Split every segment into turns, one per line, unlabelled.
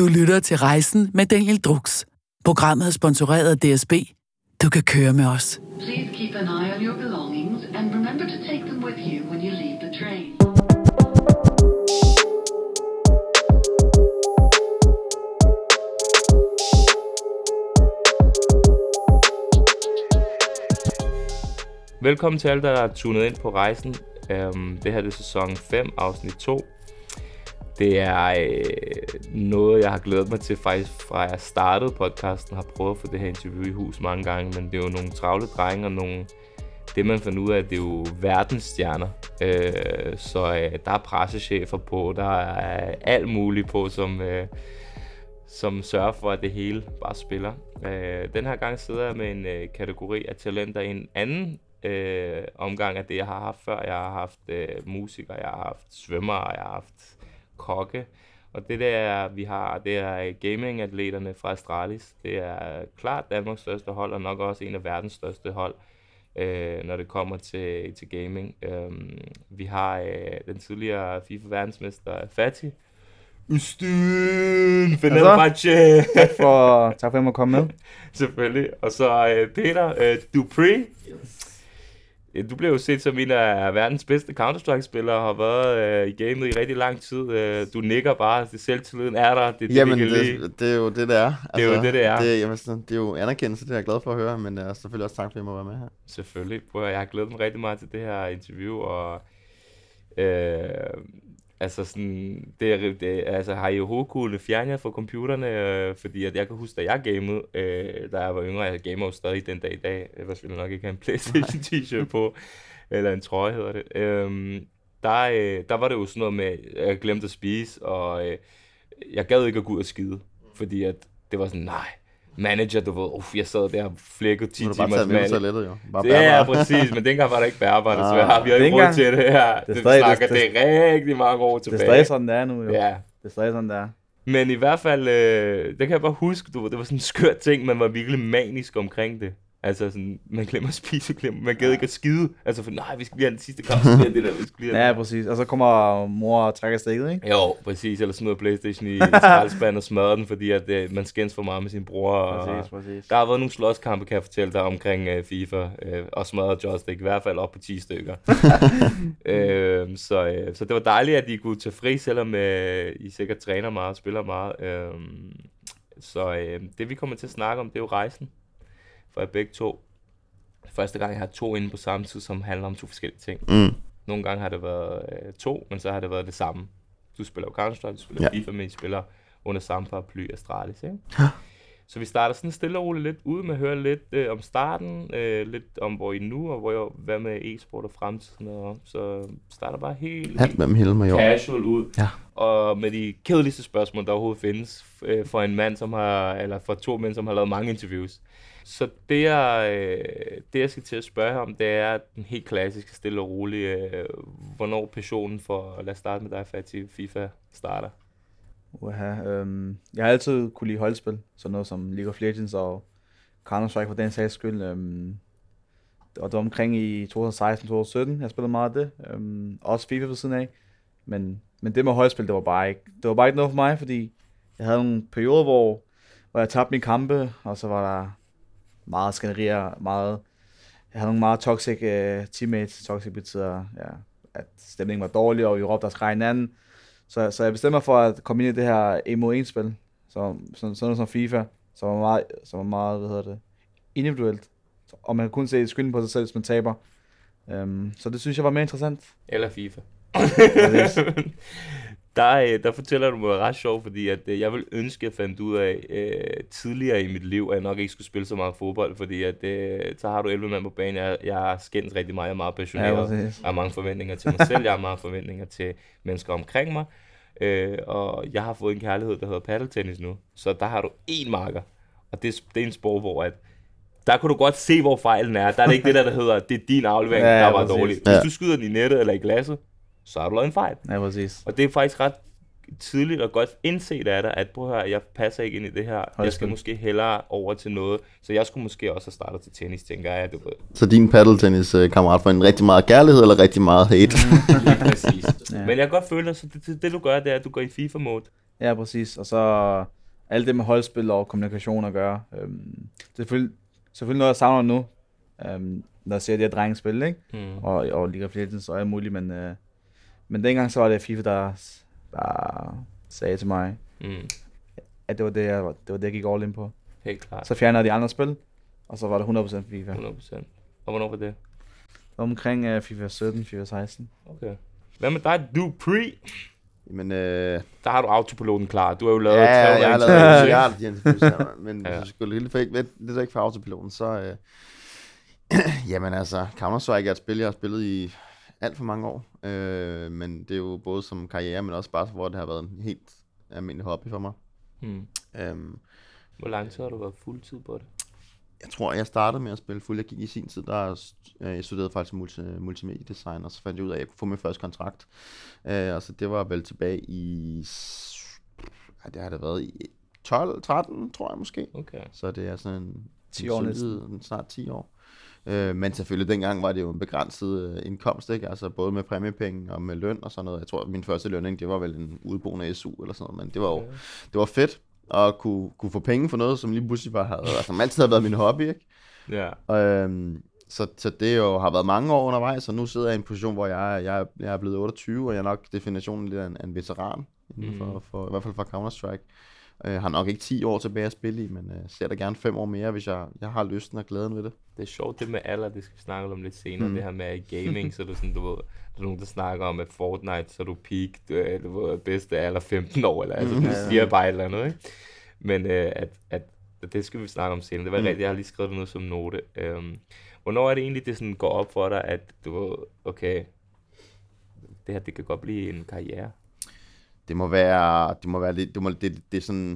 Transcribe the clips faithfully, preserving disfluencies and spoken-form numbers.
Du lytter til Rejsen med Daniel Drux. Programmet er sponsoreret af D S B. Du kan køre med os.
Please keep an eye on your belongings and remember to take them with you when you leave the train.
Velkommen til alle, der er tunet ind på rejsen. Um, det her det er sæson fem, afsnit to. Det er øh, noget, jeg har glædet mig til faktisk fra jeg startede podcasten. Har prøvet at få det her interview i hus mange gange, men det er jo nogle travle drenge og nogle... Det man finder ud af, det er jo verdensstjerner. Øh, så øh, der er pressechefer på, der er alt muligt på, som, øh, som sørger for, at det hele bare spiller. Øh, den her gang sidder jeg med en øh, kategori af talenter i en anden øh, omgang af det, jeg har haft før. Jeg har haft øh, musikere, jeg har haft svømmere, jeg har haft kokke. Og det der, vi har, det er gaming-atleterne fra Astralis. Det er klart Danmarks største hold, og nok også en af verdens største hold, øh, når det kommer til, til gaming. Øhm, vi har øh, den tidligere FIFA-verdensmester, Fatih. Ustyn! Fenerbahce!
Tak for, tak for at jeg komme med.
Selvfølgelig. Og så øh, Peter øh, Dupree. Du blev jo set som en af verdens bedste Counter-Strike-spillere og har været øh, i gamet i rigtig lang tid. Øh, du nikker bare, det selvtilliden er der, det er
Jamen,
det,
det, det er jo det, det er. Altså,
det er jo det, det er.
Det, jamen, det er jo anerkendelse, det er jeg glad for at høre, men uh, selvfølgelig også tak, for at jeg må være med her.
Selvfølgelig. Prøv, jeg har glædet mig rigtig meget til det her interview, og øh, altså sådan, det, det, altså, har I overhovedet kunne fjerne jer fra computerne, øh, fordi at jeg kan huske, da jeg gamede, øh, da jeg var yngre, jeg gamer jo stadig den dag i dag, jeg ville nok ikke have en PlayStation t-shirt på, eller en trøje hedder det. Øh, der, øh, der var det jo sådan noget med, jeg glemte at spise, og øh, jeg gad ikke at gå ud og skide, fordi at det var sådan, nej, manager, du ved, uff, jeg sad der og flækkede ti timer.
Du har bare taget med på toilettet, jo. Bare
ja, ja, præcis, men dengang var der ikke bærbar, desværre. Vi har ikke råd til det her. Det, det snakker det, det, det rigtig mange år tilbage.
Det er stadig sådan, det er nu, jo.
Ja.
Det er stadig sådan, det er.
Men i hvert fald, øh, det kan jeg bare huske, du ved, det var sådan en skør ting, man var virkelig manisk omkring det. Altså sådan, man glemmer at spise, glemmer, man gad ikke at skide. Altså for, nej, vi skal lige have den sidste kamp, så det der, vi skal lige have
Ja, præcis. Og så kommer mor og trækker stikket, ikke?
Jo, præcis. Eller smider PlayStation i skraldespanden og smadrer den, fordi at, øh, man skændes for meget med sin bror. Og,
præcis, præcis.
Der har været nogle slåskampe, kan jeg fortælle dig, omkring øh, FIFA øh, og smadret joystick, i hvert fald op på ti stykker. øh, så, øh, så det var dejligt, at I kunne tage fri, selvom øh, I sikkert træner meget og spiller meget. Øh, så øh, det vi kommer til at snakke om, det er jo rejsen for jer begge to. Første gang, jeg har to inde på samme tid, som handler om to forskellige ting.
Mm.
Nogle gange har det været øh, to, men så har det været det samme. Du spiller jo Counter-Strike, du spiller
ja.
FIFA, men I spiller under samme paraply Astralis, ikke?
Ja.
Så vi starter sådan stille og roligt lidt ud med at høre lidt øh, om starten, øh, lidt om hvor I nu, og hvor jeg, hvad med e-sport og fremtiden og så starter bare helt,
Alt mellem himmel og jord.
Casual ud.
Ja.
Og med de kedeligste spørgsmål, der overhovedet findes øh, for en mand, som har, eller for to mænd, som har lavet mange interviews. Så det jeg, øh, det, jeg skal til at spørge om, det er den helt klassiske, stille og rolige, øh, hvornår passionen for, lad os starte med dig, Fatih, FIFA starter.
Uha, øhm, jeg har altid kunne lide holdspil, sådan noget som League of Legends og Counter-Strike for den sags skyld. Øhm, og det var omkring i to tusind seksten til to tusind sytten, jeg spillede meget af det. Øhm, også FIFA ved siden af. Men, men det med holdspil, det var bare ikke, det var bare ikke noget for mig, fordi jeg havde nogle perioder, hvor, hvor jeg tabte mine kampe, og så var der meget skænderier, meget... Jeg havde nogle meget toxic uh, teammates. Toxic betyder, ja, at stemningen var dårlig, og vi råbte og skreg hinanden. Så, så jeg bestemmer for at komme ind i det her en mod en spil, som, sådan, sådan noget som FIFA, som var meget, som var meget, hvad hedder det, individuelt. Og man kan kun se skylden på sig selv, hvis man taber. Um, så det synes jeg var mere interessant.
Eller FIFA. Der, der fortæller du mig ret sjovt, fordi at, jeg vil ønske, at jeg fandt ud af øh, tidligere i mit liv, at jeg nok ikke skulle spille så meget fodbold, fordi at, øh, så har du elleve mand på banen. Jeg, jeg skændes rigtig meget, jeg er meget passioneret. Ja, jeg har mange forventninger til mig selv, jeg har mange forventninger til mennesker omkring mig. Øh, og jeg har fået en kærlighed, der hedder paddeltennis nu. Så der har du én marker, og det, det er en sport, hvor at, der kunne du godt se, hvor fejlen er. Der er det ikke det der, der hedder, det er din aflevering, ja, der var dårlig. Hvis du skyder den i nettet eller i glasset, så har du lavet en fejl.
Ja, præcis.
Og det er faktisk ret tidligt og godt indset af dig, at prøv at høre, jeg passer ikke ind i det her. Hold jeg skal spil. Måske hellere over til noget. Så jeg skulle måske også have startet til tennis, tænker jeg. Du ved.
Så din paddeltennis-kammerat får en rigtig meget kærlighed eller rigtig meget hate?
Lige præcis. Ja. Men jeg kan godt føle dig, så det, det, det du gør, det er, at du går i FIFA-mode.
Ja, præcis. Og så alt det med holdspil og kommunikation at gøre. Øhm, selvfølgelig, selvfølgelig noget, jeg savner nu, øhm, når jeg ser de her drengespil, ikke? Mm. Og, og League of Legends og alt muligt, men, øh, men dengang så var det FIFA, der, der sagde til mig, mm. at det var det, jeg, det var det, jeg gik all in på.
Helt klart.
Så fjernede de andre spil, og så var det hundrede procent FIFA.
hundrede procent. Og hvornår var det?
Omkring uh, FIFA sytten, FIFA seksten.
Okay. Hvad med dig, Dupree?
Men øh...
der har du autopiloten klar. Du har jo lavet
ja,
tre
jeg har lavet jeg har det, men ja. Hvis du skulle lille fake lidt, lidt ikke for autopiloten, så øh... jamen altså, Counter-Strike er et spil, jeg har spillet i alt for mange år. Øh, men det er jo både som karriere, men også bare hvor det har været en helt almindelig hobby for mig. Hmm. Øhm,
Hvor lang tid har du været fuldtid på det?
Jeg tror, jeg startede med at spille fuld. Jeg gik i sin tid, der jeg studerede faktisk multi, multimediedesign, og så fandt jeg ud af, at jeg kunne få min første kontrakt. Øh, og så det var vel tilbage i, ja, det har det været i tolv tretten, tror jeg måske.
Okay.
Så det er sådan en,
ti år
næsten. Snart ti år. Øh, men selvfølgelig dengang var det jo en begrænset øh, indkomst, ikke? Altså både med præmiepenge og med løn og sådan noget. Jeg tror, at min første lønning, det var vel en udeboende S U eller sådan noget, men det var jo okay. Det var fedt at kunne, kunne få penge for noget, som lige pludselig bare havde, altså, som altid har været min hobby, ikke?
Ja.
Øhm, så, så det jo har været mange år undervejs, og nu sidder jeg i en position, hvor jeg, jeg, jeg er blevet otteogtyve, og jeg er nok definitionen lidt af en, en veteran, mm. for, for, i hvert fald for Counter-Strike. Jeg har nok ikke ti år tilbage at spille i, men uh, ser da gerne fem år mere, hvis jeg, jeg har lysten og glæden ved det.
Det er sjovt det med alder, det skal vi snakke om lidt senere, mm. det her med gaming, så er det sådan, du ved, der er nogen, der snakker om, at Fortnite, så er du peak, du er, du ved, bedste alder femten år, eller altså, mm. du siger bare et eller andet, ikke? Men øh, at, at, at det skal vi snakke om senere. Det var mm. rigtigt, jeg har lige skrevet det noget som note. Øhm, hvornår er det egentlig, det sådan går op for dig, at du okay, det her, det kan godt blive en karriere?
Det må være, det må være lidt, det, må, det, det er sådan,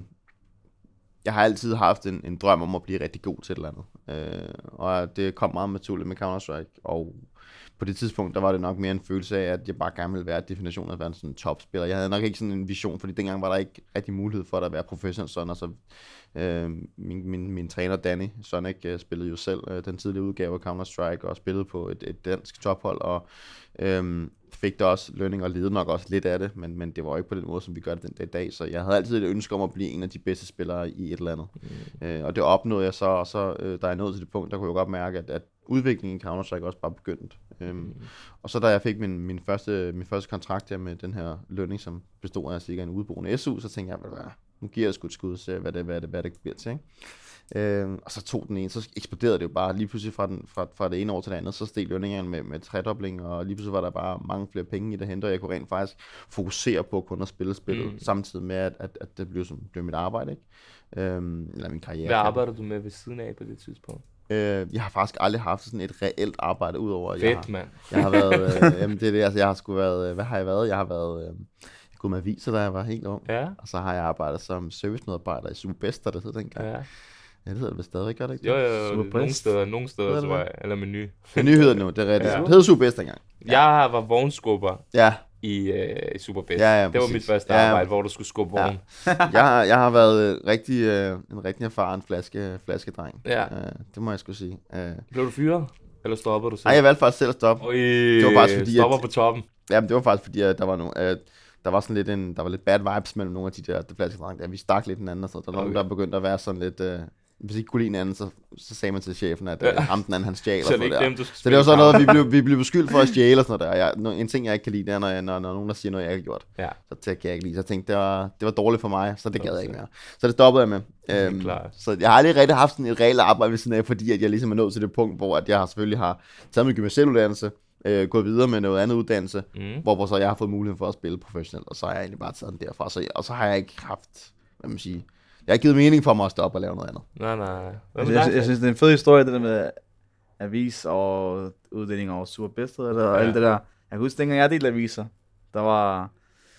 jeg har altid haft en, en drøm om at blive rigtig god til et eller andet. Øh, og det kom meget naturligt med Counter-Strike, og på det tidspunkt, der var det nok mere en følelse af, at jeg bare gerne ville være definitionen af at være en sådan topspiller. Jeg havde nok ikke sådan en vision, fordi dengang var der ikke rigtig mulighed for at være professionel sådan, og så øh, min, min, min træner Danny Sonic øh, spillede jo selv øh, den tidlige udgave af Counter-Strike, og spillede på et, et dansk tophold, og øh, fik der også lønning og led nok også lidt af det, men, men det var ikke på den måde, som vi gør det den dag i dag, så jeg havde altid et ønske om at blive en af de bedste spillere i et eller andet. Mm. Øh, og det opnåede jeg så, og så øh, da jeg nåede til det punkt, der kunne jeg godt mærke, at, at udviklingen i Counter-Strike også bare begyndt. Øhm, mm. Og så da jeg fik min, min, første, min første kontrakt her med den her lønning, som bestod af cirka en udeboende S U, så tænkte jeg, hvad, nu giver jeg sgu et skud, så hvad det, hvad det, hvad det bliver til. Ikke? Øhm, og så tog den ene, så eksploderede det jo bare lige pludselig fra, den, fra, fra det ene år til det andet, så steg lønningerne med, med tredobling, og lige pludselig var der bare mange flere penge i det hente, og jeg kunne rent faktisk fokusere på kun at spille spillet, mm. samtidig med, at, at, at det blev, som, blev mit arbejde, ikke? Øhm, eller min karriere.
Hvad arbejder du med ved siden af på det tidspunkt?
Øh, jeg har faktisk aldrig haft sådan et reelt arbejde udover at
Fedt,
jeg har,
mand.
jeg har været øh, jamen det er det, altså jeg har sgu været, hvad har jeg været? Jeg har været øh, jeg kunne med aviser, da jeg var helt ung.
Ja.
Og så har jeg arbejdet som servicemedarbejder i Superbest, der det hed dengang. Ja. Ja, det hedder det vist stadig, gør det ikke?
Jo, jo, jo. Nogle steder, nogle steder, tror jeg. Eller Meny.
Meny hedder det nu, det er rigtigt. Ja. Det hedder Superbest dengang.
Ja. Jeg var vognskubber. Ja. I, øh, i Superbest. Ja, ja, det var mit første arbejde, ja, hvor du skulle skubbe vogn.
Ja. jeg, har, jeg har været rigtig, øh, en rigtig erfaren flaske, flaskedreng. Ja. Uh, det må jeg skulle sige. Uh,
Blev du fyret? Eller stoppede du selv?
Nej, jeg valgte faktisk selv at stoppe.
Oj, det var faktisk fordi, stopper at, på toppen.
Jamen, det var faktisk fordi, at der var nogle... Uh, der var sådan lidt en, der var lidt bad vibes mellem nogle af de der flaskedrenge. Ja, vi stak lidt hinanden, og så der var okay. nogen, der begyndte at være sådan lidt... Uh, hvis ikke kunne lide en anden, så, så sagde man til chefen, at ja. ham den anden, han stjal.
Så, det dem,
så det var sådan noget, vi blev, vi blev beskyldt for at stjæle og sådan noget der. Jeg, en ting, jeg ikke kan lide, det er, når, jeg, når, når nogen, der siger noget, jeg ikke har gjort. Ja. Så det kan jeg ikke lide. Så jeg tænkte, det var, det var dårligt for mig, så det gad jeg ikke mere. Så det stoppede jeg med. Øhm, så jeg har aldrig rigtig haft sådan et reelt arbejde ved siden af, fordi at jeg ligesom er nået til det punkt, hvor at jeg har selvfølgelig har taget min gymnasieluddannelse, øh, gået videre med noget andet uddannelse, mm. hvor, hvor så jeg har fået mulighed for at spille professionelt, og så har jeg egentlig bare taget den derfra. Så, og så har jeg ikke haft, hvad man siger, jeg har givet mening for mig at stoppe og lave noget andet.
Nej, nej.
Jeg, jeg, jeg synes, det er en fed historie, det der med avis og uddeling og Superbest og ja. alt det der. Jeg kan huske, dengang jeg delte aviser, der var,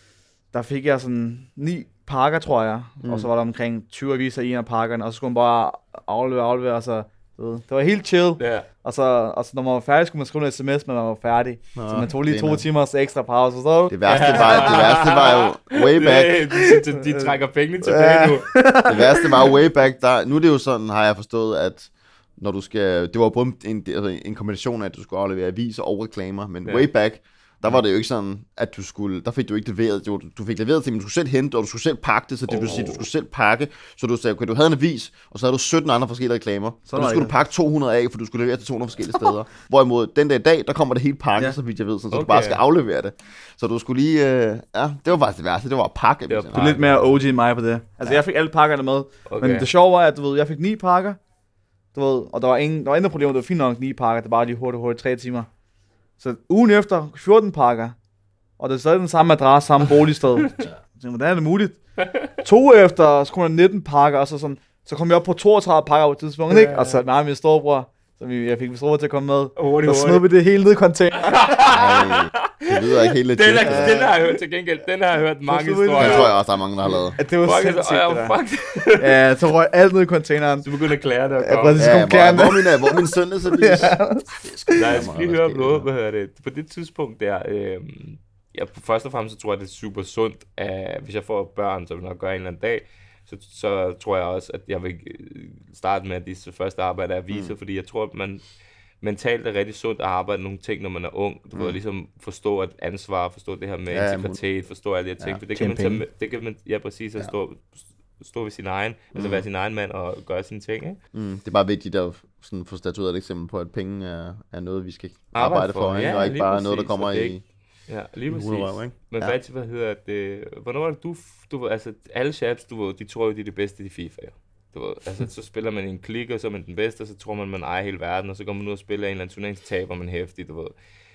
der fik jeg sådan ni pakker, tror jeg, mm. og så var der omkring tyve aviser i en af pakkerne, og så skulle man bare aflevere, aflevere, og så, det var helt chill. Yeah. Og, så, og så når man var færdig, skulle man skrive en sms, når man var færdig. Nå, så man tog lige to noget. timers ekstra pause. Så.
Det værste var, det værste var jo way back.
De, de, de trækker pengene tilbage nu.
Det værste var way back. Der, nu er det jo sådan, har jeg forstået, at når du skal, det var både en, altså en kombination af, at du skulle aflevere aviser og reklamer, men yeah. way back, Der var det jo ikke sådan, at du skulle, der fik du ikke leveret, du, du fik leveret til, men du skulle selv hente, og du skulle selv pakke det, så det oh. vil sige, du skulle selv pakke, så du sagde, okay, du havde en avis, og så havde du sytten andre forskellige reklamer, så og du skulle du pakke to hundrede af, for du skulle levere til to hundrede forskellige steder. Hvorimod den der i dag, der kommer det helt pakket, ja. Så vidt jeg ved, sådan, så okay. du bare skal aflevere det. Så du skulle lige, øh, ja, det var faktisk det værste, det var at pakke.
Det var pakke. Lidt mere O G end mig på det. Altså, ja. Jeg fik alle pakkerne med, okay. Men det sjove var, at du ved, jeg fik ni pakker, du ved, og der var ingen, der var ingen problemer, det var fint nok ni pakker, det var bare lige hurtigt, hurtigt, tre timer. Så ugen efter, fjorten pakker, og det er stadig den samme adresse, samme boligsted. Så hvordan er det muligt? To uger efter, så kom der nitten pakker, og så, sådan, så kom jeg op på toogtredive pakker på et tidspunkt, ja, ja. Ikke? Og så mig og min storebror, så vi, jeg fik min storebror til at komme med, og så smed vi det hele ned i container.
Det lyder ikke helt legit.
Den, er, den har jeg hørt til gengæld, den har jeg hørt mange historier.
Det tror jeg også, der er mange, der har lavet.
Ja, det var
fuck,
sindssygt,
oh,
det
fuck.
Ja, så røg alt ned i containeren.
Du begyndte at klære det og
komme. Ja,
ja, hvor, hvor, min, hvor min søn er så lige.
Nej, jeg skal lige høre om noget, hvad hedder det. På det tidspunkt der, øh, ja, først og fremmest så tror jeg, det er super sundt, at hvis jeg får børn, så vil jeg nok gøre en eller anden dag, så, så tror jeg også, at jeg vil starte med, at det første arbejde er at vise, mm. fordi jeg tror, at man mentalt er rigtig sundt at arbejde nogle ting, når man er ung. Du mm. ved ligesom forstå at ansvar, forstå det her med ja, integritet, forstå alle de her ting. Ja, for det kan man tage med, det kan man, ja præcis, at stå, stå ved sin egen, mm. altså være sin egen mand og gøre sine ting, ikke?
Mm. Det er bare vigtigt at sådan få statueret et eksempel på, at penge er, er noget, vi skal arbejde, arbejde for, for ja, og ikke bare præcis, noget, der kommer i...
Ja, lige præcis. Røv, ikke? Men ja. Hvad, hvad hedder det? Hvornår var det du, du altså alle chaps, du ved, de tror jo, de er det bedste i FIFA, jo. Du ved, altså så spiller man i en klik, og så er man den bedste, og så tror man, man ejer hele verden, og så går man ud og spiller en eller anden turnering, så taber man hæftigt, du ved.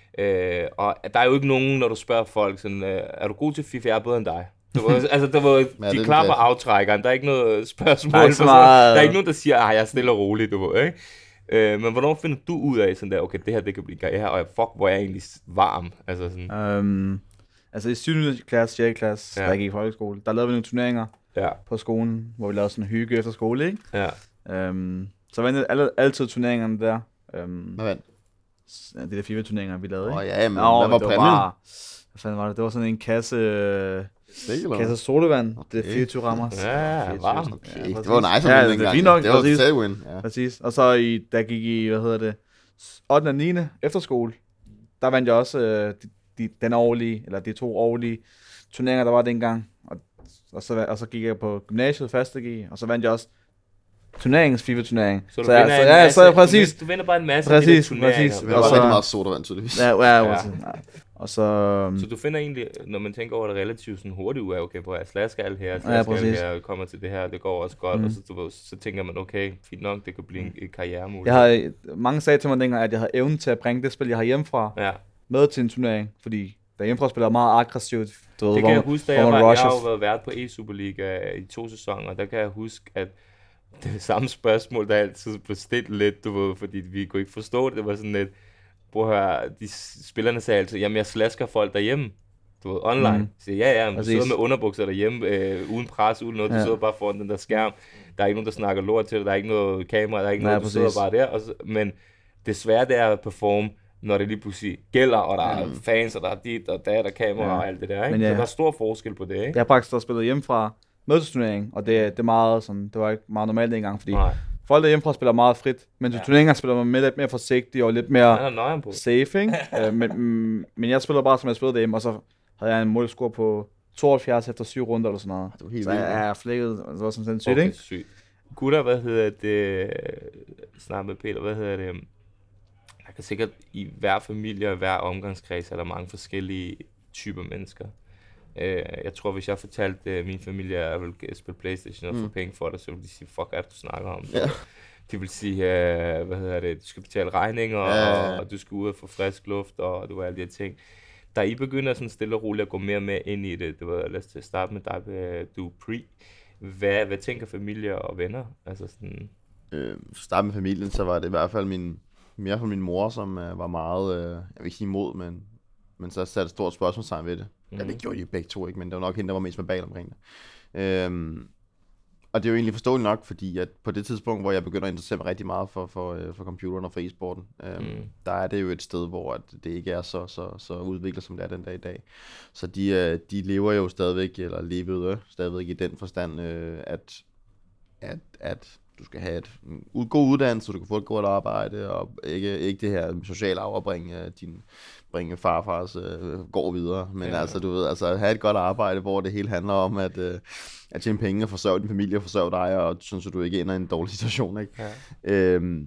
Øh, og der er jo ikke nogen, når du spørger folk, sådan, øh, er du god til FIFA? Jeg er bedre end dig. Du ved, altså, du ved, de ja, klapper aftrækkeren, der er ikke noget spørgsmål. Der er ikke, så meget... der er ikke nogen, der siger, at jeg er stille og rolig, du ved, ikke? Øh, men hvornår finder du ud af sådan der, okay, det her, det kan blive karriere, og fuck, hvor er jeg egentlig varm? Altså, sådan.
Um, altså i syvende klasse, sjette klasse, ja. Da jeg gik i folkeskole, der lavede vi nogle turneringer ja. På skolen, hvor vi lavede sådan en hygge efter skole, ikke? Ja. Um, så vandt jeg altid turneringerne der. Um,
hvad vandt?
Ja, det der FIFA-turneringer, vi lavede, ikke?
Åh oh, ja, men Nå, hvad var præmien? Var,
hvad fanden var det? Det var sådan en kasse... Kasse sodavand, det er fireogtyve rammer.
Ja, varmt.
Okay. Ja, det var nice,
ja, det er fint nok.
Det var totalt win.
Ja. Præcis. Og så i, der gik i, hvad hedder det, ottende og niende efterskole, der vandt jeg også øh, de, de, den årlige, eller de to årlige turneringer, der var dengang. Og, og, så, og så gik jeg på gymnasiet, første G, og så vandt jeg også turneringens FIFA-turnering.
Så du så, vinder så, en ja, masse, så, præcis, du vinder bare en masse
præcis,
turneringer.
Præcis, det var rigtig meget sodavand, tydeligvis.
Ja, ja, ja. Og så,
um... så du finder egentlig, når man tænker over det relativt sådan hurtigt ud af, okay, hvor jeg slasker alt her, slasker ja, alt her, kommer til det her, det går også godt, mm. og så, du ved, så tænker man, okay, fint nok, det kan blive en, en karrieremulighed.
Jeg har, mange sagde til mig dengang, at jeg havde evnen til at bringe det spil, jeg har hjemmefra, ja. Med til en turnering, fordi der hjemmefra spiller meget aggressivt. Du ved,
det kan
hvor,
jeg huske, da jeg, var, jeg har jo været vært på E-Superliga i to sæsoner, og der kan jeg huske, at det samme spørgsmål, der altid blev stillet lidt, du ved, fordi vi kunne ikke forstå det, det var sådan lidt, prøv at høre, de spillerne sagde altid, jamen jeg slasker folk derhjemme, du ved, online. Mm. Så ja, ja, men du sidder med underbukser derhjemme, øh, uden pres, uden noget, ja. Du sidder bare foran den der skærm, der er ikke nogen, der snakker lort til dig, der er ikke noget kamera, der er ikke Nej, noget, du præcis. Sidder bare der, og så, men det svære det er at performe, når det lige pludselig gælder, og der er mm. fans, og der er dit, og der er der kamera, ja. Og alt det der, ikke? Men, ja. Så der er stor forskel på det, ikke?
Jeg har faktisk også spillet hjemmefra mødesturnering, og det, det er meget sådan, det var ikke meget normalt engang, fordi Nej. Folk der hjemmefra spiller meget frit, men til ja. Turneringer spiller man med lidt mere forsigtigt og lidt mere safe, ikke? uh, men, mm, men jeg spiller bare, som jeg spillede derhjemme, og så havde jeg en målscore på tooghalvfjerds efter syv runder eller sådan noget. Det var helt så vildt. Jeg er flækket, det var sådan sygt, okay, ikke?
Sygt. Gutter, hvad hedder det, snart med Peter, hvad hedder det, jeg kan sikkert i hver familie og hver omgangskreds er der mange forskellige typer mennesker. Uh, jeg tror, hvis jeg fortalte uh, min familie, at jeg vil spille PlayStation og få mm. penge for det, så ville de sige, fuck, er det, du snakker om? Ja. De vil sige, uh, hvad hedder det, du skal betale regninger, ja. og, og du skal ud og få frisk luft, og du ved alle de her ting. Da I begynder sådan stille og roligt at gå mere med ind i det, det var, lad os starte med dig, du pre. Hvad, hvad tænker familie og venner? Altså sådan...
Øh, starte med familien, så var det i hvert fald min, mere for min mor, som uh, var meget, uh, jeg vil ikke sige imod, men, men så satte et stort spørgsmålstegn ved det. Mm. Ja, det gjorde de begge to, ikke, men det var nok hende, der var mest med bag omkring det. Øhm, og det er jo egentlig forståeligt nok, fordi at på det tidspunkt, hvor jeg begynder at interessere mig rigtig meget for, for, for computeren og for e-sporten, øhm, mm. der er det jo et sted, hvor at det ikke er så, så, så udviklet, som det er den dag i dag. Så de, de lever jo stadigvæk, eller levede stadigvæk i den forstand, øh, at, at, at du skal have et en god uddannelse, så du kan få et godt arbejde, og ikke, ikke det her sociale arv at bringe din bringe farfars øh, går videre, men ja. altså, du ved, altså, have et godt arbejde, hvor det hele handler om, at, øh, at tjene penge og forsørge din familie og forsørge dig, og sådan, så du ikke ender i en dårlig situation, ikke? Ja. Øhm,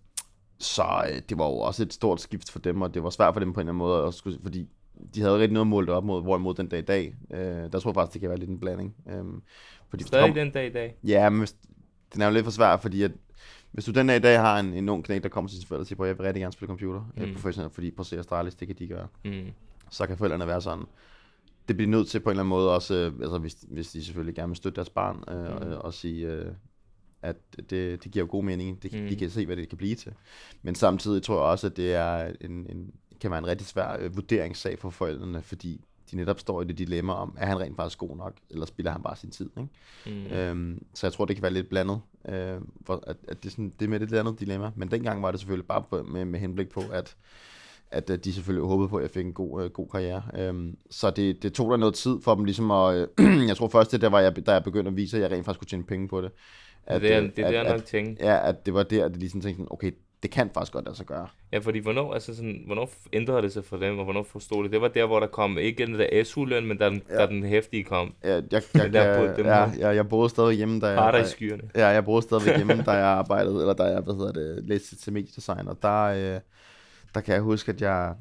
så øh, det var jo også et stort skift for dem, og det var svært for dem på en eller anden måde, at skulle, fordi de havde rigtig noget målt op mod, hvorimod den dag i dag, øh, der tror jeg faktisk, det kan være lidt en blanding. Øh, fordi
Stadig
kom,
den dag i dag?
Ja, men hvis, den er jo lidt for svært, fordi at hvis du den dag i dag har en, en ung knæk, der kommer til sin forældre og siger, at jeg vil rigtig gerne spille computer, mm. øh, professionelt, fordi på C S Starlist, det kan de gøre, mm. så kan forældrene være sådan. Det bliver nødt til på en eller anden måde også, øh, altså hvis, hvis de selvfølgelig gerne vil støtte deres barn, øh, mm. og, og sige, øh, at det, det giver jo god mening, det, mm. de kan se, hvad det kan blive til. Men samtidig tror jeg også, at det er en, en, kan være en rigtig svær øh, vurderingssag for forældrene, fordi de netop står i det dilemma om, er han rent faktisk god nok, eller spiller han bare sin tid, ikke? Mm. Øhm, så jeg tror, det kan være lidt blandet, øh, for, at, at det, sådan, det er med det andet dilemma, men dengang var det selvfølgelig bare på, med, med henblik på, at, at, at de selvfølgelig håbede på, at jeg fik en god, øh, god karriere. Øhm, så det, det tog der noget tid for dem ligesom at, øh, jeg tror først det der var, jeg, da jeg begyndte at vise, at jeg rent faktisk kunne tjene penge på det.
At, det er det, er
at,
nok
at,
ting.
Ja, at det var der, at de ligesom tænkte, okay, det kan faktisk godt lade sig gøre.
Ja, fordi hvornår, altså sådan, hvornår ændrede det sig for dem, og hvornår forstod det? Det var der, hvor der kom ikke den der S U-løn, men der den, ja. der den hæftige kom.
Ja, jeg, jeg, jeg,
der
jeg, ja, jeg, jeg boede stadig hjemme, da jeg...
Der i skyerne.
Ja, jeg boede stadig hjemme, da jeg arbejdede, eller da jeg, hvad hedder det, læste til mediedesign, og der, øh, der kan jeg huske, at jeg...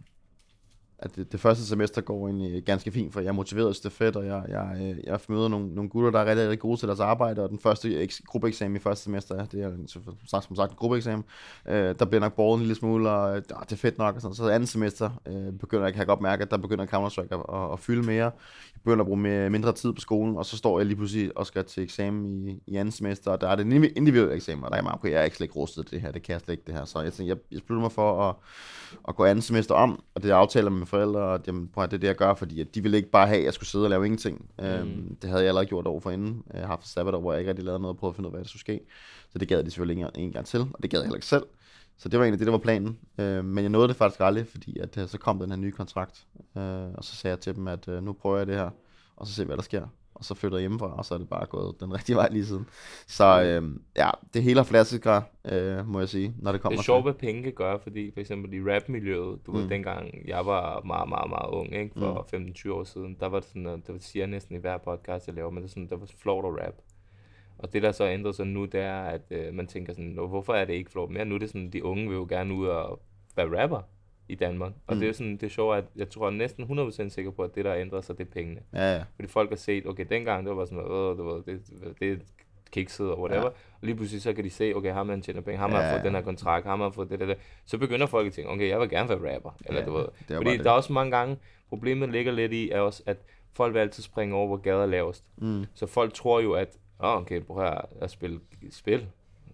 at det, det første semester går egentlig ganske fint, for jeg er motiveret, det er fedt, og jeg, jeg, jeg møder nogle, nogle gutter, der er rigtig, rigtig gode til deres arbejde, og den første eks- gruppeeksamen i første semester, det er som sagt en gruppeeksamen, øh, der bliver nok borget en lille smule, og øh, det er fedt nok, og sådan. Så andet semester øh, begynder jeg, kan jeg godt mærke, at der begynder Counter-Strike at, at, at fylde mere, jeg begynder at bruge mere, mindre tid på skolen, og så står jeg lige pludselig og skal til eksamen i, i andet semester, og der er det en individuel eksamen, og der er jeg, okay, jeg er ikke slet ikke rustet til det her, det kan jeg slet ikke det her, så jeg tænkte, jeg, jeg beslutter mig for at, at gå andet semester om, og det jeg aftaler med mine forældre, og jamen, prøv at det er det, jeg gør, fordi at de ville ikke bare have, at jeg skulle sidde og lave ingenting. Mm. Øhm, det havde jeg allerede gjort år for inden. Jeg har haft et sabbatår, hvor jeg ikke rigtig lavede noget og prøvede at finde ud af, hvad der skulle ske. Så det gad de selvfølgelig ikke en gang til, og det gad jeg heller ikke selv. Så det var egentlig det, der var planen. Øhm, men jeg nåede det faktisk aldrig, fordi at, så kom den her nye kontrakt. Øh, og så sagde jeg til dem, at øh, nu prøver jeg det her, og så ser vi, hvad der sker. Og så flyttede jeg hjemmefra, og så er det bare gået den rigtige vej lige siden. Så øh, ja, det hele er flaskegræ, øh, må jeg sige, når det kommer.
Det er sjovt, hvad penge kan gøre, fordi for eksempel i rapmiljøet, du mm. ved, dengang jeg var meget, meget, meget ung, ikke, for mm. femten til tyve år siden, der var det sådan, det siger jeg næsten i hver podcast, jeg laver, men det er sådan, der var flot at rap. Og det, der så ændrer sig nu, det er, at øh, man tænker sådan, hvorfor er det ikke flot mere? Nu er det sådan, de unge vil jo gerne ud og være rapper i Danmark. Og mm. det er jo sådan, det er sjovt, at jeg tror, jeg er næsten hundrede procent sikker på, at det, der ændrer sig, det er pengene.
Ja, ja.
Fordi folk har set, okay, dengang, det var sådan noget, det, var, det, det er kikset og whatever. Ja. Og lige pludselig så kan de se, okay, har man tjener penge, har man ja, fået den her kontrakt, har man fået det, det, det. Så begynder folk at tænke, okay, jeg vil gerne være rapper. Eller, ja, du ved. Fordi der er også mange gange, problemet ligger lidt i, er også, at folk vil altid springe over, hvor gader er lavest. Mm. Så folk tror jo, at, åh, oh, okay, prøv her at spille spil.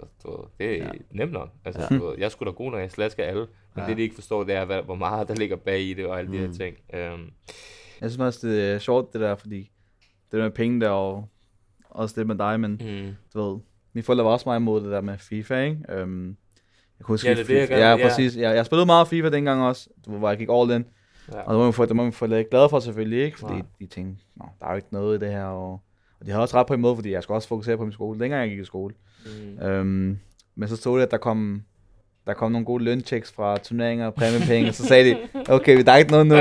Det er ja. nemt nok. Altså, ja. du ved, jeg skulle da god, når jeg slasker alle. Men ja. det, de ikke forstår, det er, hvad, hvor meget der ligger bag i det, og alle mm. de her ting. Um.
Jeg synes også, det er sjovt, det der, fordi det der med penge der, og også det med dig, men mm. du ved, mine forældre var også meget imod det der med FIFA, ikke? Um, jeg kunne huske,
ja, det er
FIFA.
det, jeg
ja, præcis. Jeg, jeg spillede meget FIFA dengang også, hvor jeg gik all in. Ja. Og det må man få, man få lidt glad for selvfølgelig, ikke? Fordi ja. de tænkte, nå, der er jo ikke noget i det her, og, og de havde også ret på en måde, fordi jeg skulle også fokusere på min skole, dengang jeg gik i skole. Mm. Um, men så stod det, at der kom, der kom nogle gode lønchecks fra turneringer og præmiepenge, og så sagde de, okay, der er ikke noget nu.
Det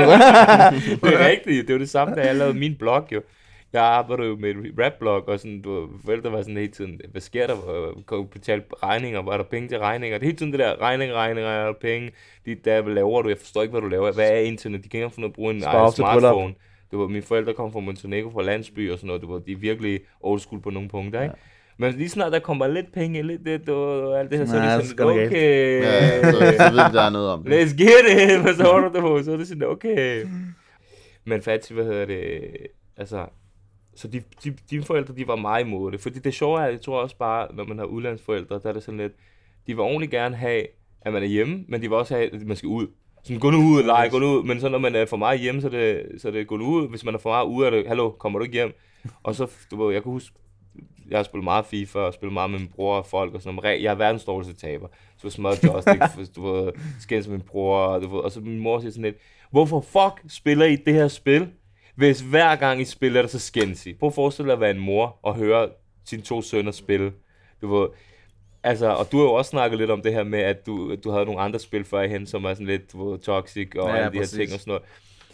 er rigtigt, det var det samme, da jeg lavede min blog jo. Jeg arbejdede jo med et rap-blog, og sådan, du, forældre var sådan hele tiden, hvad sker der? Kan du betale regninger? Var der penge til regninger? Det er hele tiden det der, regning, regninger, er der penge? De, der, hvad laver du? Jeg forstår ikke, hvad du laver. Hvad er internet? De kan ikke finde at bruge en smartphone. Du ved, mine forældre kom fra Montenegro, fra landsby og sådan noget. Du ved, de er virkelig old school på nogle punkter, ikke? Ja. Men lige snart der kommer lidt penge, lidt det og alt det her, så er det sådan, okay.
Ja, så, så ved der er noget om det.
Let's get it, hvad så er det på? Så er det sådan, okay. Men faktisk, hvad hedder det, altså, så de, de, dine forældre, de var meget imod det. Fordi det sjove er, jeg tror også bare, når man har udlandsforældre, der er det sådan lidt, de vil ordentligt gerne have, at man er hjemme, men de vil også have, at man skal ud. Sådan, gå nu ud, lege, gå nu ud. Men så når man er for meget hjemme, så er det, så er det gå nu ud. Hvis man er for meget ude, er det, hallo, kommer du ikke hjem? Og så, du ved, jeg kan huske, jeg har spillet meget FIFA og spillet meget med min bror og folk og sådan noget. Jeg er verdens dårligste taber. Så smadret joystick, du ved, skændes med min bror, og, du ved, og så min mor siger sådan lidt, hvorfor fuck spiller I det her spil, hvis hver gang I spiller det, så skændes I? Prøv at forestille dig at være en mor og høre sine to sønner spille. Du ved, Altså, og du har jo også snakket lidt om det her med, at du, du havde nogle andre spil førhen, som er sådan lidt du ved, toxic og
Ja,
alle de
præcis.
her ting og sådan noget.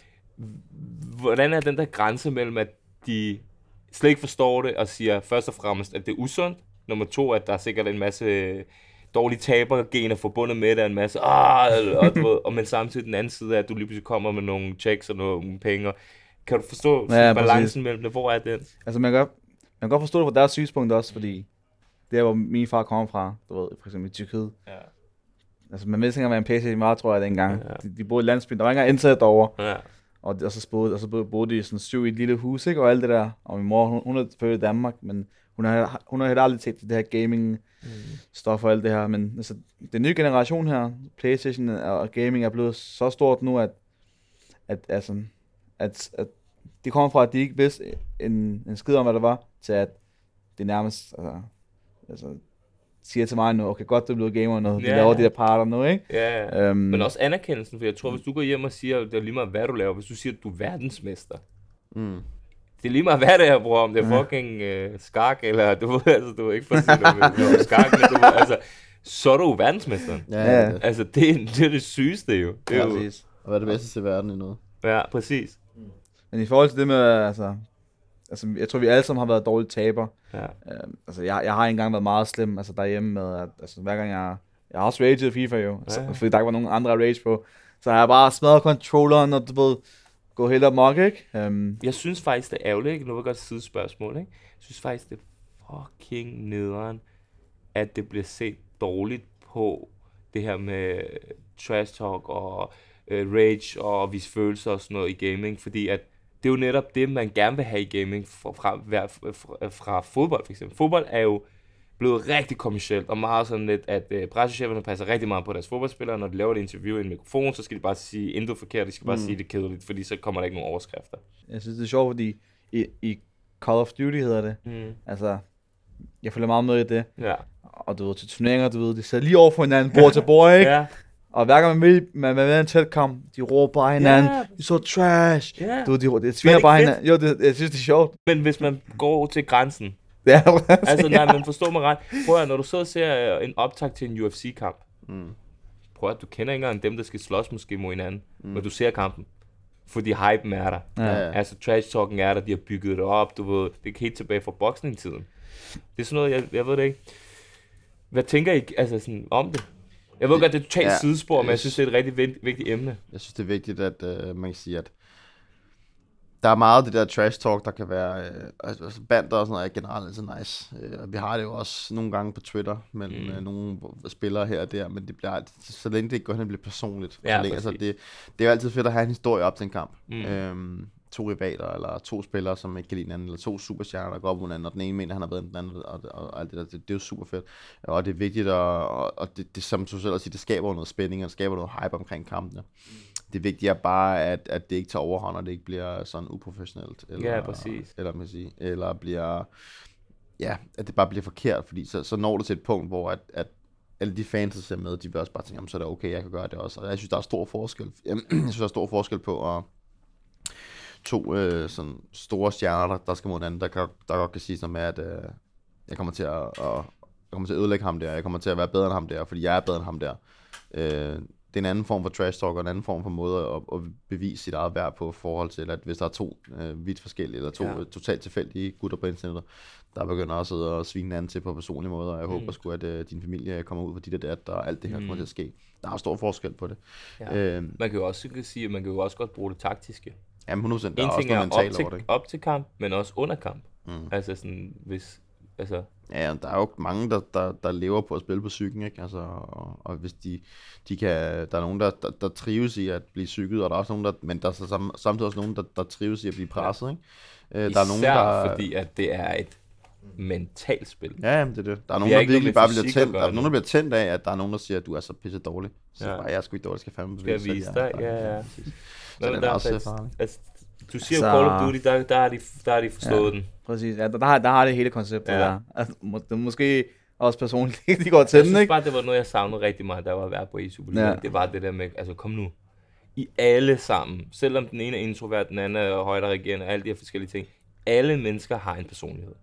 Hvordan er den der grænse mellem, at de slet ikke forstår det og siger først og fremmest, at det er usundt, nummer to, at der er sikkert en masse dårlige tabergener forbundet med det, og en masse, ah, og, du ved, og men samtidig den anden side af, at du lige pludselig kommer med nogle checks og nogle penge. Kan du forstå
Ja,
balancen
præcis.
mellem det? Hvor er den?
Altså, man kan, godt, man kan godt forstå det fra deres synspunkt også, fordi det er, hvor min far kommer fra, du ved, for eksempel i Tyrkiet.
Ja.
Altså, man vidste ikke engang, hvad en P C var, tror jeg, dengang.
Ja.
De, de boede i landsbyen, der var ikke engang internet derovre.
Ja.
Og, og så boede, og så boede, boede de sådan syv i et lille hus, ikke? Og alt det der. Og min mor, hun, hun er født i Danmark, men hun har, hun har helt aldrig set det her gaming stof og alt det her. Men altså, den nye generation her, PlayStation og gaming er blevet så stort nu, at, at, altså, at, at det kommer fra, at de ikke vidste en, en skid om, hvad der var, til at det nærmest, altså, altså siger til mig nu, okay, godt, du er blevet gamer nu, vi
Ja,
laver
ja.
de der parter nu, ikke?
Ja,
Øhm,
men også anerkendelsen, for jeg tror, hvis du går hjem og siger, det er lige meget, hvad du laver, hvis du siger, at du er verdensmester,
Mm.
det er lige meget, hvad det er, bror, om det er fucking øh, skak, eller du ved, altså, du er ikke for at sige noget om skak, men du ved, altså, så er du jo verdensmesteren.
Ja,
Ja.
ja. Det.
Altså, det er det, er det sygeste jo. Det er jo
præcis.
Og hvad er det bedste til verden i noget?
ja, præcis.
Men i forhold til det med, altså, altså jeg tror, vi alle sammen har været dårlige taber.
Ja.
Øhm, altså, jeg, jeg har ikke engang været meget slem, altså derhjemme med, at altså, hver gang jeg, jeg har også raget FIFA jo, altså,
Ja, ja.
fordi der ikke var nogen andre at rage på. Så jeg har bare smadret controlleren, og du ved, gå helt amok, ikke? Um,
Jeg synes faktisk, det er ærgerligt, ikke? Nu vil jeg godt sidde spørgsmål, ikke? Jeg synes faktisk, det er fucking nederen, at det bliver set dårligt på det her med trash talk og øh, rage og vise følelser og sådan noget i gaming, fordi at det er jo netop det, man gerne vil have i gaming fra, fra, fra, fra, fra fodbold for eksempel. Fodbold er jo blevet rigtig kommercielt, og meget sådan lidt, at øh, pressecheferne passer rigtig meget på deres fodboldspillere. Når de laver et interview i en mikrofon, så skal de bare sige intet forkert, de skal bare mm. sige det kedeligt, fordi så kommer der ikke nogen overskrifter.
jeg synes, det er sjovt, fordi i, i Call of Duty hedder det,
Mm.
altså, jeg følger meget med i det,
Ja.
og du ved, til turneringer, du ved, de sidder lige over for hinanden, bord til bord, ikke?
Ja.
Og hver gang man vil, man er med i en tæt kamp, de råber bare hinanden,
Ja.
yeah. de er så trash,
Ja.
du ved, de, de
Men
sviner
det er
bare
fedt.
hinanden, jo, det, jeg synes, det er sjovt.
Men hvis man går til grænsen,
Ja,
altså nej, man forstår mig ret. Prøv at, når du så ser en optag til en U F C-kamp,
Mm.
prøv at, du kender ikke engang dem, der skal slås måske mod hinanden, mm. men du ser kampen, fordi hypen er der.
Ja.
Ja.
Altså trash-talken er der, de har bygget det op, du ved, det er helt tilbage fra boksning-tiden. Det er sådan noget, jeg, jeg ved det ikke. Hvad tænker I altså sådan, om det? Jeg ved godt, det er totalt
Ja,
sidespor, men jeg
jeg
synes, det er et rigtig vigt- vigtigt emne.
Jeg synes, det er vigtigt, at øh, man kan sige, at der er meget af det der trash talk, der kan være, øh, altså bander og sådan noget er generelt altid nice. Øh, vi har det jo også nogle gange på Twitter, men
Mm.
mm. øh, nogle spillere her og der, men det bliver altid, så længe det ikke går hen og bliver personligt.
Ja,
så længe, altså,
præcis.
det, det er jo altid fedt at have en historie op til en kamp.
Mm.
Mm. Øhm, to rivaler, eller to spillere, som ikke kan lide hinanden, eller to superstjerner, der går op mod hinanden, og den ene mener, han har været den anden, og, og, og alt det der, det, det er jo super fedt. Og det er vigtigt, og, og, og det, det, som du selv også siger, det skaber jo noget spænding, og det skaber noget hype omkring kampene. Det vigtige er bare, at, at det ikke tager overhånd, og det ikke bliver sådan uprofessionelt. Eller,
Ja, præcis.
Eller, man sige, eller bliver, ja, at det bare bliver forkert, fordi så, så når du til et punkt, hvor at, at alle de fans, der ser med, de vil også bare tænke, jamen, så er det okay, jeg kan gøre det også. Og jeg synes, der er stor forskel. Jeg synes, der er stor forskel på at to øh, sådan store stjerner, der, der skal mod hinanden, der, kan, der godt kan sige sådan med, at øh, jeg kommer til at, at jeg kommer til at ødelægge ham der, jeg kommer til at være bedre end ham der, fordi jeg er bedre end ham der. Øh, det er en anden form for trash talk, og en anden form for måde at, at bevise sit eget værd på, i forhold til, at hvis der er to øh, vidt forskellige, eller to
Ja.
ja. totalt tilfældige gutter på internettet, der begynder også at sidde og svine hinanden til på personlige måder, og jeg mm. håber sgu, at øh, din familie kommer ud for dit og dat, og alt det her
Mm.
kommer til at ske. Der er stor forskel på det.
Ja.
Øh,
Man kan jo også sige, at man kan jo også godt bruge det taktiske.
jamen hundrede procent, der er
En
også
ting er
noget
op
mentalt over det.
til,
Ikke?
op til kamp, men også under kamp.
Mm.
Altså sådan, hvis, altså,
Ja, der er jo mange, der, der, der lever på at spille på psyken, ikke? Altså, og, og hvis de, de kan, der er nogen, der, der, der trives i at blive psyket, og der er også nogen, der, men der er så sam, samtidig også nogen, der, der trives i at blive presset, ikke? Øh,
især
der er nogen, der,
fordi, at det er et mentalt spil.
ja, jamen, det er det. Der er nogen,
har
der
ikke noget
virkelig
med
bare bliver
fysik at
tændt,
gøre
der er nogen,
nu.
der bliver tændt af, at der er nogen, der siger, at du er så pisse dårlig. Så
Ja.
ja. bare, jeg er sgu ikke dårlig, jeg skal fandme
Skal jeg
bevæge
vise
selv,
dig?
ja.
Ja, ja.
Så
Men
den
der
er
er
også
faktisk,
farlig.
altså, du siger
Så-
jo Call of Duty, der, der, har de, der har de forstået ja. den.
Præcis, ja, der, der, har, der har det hele konceptet
Ja.
ja. der. Altså, må, det er måske også personligt, de går til
Jeg
den,
synes
ikke?
bare, det var noget, jeg savnede rigtig meget, da jeg var vært på i Superliga.
Ja.
Det var det der med, altså kom nu. I alle sammen, selvom den ene er introvert, den anden er højderegerende, og alle de her forskellige ting. Alle mennesker har en personlighed.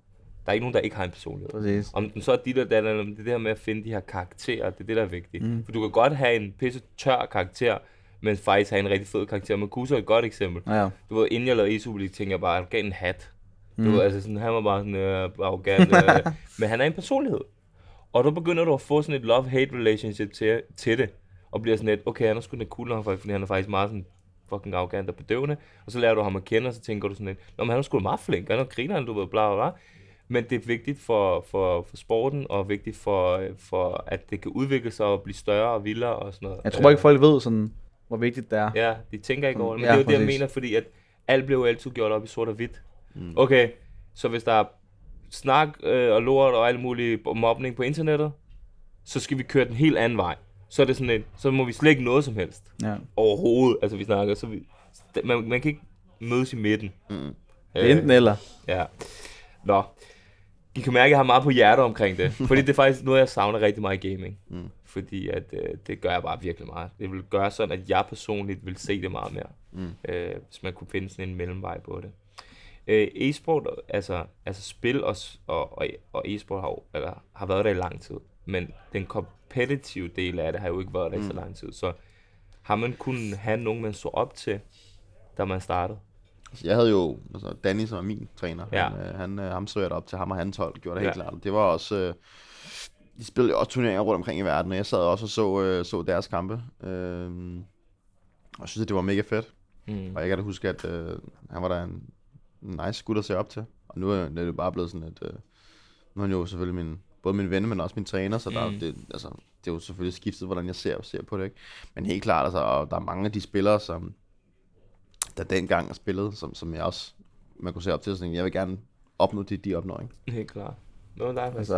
Der er ikke nogen, der ikke har en personlighed.
Præcis.
Om den så er dit eller det, eller det der med at finde de her karakterer, det er det, der er vigtigt. Mm. For du kan godt have en pisse tør karakter, men faktisk have en rigtig fed karakter. Men Kuso er et godt eksempel.
Ja.
Du ved, inden jeg lavede E-Super League, tænkte jeg bare, at han gav en hat. Du mm. ved, altså sådan, han var bare sådan øh, arrogant. øh, men han er en personlighed. Og så begynder du at få sådan et love-hate relationship til, til det. Og bliver sådan et, okay, han er sgu lidt cool, fordi han er faktisk meget sådan fucking arrogant og bedøvende. Og så lærer du ham at kende, og så tænker du sådan et, nå, men han er sgu meget flink, han er grineren, du ved, bla bla bla. Men det er vigtigt for, for, for sporten, og vigtigt for, for, at det kan udvikle sig og blive større og vildere og sådan noget.
Jeg tror ikke, folk ved sådan, hvor vigtigt det er.
Ja, de tænker ikke over det. Men
ja,
det er jo det, jeg
præcis.
mener, fordi at alt bliver jo altid gjort op i sort og hvidt. Mm. Okay, så hvis der er snak øh, og lort og alt muligt mobning på internettet, så skal vi køre den helt anden vej. Så er det sådan et, så må vi slet ikke noget som helst.
Ja.
Overhovedet. Altså vi snakker, så vi, man, man kan ikke mødes i midten.
Mm.
Det er enten eller.
Ja. Nå. I kan mærke, at jeg har meget på hjertet omkring det. Fordi det er faktisk noget, jeg savner rigtig meget i gaming. Mm. Fordi at, øh, det gør jeg bare virkelig meget. Det vil gøre sådan, at jeg personligt vil se det meget mere. Mm. Øh, hvis man kunne finde sådan en mellemvej på det. Øh, e-sport, altså, altså spil og, og, og, og e-sport har, eller, har været der i lang tid. Men den competitive del af det har jo ikke været der mm. i så lang tid. Så har man kunnet have nogen, man så op til, da man startede?
Altså, jeg havde jo, altså Danny, som er min træner,
ja.
han, øh, han, øh, ham så jeg op til ham og hans hold, gjorde det helt
ja.
klart. Det var også, øh, de spillede også turneringer rundt omkring i verden, og jeg sad også og så, øh, så deres kampe. Øh, og jeg synes, at det var mega fedt. Mm. Og jeg kan da huske, at øh, han var der en nice gut at se op til. Og nu er det bare blevet sådan et, øh, nu er han jo selvfølgelig min, både min ven, men også min træner, så mm. der, det, altså, det er jo selvfølgelig skiftet, hvordan jeg ser, ser på det, ikke? Men helt klart, altså, og der er mange af de spillere, som der dengang spillede, som, som jeg også, man kunne se op til, sådan, jeg vil gerne opnå det, de opnår, ikke?
Helt klart. Hvad var dig,
altså,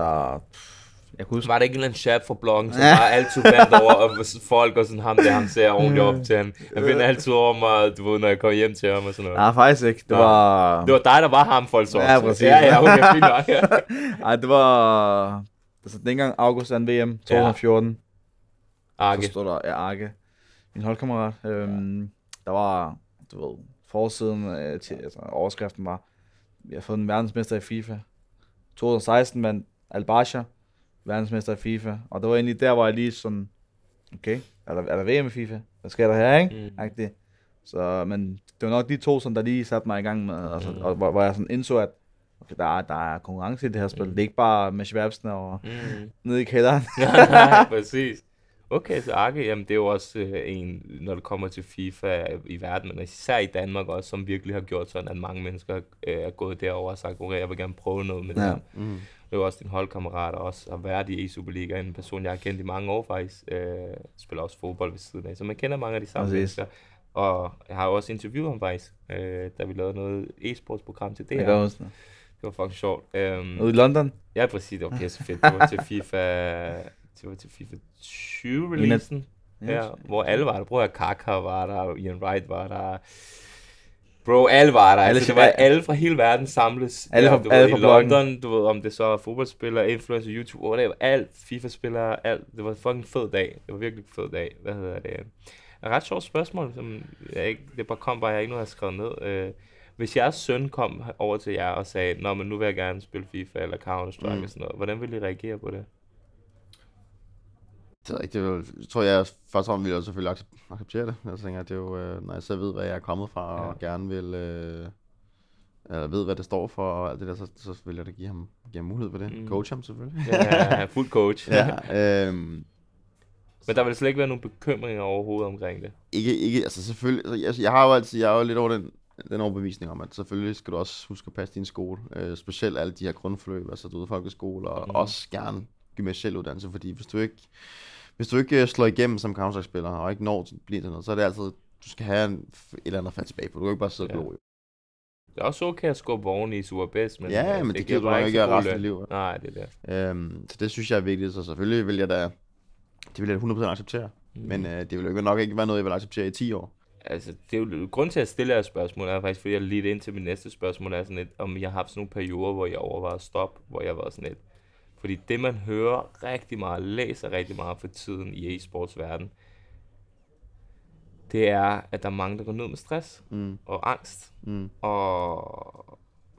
jeg kunne huske...
Var det ikke en eller anden chat for bloggen, som bare altid fandt over, og folk og sådan, ham der, ham ser ordentligt op til han. Han finder altid over mig, du ved, når jeg kommer hjem til ham og sådan noget.
Nej, faktisk ikke. Det
Nå.
var...
Det var dig, der var ham, folk så.
Ja, præcis.
Ja, ja, okay, fint nok. Ja.
Ej, det var... Altså, dengang August vandt V M, to tusind og fjorten.
Ja. Arke.
Så stod der, ja, Arke. Min holdkammerat. Øhm, ja. Der var, du ved, forsiden øh, til, altså, overskriften var, vi har fået en verdensmester i FIFA. to tusind og seksten vandt Al-Basha, verdensmester i FIFA. Og det var egentlig der, hvor jeg lige sådan, okay, er der, er der V M i FIFA? Hvad sker der her, ikke? Mm. Så, men det var nok de to, som der lige satte mig i gang med, altså, mm. og hvor, hvor jeg sådan indså, at okay, der, er, der er konkurrence i det her spil. Mm. Det er ikke bare med Schwabsen og mm. nede i kælderen.
Nej, præcis. Okay, så Arke, jamen det er jo også øh, en, når det kommer til FIFA i verden, men især i Danmark også, som virkelig har gjort sådan, at mange mennesker øh, er gået derover og sagt, okay, jeg vil gerne prøve noget med det her. Mm. Det er jo også din holdkammerat, og også har været i E-Superliga, en person, jeg har kendt i mange år faktisk, øh, spiller også fodbold ved siden af, så man kender mange af de samme
præcis.
mennesker. Og jeg har jo også interviewet ham faktisk, øh, da vi lavede noget e-sportsprogram til det her.
Det
var fucking sjovt. Um,
Ude i London?
Ja, præcis, det var pisse fedt. Det var til FIFA... Det var til FIFA tyve-releasen, ja, hvor alle var der. Bror, Kaka var der, Ian Wright var der. Bro, alle var der. Alle, altså, det var alle fra hele verden samles.
Alle fra,
der, du
alle
ved,
fra
i London, du ved, om det så er fodboldspillere, influencer, YouTube, whatever. Alt FIFA-spillere, alt. Det var en fucking fed dag. Det var virkelig en fed dag. Hvad hedder det? Et ret sjovt spørgsmål, som jeg ikke, det bare kom bare, jeg ikke noget har skrevet ned. Hvis jeres søn kom over til jer og sagde, nå, men nu vil jeg gerne spille FIFA eller Counter-Strike mm. og sådan noget, hvordan ville I reagere på det?
Det, ikke, det vil, jeg tror jeg først og fremmest vil jeg selvfølgelig acceptere det. Jeg tænker, at det er jo, øh, når jeg så ved, hvad jeg er kommet fra, ja. og gerne vil, øh, eller ved, hvad det står for, og alt det der, så, så vil jeg da give ham, give ham mulighed for det. Mm. Coach ham selvfølgelig.
Ja, ja, fuld coach.
ja, øhm,
Men der vil slet ikke være nogen bekymringer overhovedet omkring det?
Ikke, ikke altså selvfølgelig, altså, jeg har jo altid, jeg er jo lidt over den, den overbevisning om, at selvfølgelig skal du også huske at passe din skole, øh, specielt alle de her grundforløb, altså du ved, folkeskole, og mm. også gerne gymnasiel uddannelse, fordi hvis du ikke Hvis du ikke slår igennem som Counter-Strike-spiller, og ikke når til blive til noget, så er det altid, du skal have en, et eller andet fat tilbage på. Du kan ikke bare sidde og glo.
Det er også okay at skubbe oven i super bedst, men,
ja, men det, det giver du nok ikke af resten af livet.
Nej, det er det.
Øhm, så det synes jeg er vigtigt, så selvfølgelig vil jeg da, det vil jeg hundrede procent acceptere. Mm. Men øh, det vil jo ikke nok ikke være noget, jeg vil acceptere i ti år.
Altså, det er jo grund til at stille jer spørgsmål, er faktisk, fordi jeg lige ind til mit næste spørgsmål, er sådan et, om jeg har haft sådan nogle perioder, hvor jeg overvejede at stoppe, hvor jeg var sådan et. Fordi det, man hører rigtig meget, læser rigtig meget for tiden i e-sportsverden, det er, at der er mange, der går ned med stress mm. og angst. Mm. Og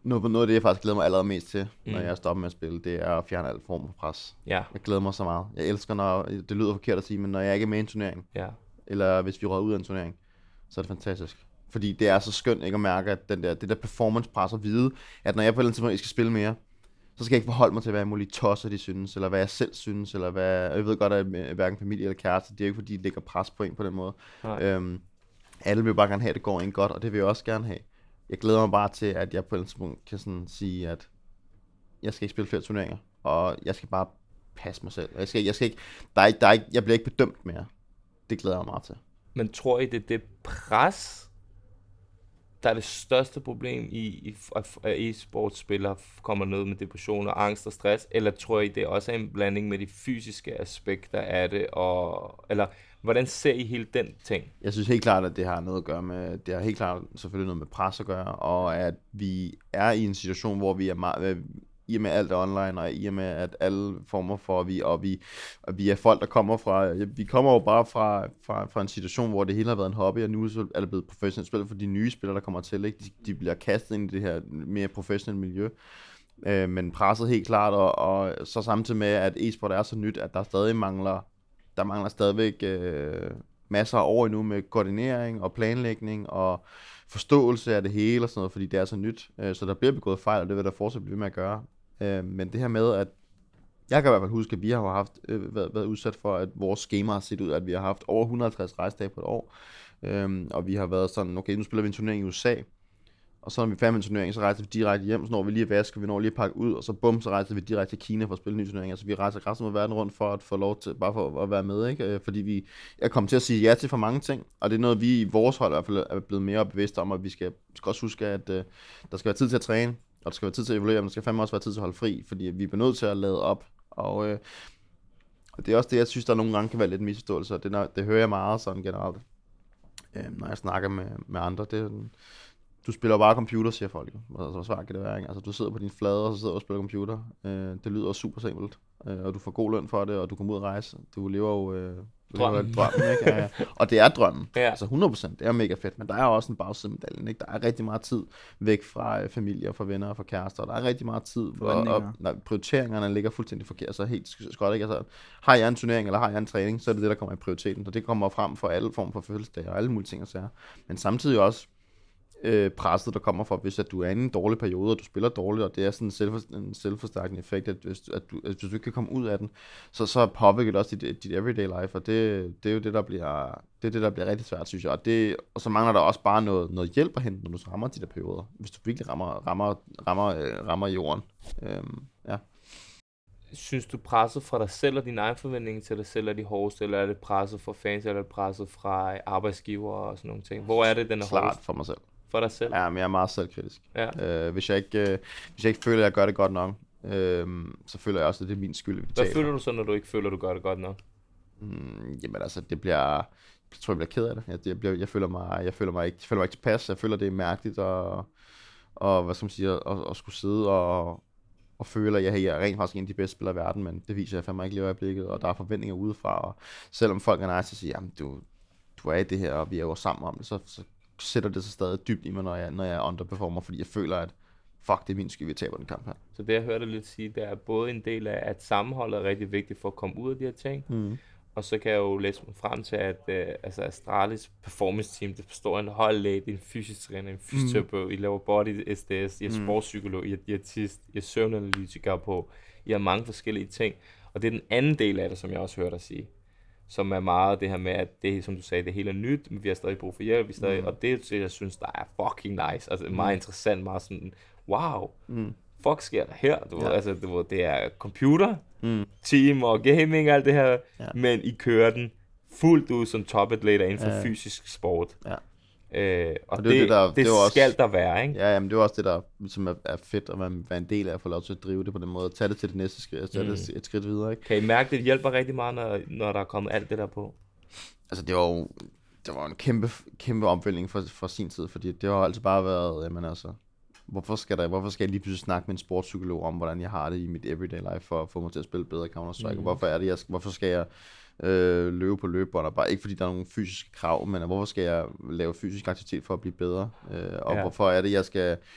noget, noget af det, jeg faktisk glæder mig allermest til,
Mm.
når jeg stopper med at spille, det er at fjerne alt form for pres.
Ja,
Jeg glæder mig så meget. Jeg elsker, når, det lyder forkert at sige, men når jeg ikke er med i en turnering,
ja.
eller hvis vi rører ud af en turnering, så er det fantastisk. Fordi det er så skønt ikke at mærke, at den der, det der performance-pres at vide, at når jeg på et eller andet tidspunkt skal spille mere, så skal jeg ikke forholde mig til, hvad jeg muligt tosser de synes, eller hvad jeg selv synes, eller hvad... Jeg ved godt, at hverken familie eller kæreste, det er jo ikke fordi, de lægger pres på en på den måde. Øhm, alle vil bare gerne have, at det går en godt, og det vil jeg også gerne have. Jeg glæder mig bare til, at jeg på et eller andet tidspunkt kan sådan sige, at jeg skal ikke spille flere turneringer, og jeg skal bare passe mig selv. Jeg skal, jeg skal ikke... Der er ikke, der er ikke, jeg bliver ikke bedømt mere. Det glæder jeg mig meget til.
Men tror I, det er det pres, der er det største problem i, i at e-sportspillere kommer ned med depression og angst og stress, eller tror I, det er også en blanding med de fysiske aspekter af det, og, eller hvordan ser I hele den ting?
Jeg synes helt klart, at det har noget at gøre med, det har helt klart selvfølgelig noget med pres at gøre, og at vi er i en situation, hvor vi er meget, i og med alt er online, og i og med at alle former for, vi, og vi, og vi er folk, der kommer fra, vi kommer jo bare fra, fra, fra en situation, hvor det hele har været en hobby, og nu er det blevet professionelt spil for de nye spillere, der kommer til, ikke? De, de bliver kastet ind i det her mere professionelle miljø, øh, men presset helt klart, og, og så samtidig med, at e-sport er så nyt, at der stadig mangler, der mangler stadigvæk øh, masser af år endnu med koordinering og planlægning og forståelse af det hele og sådan noget, fordi det er så nyt, øh, så der bliver begået fejl, og det vil der fortsat blive ved med at gøre. Øh, men det her med, at jeg kan i hvert fald huske, at vi har haft øh, været, været udsat for, at vores schema har set ud, at vi har haft over et hundrede og halvtreds rejsedage på et år, øh, og vi har været sådan, okay, nu spiller vi en turnering i U S A, og så når vi er færdige med en turnering, så rejser vi direkte hjem, så når vi lige vasker, vi når lige at pakke ud, og så bum, så rejser vi direkte til Kina for at spille en ny turnering. Altså vi rejser resten af verden rundt for at få lov til, bare for at være med, ikke? Fordi vi er kommet til at sige ja til for mange ting, og det er noget, vi i vores hold i hvert fald er blevet mere bevidste om, at vi skal, skal også huske, at uh, der skal være tid til at træne, og der skal være tid til at evaluere, men der skal fandme også være tid til at holde fri, fordi vi er nødt til at lade op, og, uh, og det er også det, jeg synes, der nogle gange kan være lidt misforståelse, og det, det hører jeg meget sådan generelt, uh, når jeg snakker med, med andre. Det er du spiller bare computer, siger folk jo. Altså, hvor svært kan det være, ikke? Altså, du sidder på din flade, og så sidder du og spiller computer. Øh, det lyder super simpelt. Øh, og du får god løn for det, og du kommer ud og rejse. Du lever jo... Øh, du
drømmen.
lever drømmen, ikke? Ja, ja. Og det er drømmen.
Ja.
Altså hundrede procent. Det er mega fedt. Men der er også en bagside af medaljen, ikke? Der er rigtig meget tid væk fra øh, familie og fra venner og fra kærester. Og der er rigtig meget tid, hvor og, når prioriteringerne ligger fuldstændig forkert. Så helt skot, ikke? Altså, har jeg en turnering, eller har jeg en træning, så er det det, der kommer i prioriteten. Og det kommer frem for alle former for fødselsdage og alle mulige ting og sager. Men samtidig også Øh, presset, der kommer fra, hvis at du er i en dårlig periode, og du spiller dårligt, og det er sådan en, selvfor, en selvforstærkende effekt, at hvis, at, du, at hvis du ikke kan komme ud af den, så, så påvirker det også dit, dit everyday life, og det, det er jo det, der bliver, det er det, der bliver rigtig svært, synes jeg. Og, det, og så mangler der også bare noget, noget hjælp at hente, når du så rammer de der perioder, hvis du virkelig rammer, rammer, rammer, øh, rammer jorden. Øhm, ja.
Synes du presset fra dig selv og dine egne forventninger til dig selv er de hårdeste, eller er det presset fra fans, eller er det presset fra arbejdsgiver og sådan nogle ting? Hvor er det, den er
Klart
hårdest?
for mig selv.
For dig selv?
Ja, men jeg er meget selvkritisk.
Ja.
Øh, hvis, jeg ikke, øh, hvis jeg ikke føler, at jeg gør det godt nok, øh, så føler jeg også, at det er min skyld.
Hvad føler du så, når du ikke føler, at du gør det godt nok?
Mm, jamen altså, det bliver... Jeg tror, jeg bliver ked af det. Jeg, jeg, bliver, jeg, føler, mig, jeg, føler, mig ikke, jeg føler mig ikke tilpas. Jeg føler, det er mærkeligt at, og, hvad skal man sige, at, at, at skulle sidde og, og føle, at jeg, jeg er rent faktisk en af de bedste spillere i verden, men det viser jeg fandme ikke lige i øjeblikket, og der er forventninger udefra. Og selvom folk er nice, så siger, jamen du, du er i det her, og vi er jo sammen om det, så, så sætter det sig stadig dybt i mig, når jeg, når jeg underperformer, fordi jeg føler, at fuck, det er min skyld, vi taber den kamp her.
Så det, jeg hørte lidt sige, det er både en del af, at sammenholdet er rigtig vigtigt for at komme ud af de her ting, mm. og så kan jeg jo læse mig frem til, at øh, altså Astralis performance team, det består af en holdlæge, en fysisk træner, en fysioterapeut, mm. I laver body S D S, I har mm. sportspsykolog, I har diætist, I har søvnanalytikere på, I har mange forskellige ting, og det er den anden del af det, som jeg også hørte dig sige, som er meget det her med, at det, som du sagde, det hele er nyt, men vi har stadig brug for hjælp, vi stadig, mm. og det er det, jeg synes, der er fucking nice, altså meget mm. interessant, meget sådan, wow, mm. fuck sker der her, du ja. ved, altså du ved, det er computer, mm. team og gaming og alt det her, ja. Men I kører den fuldt ud som topatleter inden for ja. fysisk sport. Ja. Øh, og, og det, det, det, der, det, det skal også, der være, ikke?
Ja, jamen det er også det, der som er, er fedt at være, være en del af at få lov til at drive det på den måde, tage det til det næste skridt, tage mm. det et skridt videre, ikke?
Kan I mærke, det hjælper rigtig meget, når, når der er kommet alt det der på?
Altså det var jo det var en kæmpe, kæmpe omvæltning for, for sin tid, fordi det har altid bare været, jamen altså, hvorfor skal, der, hvorfor skal jeg lige pludselig snakke med en sportspsykolog om, hvordan jeg har det i mit everyday life, for at få mig til at spille bedre Counter-Strike, mm. og hvorfor er det, jeg, hvorfor skal jeg øh, løbe på løbebånd, og bare ikke fordi der er nogle fysiske krav, men hvorfor skal jeg lave fysisk aktivitet for at blive bedre, øh, og ja. hvorfor er det, jeg skal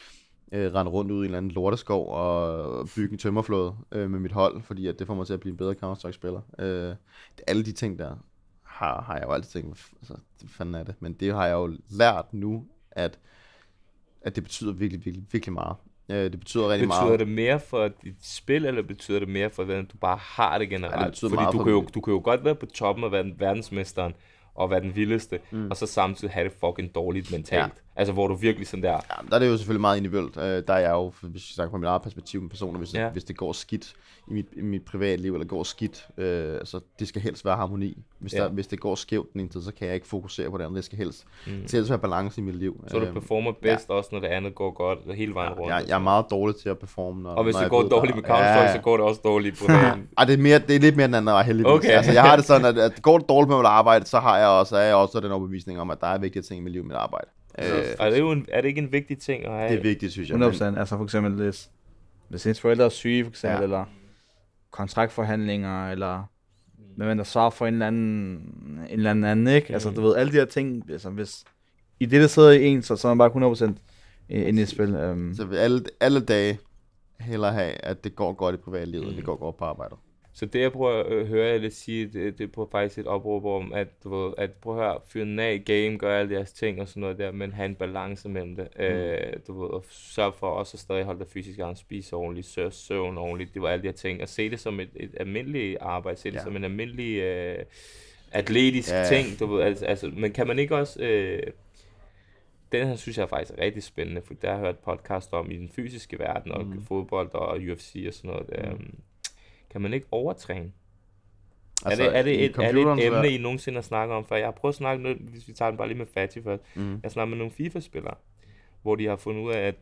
øh, rende rundt ude i en eller anden lorteskov og bygge en tømmerflåde øh, med mit hold, fordi at det får mig til at blive en bedre Counter-Strike-spiller. Øh, alle de ting der har, har jeg jo altid tænkt, altså, det fanden er det, men det har jeg jo lært nu, at, at det betyder virkelig, virkelig, virkelig meget. Øh, det betyder rigtig
betyder
meget.
det mere for dit spil, eller betyder det mere for, hvordan du bare har det generelt?
Ja, det betyder
Fordi
meget
du
for
kan, jo,
mig.
du kan jo godt være på toppen og være den- verdensmesteren, og være den vildeste, mm. og så samtidig have det fucking dårligt mentalt. Ja. Altså, hvor du virkelig sådan der...
Ja, der er det jo selvfølgelig meget individuelt. Øh, der er jeg jo, hvis vi snakker fra mit eget perspektiv med personer, hvis,
Ja.
hvis det går skidt i mit, i mit privatliv, eller går skidt, øh, altså det skal helst være harmoni. Hvis,
Ja.
der, hvis det går skævt den ene tid, så kan jeg ikke fokusere på det andet. Det skal helst,
Mm.
det skal helst være balance i mit liv.
Så du
Øh,
performer bedst ja. også, når det andet går godt, og hele vejen rundt.
jeg, jeg er meget dårlig til at performe, når,
og hvis
når
det
jeg
går
ved,
dårligt
der-
med Counter-Strike,
Ja.
så går det også dårligt på dagen.
Ej, det er, mere, det er lidt mere den anden vej, heldigvis.
Okay.
Altså, jeg har det sådan, at, at går det dårligt med mit arbejde, så har jeg også, er jeg også den overbevisning om, at der er vigtige ting i mit liv med mit arbejde. Øh,
Og det er, jo en, er det ikke en vigtig ting at have?
det er vigtigt, synes jeg.
hundrede procent. Altså for eksempel, hvis, hvis ens forældre er syge, for eksempel,
Ja.
ja. eller kontraktforhandlinger, eller hvem der svarer for en eller anden, en eller anden anden, ikke? Altså, du ved, alle de her ting, altså, hvis i det, der sidder i en, så, så er man bare hundrede procent inde i et spil. Um,
Så vil alle, alle dage hellere have, at det går godt i privatlivet, mm. og det går godt på arbejdet.
Så det jeg prøver at høre jer lidt sige, det, det er på faktisk et opråb om, at du ved, at prøv at høre, fyre den af game, gør alle jeres ting og sådan noget der, men have en balance mellem det. Mm. Øh, du ved, og sørg for også at stadig holde dig fysisk an, spise ordentligt, sø, søvn ordentligt, det var alle de her ting, og se det som et, et almindeligt arbejde, se det
Ja.
som en almindelig øh, atletisk
Ja.
ting, du ved, altså, altså, men kan man ikke også... Øh, den her synes jeg faktisk er rigtig spændende, for der har jeg hørt podcast om i den fysiske verden, og mm. fodbold og U F C og sådan noget. Der. Mm. Kan man ikke overtræne? Altså, er, det, er, det
i
et, er det
computerens
et emne,
verden-
I nogensinde har snakket om før? Jeg har prøvet at snakke noget, hvis vi tager den bare lige med Fatty først.
Mm.
Jeg snakker med nogle FIFA-spillere, hvor de har fundet ud af, at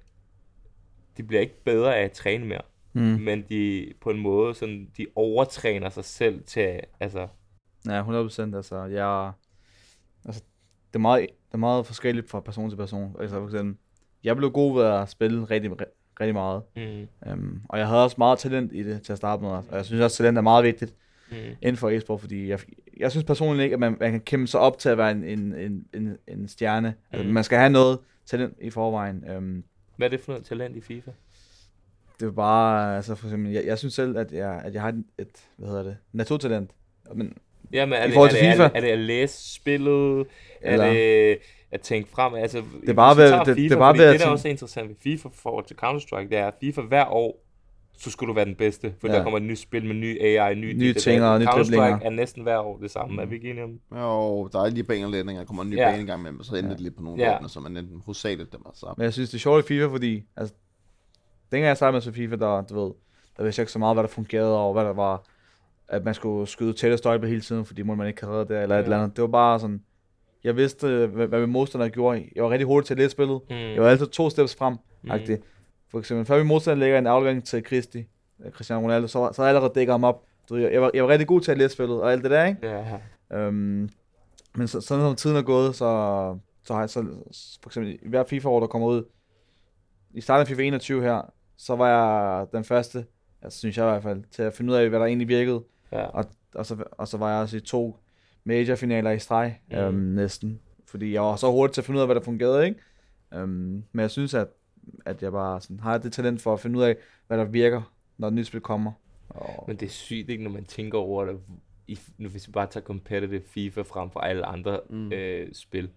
de bliver ikke bedre af at træne mere,
mm.
men de på en måde, sådan, de overtræner sig selv til, altså...
Ja, hundrede procent. Altså, jeg, altså, det er meget, det er meget forskelligt fra person til person. Altså, for eksempel, jeg blev god ved at spille rigtig, rigtig meget.
Mm,
Um, og jeg havde også meget talent i det til at starte med. Og jeg synes også, at talent er meget vigtigt
mm,
inden for e-sport, fordi jeg, jeg synes personligt ikke, at man, man kan kæmpe sig op til at være en, en, en, en, en stjerne. Mm. Altså, man skal have noget talent i forvejen. Um,
hvad er det for noget talent i FIFA?
det er bare, altså for eksempel, jeg, jeg synes selv, at jeg, at jeg har et, et hvad hedder det, naturtalent. Men
Jamen, er
I
det,
forhold
er,
til
det,
FIFA?
er, det, er det at læse spillet?
Eller-
Er det at tænke frem? Altså,
Det er bare
hvis vi
ved-
tager
det-
FIFA,
det er bare
fordi
ved at
det, der
tænke-
også er interessant ved FIFA for til Counter-Strike, det er, at FIFA hver år, så skulle du være den bedste, for
Ja.
der kommer et nyt spil med ny A I, ny,
Nye
det,
ting og nye
Counter-Strike
driblinger.
er næsten hver år det samme, er vi ikke enige om?
Jo, der er lige banelændinge, der kommer en ny
Ja.
bane en gang med, og så ender det lidt på nogle
Ja.
ja. våbne, som er enten hovedsageligt dem altså.
Men jeg synes, det er sjovt i FIFA, fordi altså, dengang jeg startede med at spille FIFA, der, du ved, der vidste jeg ikke så meget, hvad der fungerede, og hvad der var, at man skulle skyde tætte støjbe hele tiden, fordi måtte man ikke have reddet det, eller ja. et eller andet. Det var bare sådan, jeg vidste, hvad, hvad min modstander gjorde. Jeg var rigtig hurtig til at læse spillet.
Mm.
Jeg var altid to steps frem. Mm. For eksempel, før min modstander lægger en aflevering til Christi, Cristiano Ronaldo, så, så havde jeg allerede dækket ham op. Du ved, jeg, var, jeg var rigtig god til at læse spillet, og alt det der, ikke?
Ja.
Øhm, men så, sådan som tiden er gået, så, så har jeg så, for eksempel i hver FIFA-år, der kommer ud, i starten af FIFA enogtyve her, så var jeg den første, altså synes jeg i hvert fald, til at finde ud af, hvad der egentlig virkede.
Ja.
Og, og, så, og så var jeg også i to major-finaler i streg,
Mm.
øhm, næsten. Fordi jeg var så hurtig til at finde ud af, hvad der fungerede, ikke? Øhm, men jeg synes, at, at jeg bare sådan, har det talent for at finde ud af, hvad der virker, når et nyt spil kommer. Og,
Men det er sygt, ikke, når man tænker over det, i, nu hvis vi bare tager competitive FIFA frem for alle andre mm. øh, spil,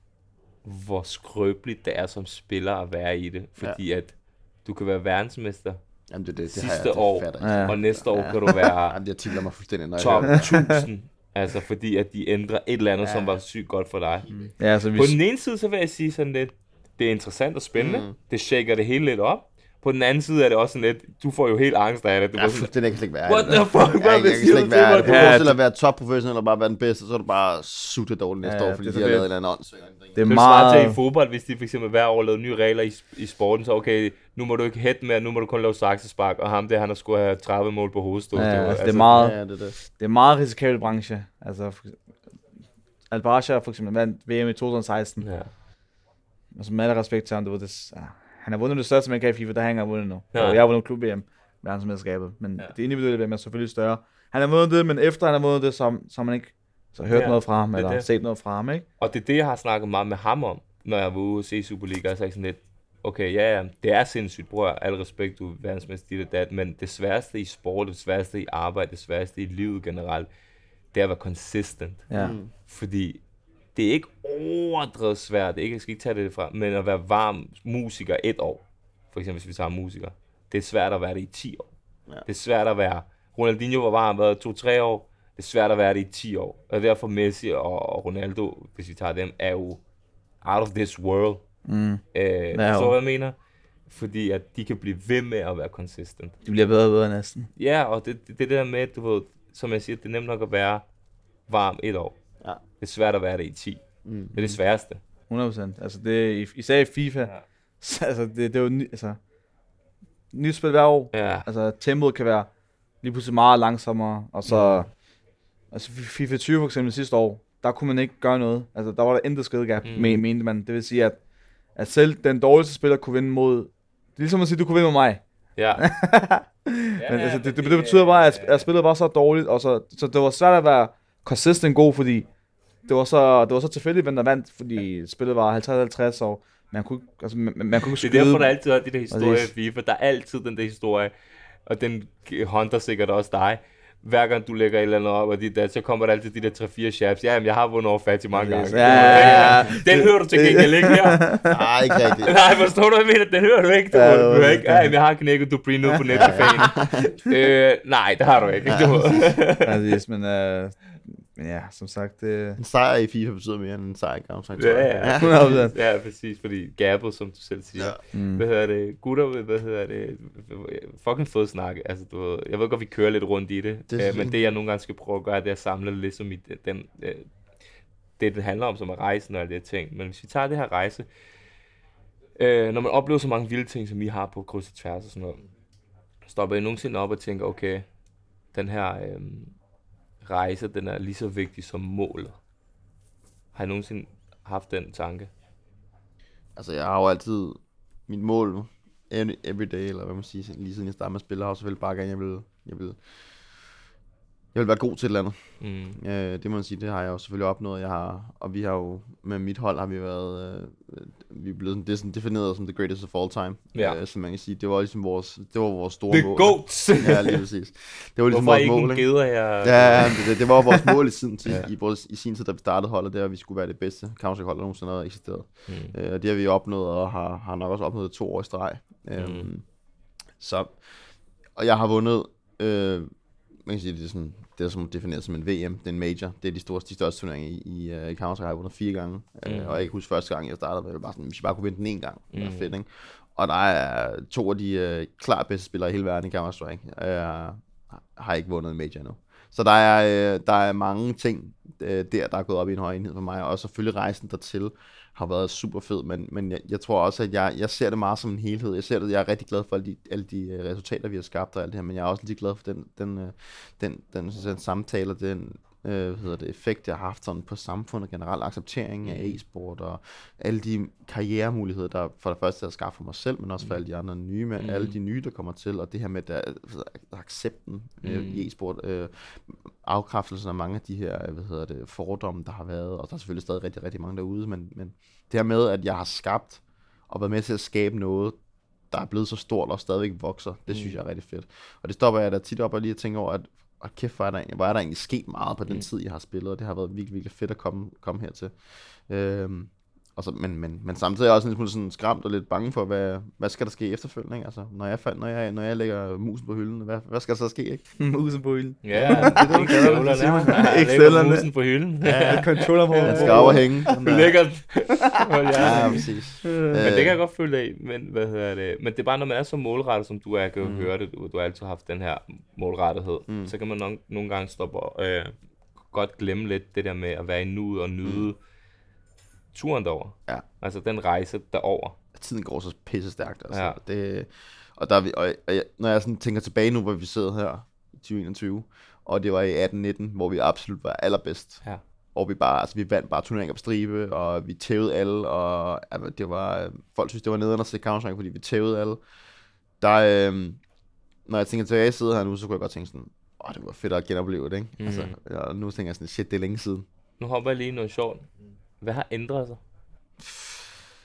hvor skrøbeligt det er som spiller at være i det, fordi ja. at du kan være verdensmester
Jamen det, det, det
sidste
har jeg, det
år,
fatter
Ja.
jeg.
og næste år
Ja.
kan du være
Jamen, jeg tiler mig fuldstændig, når jeg
top
hører det.
tusind, altså fordi at de ændrer et eller andet, ja. som var sygt godt for dig. Mm.
ja, altså,
På
hvis,
den ene side, så vil jeg sige sådan lidt, det er interessant og spændende,
Mm.
det shaker det hele lidt op. På den anden side er det også sådan lidt, du får jo helt angst af det. Du
Ja,
var sådan,
fuldstændig, jeg kan slet ikke være
what
det.
the fuck,
Ja,
hvad
jeg,
vil
jeg kan
sige
slet
du
ikke
til
være
mig?
det. Du
Ja,
forestiller at være topprofessionel og bare være den bedste, så er du bare sutte dårligt næste
Ja,
år, fordi
det er
de
så
har
fedt.
lavet en eller anden åndssvagt.
det er
Det er meget til i
meget...
fodbold, hvis de for eksempel hver år lavede nye regler i, i sporten, så okay, nu må du ikke hætte mere, nu må du kun lave saksespark, og ham der, han har skulle have tredive mål på hovedstået.
Ja,
Det var-
altså, det er meget,
Ja, det er det.
det er meget risikabel branche. Altså, for, Al-Basha for eksempel vandt V M i to tusind og seksten.
Ja.
Altså med al respekt til ham, du ved, det, ja, han har vundet det største, man kan i FIFA, der han har vundet nu.
Ja.
Og jeg har vundet klub-V M, verdensmesterskabet. Men
Ja.
ja. det individuelle V M er selvfølgelig større. Han har vundet det, men efter han har vundet det, så, så har man ikke så hørt
Ja,
noget fra ham,
det er
eller
det.
set noget fra ham, ikke?
Og det er det, jeg har snakket meget med ham om, når jeg var ude og se Superliga, og jeg sagde sådan lidt, okay, ja, ja, det er sindssygt, bror, al respekt, du er verdensmester dit og dat, men det sværeste i sport, det sværeste i arbejde, det sværeste i livet generelt, det er at være consistent.
Ja.
Mm.
Fordi det er ikke overdrevet svært, det er ikke, jeg skal ikke tage det fra, men at være varm musiker et år, for eksempel hvis vi tager musiker, det er svært at være det i ti år.
Ja.
Det er svært at være, Ronaldinho var varm, været to-tre år, det er svært at være det i ti år. Og derfor Messi og Ronaldo, hvis vi tager dem, er jo out of this world.
Mm.
Øh,
Ja,
så
jo.
hvad jeg mener? Fordi at de kan blive ved med at være consistent.
De bliver bedre og bedre næsten.
Ja, og det, det, det der med, du ved, som jeg siger, det er nemt nok at være varm et år.
Ja.
Det er svært at være det i ti.
Mm.
Det er det sværeste.
hundrede procent. Altså, det er, især i FIFA,
Ja.
så, altså, det, det er jo ny, altså, nyt spil hver år.
Ja.
Altså, tempoet kan være lige pludselig meget langsommere, og så, mm. altså FIFA tyve for eksempel sidste år, der kunne man ikke gøre noget. Altså, der var der intet skadegab,
Mm.
mm. mente man. Det vil sige, at, at selv den dårligste spiller kunne vinde mod, det er ligesom at sige, at du kunne vinde mod mig.
Ja.
Men altså, det, det, det betyder bare, at, at spillet var så dårligt, og så, så det var svært at være consistent god, fordi det var så, det var så tilfældigt, hvem der vandt, fordi spillet var halvtreds halvtreds, og man kunne, altså, man, man kunne
Det
skyde.
er derfor, der altid er de der historier
Præcis.
i FIFA. Der er altid den der historie, og den hunter sikkert også dig. Hver gang du lægger et eller andet op, og de der, så kommer der altid de der tre fire shabs. Ja, men jeg har vundet over Fatty mange gange.
Ja, ja, ja.
Den hører du til gengæld ikke her.
Nej, ikke rigtigt.
Nej, forstår du, hvad jeg mener? Den hører du ikke. Du,
Ja,
ja, du
det
hører
var-
ikke. Ja, men jeg har knækket Dupree nu på Netflix. øh, nej, det har du ikke. Du.
Præcis, men, øh, men ja, som sagt, det...
En sejr i FIFA betyder mere end en sejr i Counter-Strike.
Ja, ja.
hundrede procent.
Ja, præcis, fordi gabet, som du selv siger.
Ja.
Mm.
Hvad hedder det? Gutter, hvad hedder det? Fucking fed snakke. Altså, du ved, jeg ved godt, vi kører lidt rundt i det.
Det
det
er
men det, jeg nogle gange skal prøve at gøre, det er at samle det ligesom i den, den øh, det, det handler om, som er rejsen og alle de her ting. Men hvis vi tager det her rejse, øh, når man oplever så mange vilde ting, som vi har på kryds og tværs og sådan noget, stopper jeg nogensinde op og tænker, okay, den her øh, rejse, den er lige så vigtig som målet. Har jeg nogensinde haft den tanke?
Altså, jeg har jo altid mit mål every, every day, eller hvad man siger, lige siden jeg startede med at spille, har jeg jo selvfølgelig bare gerne, jeg vil, jeg vil, jeg vil være god til et eller andet.
Mm.
Øh, det må man sige, det har jeg jo selvfølgelig opnået. Jeg har, og vi har jo, med mit hold har vi været, øh, vi er blevet sådan, det er sådan defineret som the greatest of all time.
Ja.
Øh, så man kan sige, det var ligesom vores, det var vores store
The
mål.
GOATs!
Ja, lige præcis. Det var ligesom
Hvorfor
vores
ikke
mål,
en
ikke?
geder her?
Ja, det, det, det var vores mål i sin tid,
Ja.
ja. i, vores, i sin tid, da vi startede holdet, det var, at vi skulle være det bedste Counter-Strike-hold, der nogensinde har eksisteret.
Mm.
Øh, og det har vi opnået, og har, har nok også opnået to år i streg. Øhm,
Mm.
Så, og jeg har vundet, øh, man kan sige, det er sådan, det er som defineret som en V M, det er en major, det er de, store, de største turneringer i, i, uh, i Counter-Strike, jeg har vundet fire gange, mm. øh, og jeg kan huske første gang, jeg startede, var det bare sådan, hvis jeg bare kunne vinde den en gang, det var
Mm.
fedt, ikke? Og der er to af de uh, klart bedste spillere i hele verden i Counter-Strike, jeg har ikke vundet en major endnu. Så der er, øh, der er mange ting øh, der, der er gået op i en høj enhed for mig, og selvfølgelig rejsen dertil har været super fed, men, men jeg, jeg tror også, at jeg, jeg ser det meget som en helhed. Jeg ser det, jeg er rigtig glad for alle de, alle de øh, resultater, vi har skabt og alt det her, men jeg er også lidt glad for den, den, øh, den, den, den, den samtale og den øh, hvad hedder det, effekt, jeg har haft sådan på samfundet generelt, acceptering af e-sport og alle de karrieremuligheder, der for det første er skabt for mig selv, men også for alle de andre nye, men
Mm.
alle de nye, der kommer til, og det her med der, accepten øh,
Mm.
i e-sport, øh, afkræftelsen af mange af de her, hvad hedder det, fordomme, der har været, og der er selvfølgelig stadig rigtig, rigtig mange derude, men, men det her med, at jeg har skabt og været med til at skabe noget, der er blevet så stort og stadigvæk vokser, det synes jeg er rigtig fedt. Og det stopper jeg da tit op og lige at tænke over, at og kæft, hvor er, der egentlig, hvor er der egentlig sket meget på den
Mm.
tid, jeg har spillet, og det har været virkelig, virkelig fedt at komme, komme hertil. Øhm, og så, men, men, men samtidig er jeg også en lille smule sådan skræmt og lidt bange for, hvad, hvad skal der ske efterfølgende, ikke? Altså, når jeg, fald, når, jeg, når jeg lægger musen på hylden, hvad, hvad skal der så ske, ikke?
Musen på hylden.
Ja, det er det,
Ikke støvlerne. Ikke støvlerne.
musen på hylden.
Ja, controller på.
Den skal op og hænge.
Du lægger Hold
Ja,
ja.
præcis.
Men det kan jeg godt følge af, men hvad hedder det? Men det er bare, når man er så målrettet, som du er, jeg kan jo
Mm.
høre det, du, du har altid haft den her målrettethed,
Mm.
så kan man nogle, nogle gange stoppe øh, godt glemme lidt det der med at være i nuet og nyde mm. turen derover.
Ja.
Altså den rejse derover.
Tiden går så pisse stærkt, altså.
Ja.
Det, og der er vi, og, og jeg, når jeg sådan tænker tilbage nu, hvor vi sidder her i tyve enogtyve, og det var i atten nitten, hvor vi absolut var allerbedst.
Ja.
Og vi bare, altså vi vandt bare turneringer på stribe, og vi tævede alle, og altså, det var, folk synes det var nederen at se Counter-Strike, fordi vi tævede alle. Der, øhm, når jeg tænker tilbage at sidde her nu, så kunne jeg godt tænke sådan, åh, det var fedt at genopleve det, ikke?
Mhm.
Altså, og nu tænker jeg sådan, shit, det er længe siden.
Nu hopper jeg lige i noget sjovt. Hvad har ændret sig?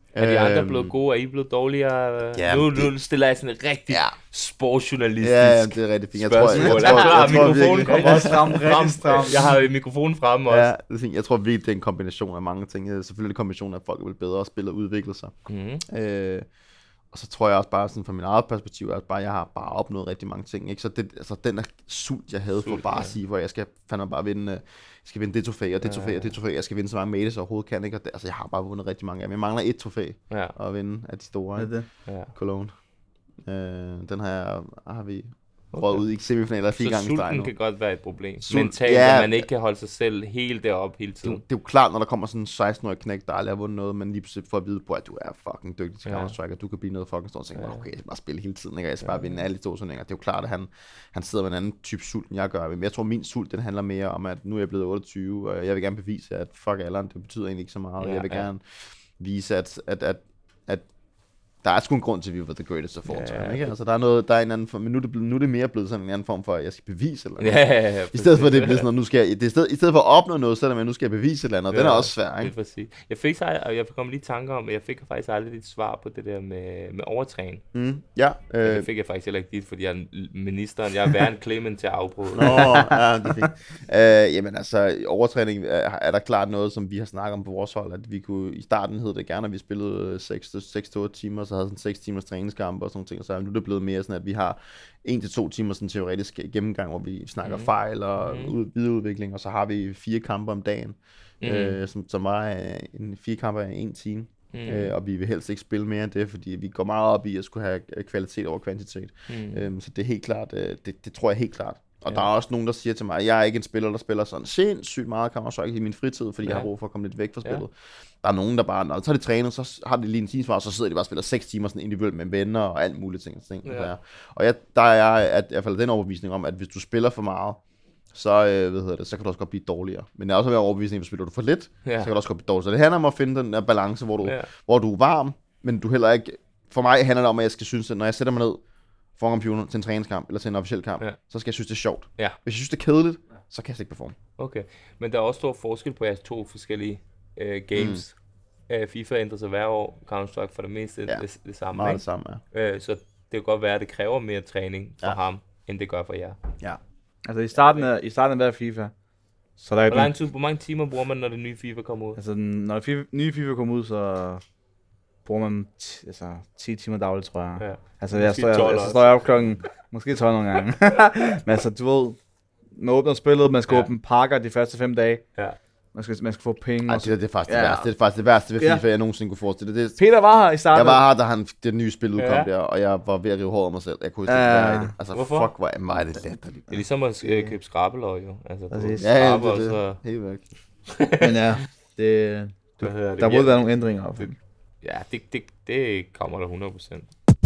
Er de andre
Øhm,
blevet gode? Er I blevet dårligere?
Ja,
nu,
det-
nu stiller jeg sådan et rigtig
Ja.
sportsjournalistisk
Ja, ja, det er rigtig fint. Jeg tror, jeg,
spørgsmål.
jeg,
Jeg
tror,
tror,
jeg, tror
mikrofonen
virkelig,
kommer også
Stram, rigtig stram.
Jeg har mikrofonen fremme også.
ja, det er fint. Jeg tror virkelig, det er en kombination af mange ting. Det er selvfølgelig en kombination af, at folk er blevet bedre og spiller og udvikle sig.
Mm.
Øh, og så tror jeg også bare, sådan fra min eget perspektiv, at bare, jeg har bare opnået rigtig mange ting. Ikke? Så det, altså, den der sult, jeg havde for
Sult,
bare at
ja.
sige, hvor jeg skal fandme bare vinde, øh, jeg skal vinde det trofæ, og det trofæ, og det trofæ, jeg skal vinde så mange mates, jeg overhovedet kan. Ikke? Og det, altså, jeg har bare vundet rigtig mange af dem. Jeg mangler et trofæ
Ja,
at vinde af de store.
Det
Ikke?
er det.
ja.
Cologne. Øh, den har, jeg, har vi
Okay.
røget ud i semifinaler fire
Så
gange i streg
sulten
nu.
kan godt være et problem.
Sult-
Mentalt,
ja.
at man ikke kan holde sig selv helt deroppe hele
Det,
tiden.
det er jo klart, når der kommer sådan en seksten-årig knæk, der aldrig har vundet noget, men lige pludselig får at vide på, at du er fucking dygtig til
Ja.
Counter-Strike, og du kan blive noget fucking stort, og tænker,
Ja.
okay, jeg skal bare spille hele tiden, ikke? Og jeg skal bare vinde alle de to turneringer. Det er jo klart, at han, han sidder med en anden type sult, end jeg gør. Men jeg tror, min sult, den handler mere om, at nu er jeg blevet otteogtyve, og jeg vil gerne bevise, at fuck alderen, det betyder egentlig ikke så meget.
Ja,
Jeg vil
ja.
gerne vise, at, at, at, at der er sgu en grund til, at vi var the greatest of all
Ja,
time,
ja.
ikke? Altså, der er noget, der er en anden form, men nu er det, blevet, nu er det mere blevet sådan en anden form for, at jeg skal bevise eller noget.
Ja, ja, ja.
I stedet for, at det bliver sådan, at nu skal jeg, det er i stedet, i stedet for at opnå noget, så er det med, at nu skal jeg bevise et eller andet, og den er også svær,
Lidt
ikke?
præcis. Jeg fik så, og jeg kom lige i tanker om, at jeg fik faktisk aldrig dit svar på det der med, med overtræning.
Mm, ja,
Øh.
øh,
Det fik jeg faktisk heller ikke dit, fordi jeg er ministeren. Jeg er værre end Clement til at afbryde.
Nå, ja, det er fint. Øh, jamen altså, i overtræning er, er der klart noget, som vi har snakket om på vores hold, at vi kunne, i starten hed det gerne, at vi spillede seks til otte timer, så havde sådan seks timers træningskampe og sådan nogle ting, så nu er det blevet mere sådan, at vi har en til to timer sådan teoretisk gennemgang, hvor vi snakker
Mhm.
fejl og
Mhm.
ud, videreudvikling, og så har vi fire kampe om dagen,
Mhm.
øh, som, som var øh, en fire kampe af en time.
Mm.
Øh, og vi vil helst ikke spille mere end det, fordi vi går meget op i at skulle have øh, kvalitet over kvantitet.
Mm.
Øhm, så det er helt klart, øh, det, det tror jeg helt klart. Og
Ja.
ja. der er også nogen, der siger til mig, at jeg er ikke en spiller, der spiller sådan sindssygt meget Counter-Strike i min fritid, fordi
Ja.
jeg har brug for at komme lidt væk fra
Ja.
spillet. Der er nogen, der bare, når så er de trænet, så har de lige en times og så sidder de bare og spiller seks timer sådan individuelt med venner og alt muligt ting. ting
Ja.
ja. Og jeg, der er jeg at, i hvert fald den overbevisning om, at hvis du spiller for meget, så, øh, hvad hedder det, så kan du også godt blive dårligere. Men jeg er også ved overbevisning, at hvis spiller du for lidt,
Ja.
ja. så kan du også godt blive dårligere. Så det handler om at finde den der balance, hvor du,
Ja.
ja. hvor du er varm, men du heller ikke... For mig handler det om, at jeg skal synes, at når jeg sætter mig ned foran computeren til en træningskamp, eller til en officiel kamp,
Ja.
ja. så skal jeg synes, det er sjovt.
Ja.
Hvis jeg synes, det er kedeligt, så kan jeg slet ikke performe.
Okay, men der er også stor forskel på jeres to forskellige øh, games. Mm. Øh, FIFA ændrer sig hver år, Counter-Strike for det meste
Ja.
det, det samme,
Meget
ikke?
det samme, ja.
Øh, så det kan godt være, at det kræver mere træning for
Ja.
ham, end det gør for jer.
ja.
Altså i starten af, i starten af hver FIFA, så der er
Hvor,
ikke
lang tid, hvor mange timer bruger man, når det nye FIFA kommer ud?
altså når det FIFA, nye FIFA kommer ud, så bruger man t- altså, ti timer dagligt, tror jeg.
Ja.
Altså jeg
Måske
står, jeg,
tolv
jeg, så
også.
står jeg op klokken, måske tolv nogle gange. Men altså du ved, man åbner spillet, man skal
Ja.
ja. åbne pakker de første fem dage.
Ja.
Man skal, man skal få penge.
Ej,
og så.
det, det, er faktisk det
Ja.
værste. Det er faktisk det værste ved
Ja.
FIFA, jeg nogensinde kunne forestille. Det, det,
Peter var her i starten.
jeg var her, da han, det nye spil udkom
Ja.
der, og jeg var ved at rive håret af mig selv. Jeg kunne ikke
Ja.
være i det. Altså,
Hvorfor?
fuck, hvor er mig det latterligt.
Det er ligesom at øh, købe skrabeløg, jo. Altså, du
Præcis.
Ja, ja,
skraber,
det,
og
det,
så...
helt væk.
Men ja, det,
Hvad hedder det?
der
Ja,
burde være nogle ændringer. op.
det- Ja, det, det, det kommer der hundrede procent.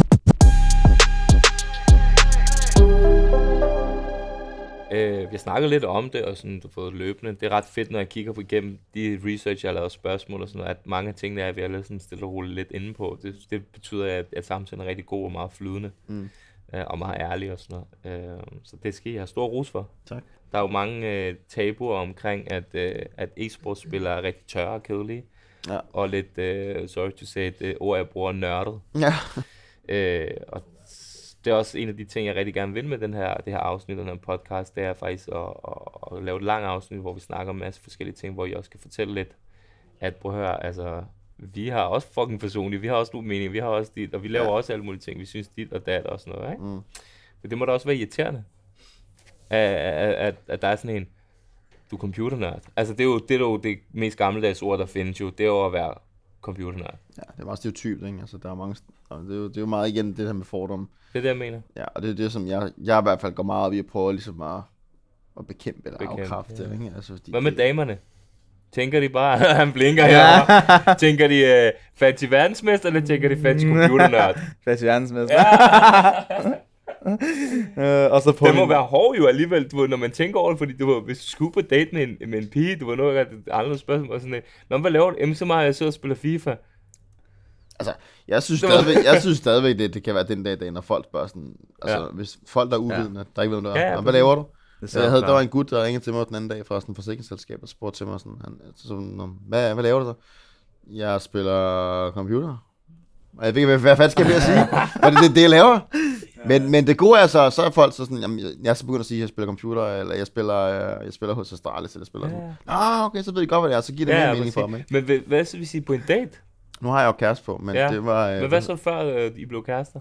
Øh, vi snakkede lidt om det, og sådan, du har fået løbende. Det er ret fedt, når jeg kigger på igennem de research, jeg har lavet spørgsmål og sådan noget, at mange af tingene er, vi har lavet sådan stille og roligt lidt inde på. Det, det betyder, at, at samtalen er rigtig god og meget flydende,
Mm.
øh, og meget ærlig og sådan noget. Øh, så det skal I have stor ros for.
Tak.
Der er jo mange øh, tabuer omkring, at, øh, at e-sportspillere er rigtig tørre og kedelige,
Ja.
og lidt, øh, sorry to say, det ord, jeg bruger, nørdet.
Ja.
Øh, og det er også en af de ting, jeg rigtig gerne vil med den her, det her afsnit og den her podcast, det er faktisk at, at, at lave et langt afsnit, hvor vi snakker om en masse forskellige ting, hvor I også kan fortælle lidt, at prøv at høre, altså, vi har også fucking personligt, vi har også nogle meninger, vi har også dit, og vi laver
Ja.
også alle mulige ting, vi synes dit og dat og sådan noget, ikke?
Mm.
Men det må da også være irriterende, at, at, at, at der er sådan en, du er computernørd. Altså, det er jo det, er jo det mest gammeldags ord, der findes jo, det er jo at være computernørd.
Ja, det er meget stereotypt, ikke? Altså, der er mange... og Det er, jo, det er jo meget igen det her med fordomme.
Det er det, jeg mener.
Ja, og det er det, som jeg, jeg i hvert fald går meget op i at prøve ligesom at, at bekæmpe eller
Bekæmpe,
afkræfte.
ja.
Ikke? Altså, fordi
Hvad med
det-
damerne? Tænker de bare, han blinker herovre. Tænker de uh, fancy verdensmester, eller tænker de fancy computernørd?
Plads i verdensmester.
Ja.
øh, og så på
Det må
min-
være hård jo alligevel, du ved, når man tænker over det, fordi du ved, hvis du skulle på date med en, med en pige, du var noget af et andet spørgsmål, og sådan, Nå, hvad laver du? Jamen, så meget jeg sidder og spiller FIFA.
Altså, jeg synes
Det var-
stadigvæk, jeg synes stadigvæk det, det kan være den dag i dag, når folk spørger sådan, altså,
Ja.
hvis folk der er uvidende, der ikke ved, hvad du er,
Ja, ja,
"Nå, hvad laver du?
Det
Så jeg havde, der var en gut, der ringede til mig den anden dag fra sådan et forsikringsselskab og spurgte til mig sådan, han, så, sådan, "Nå, hvad, hvad laver du så? Jeg spiller computer. Og jeg ved ikke, hvad, hvad fanden skal jeg ved at sige? Hvad er det, det, jeg laver? Men, men det gode er så, så er folk så sådan, jamen, jeg er så begyndt at sige, at jeg spiller computer, eller jeg spiller, jeg spiller hos Astralis, eller jeg spiller sådan. Ah, okay, så ved jeg godt, hvad det er, så giver det
Ja,
mere
ja,
mening
præcis.
for mig.
Men hvad, hvad så vil sige på en date?
Nu har jeg jo kæreste på, men
Ja.
det var... Øh,
Men hvad så før øh, I blev kærester?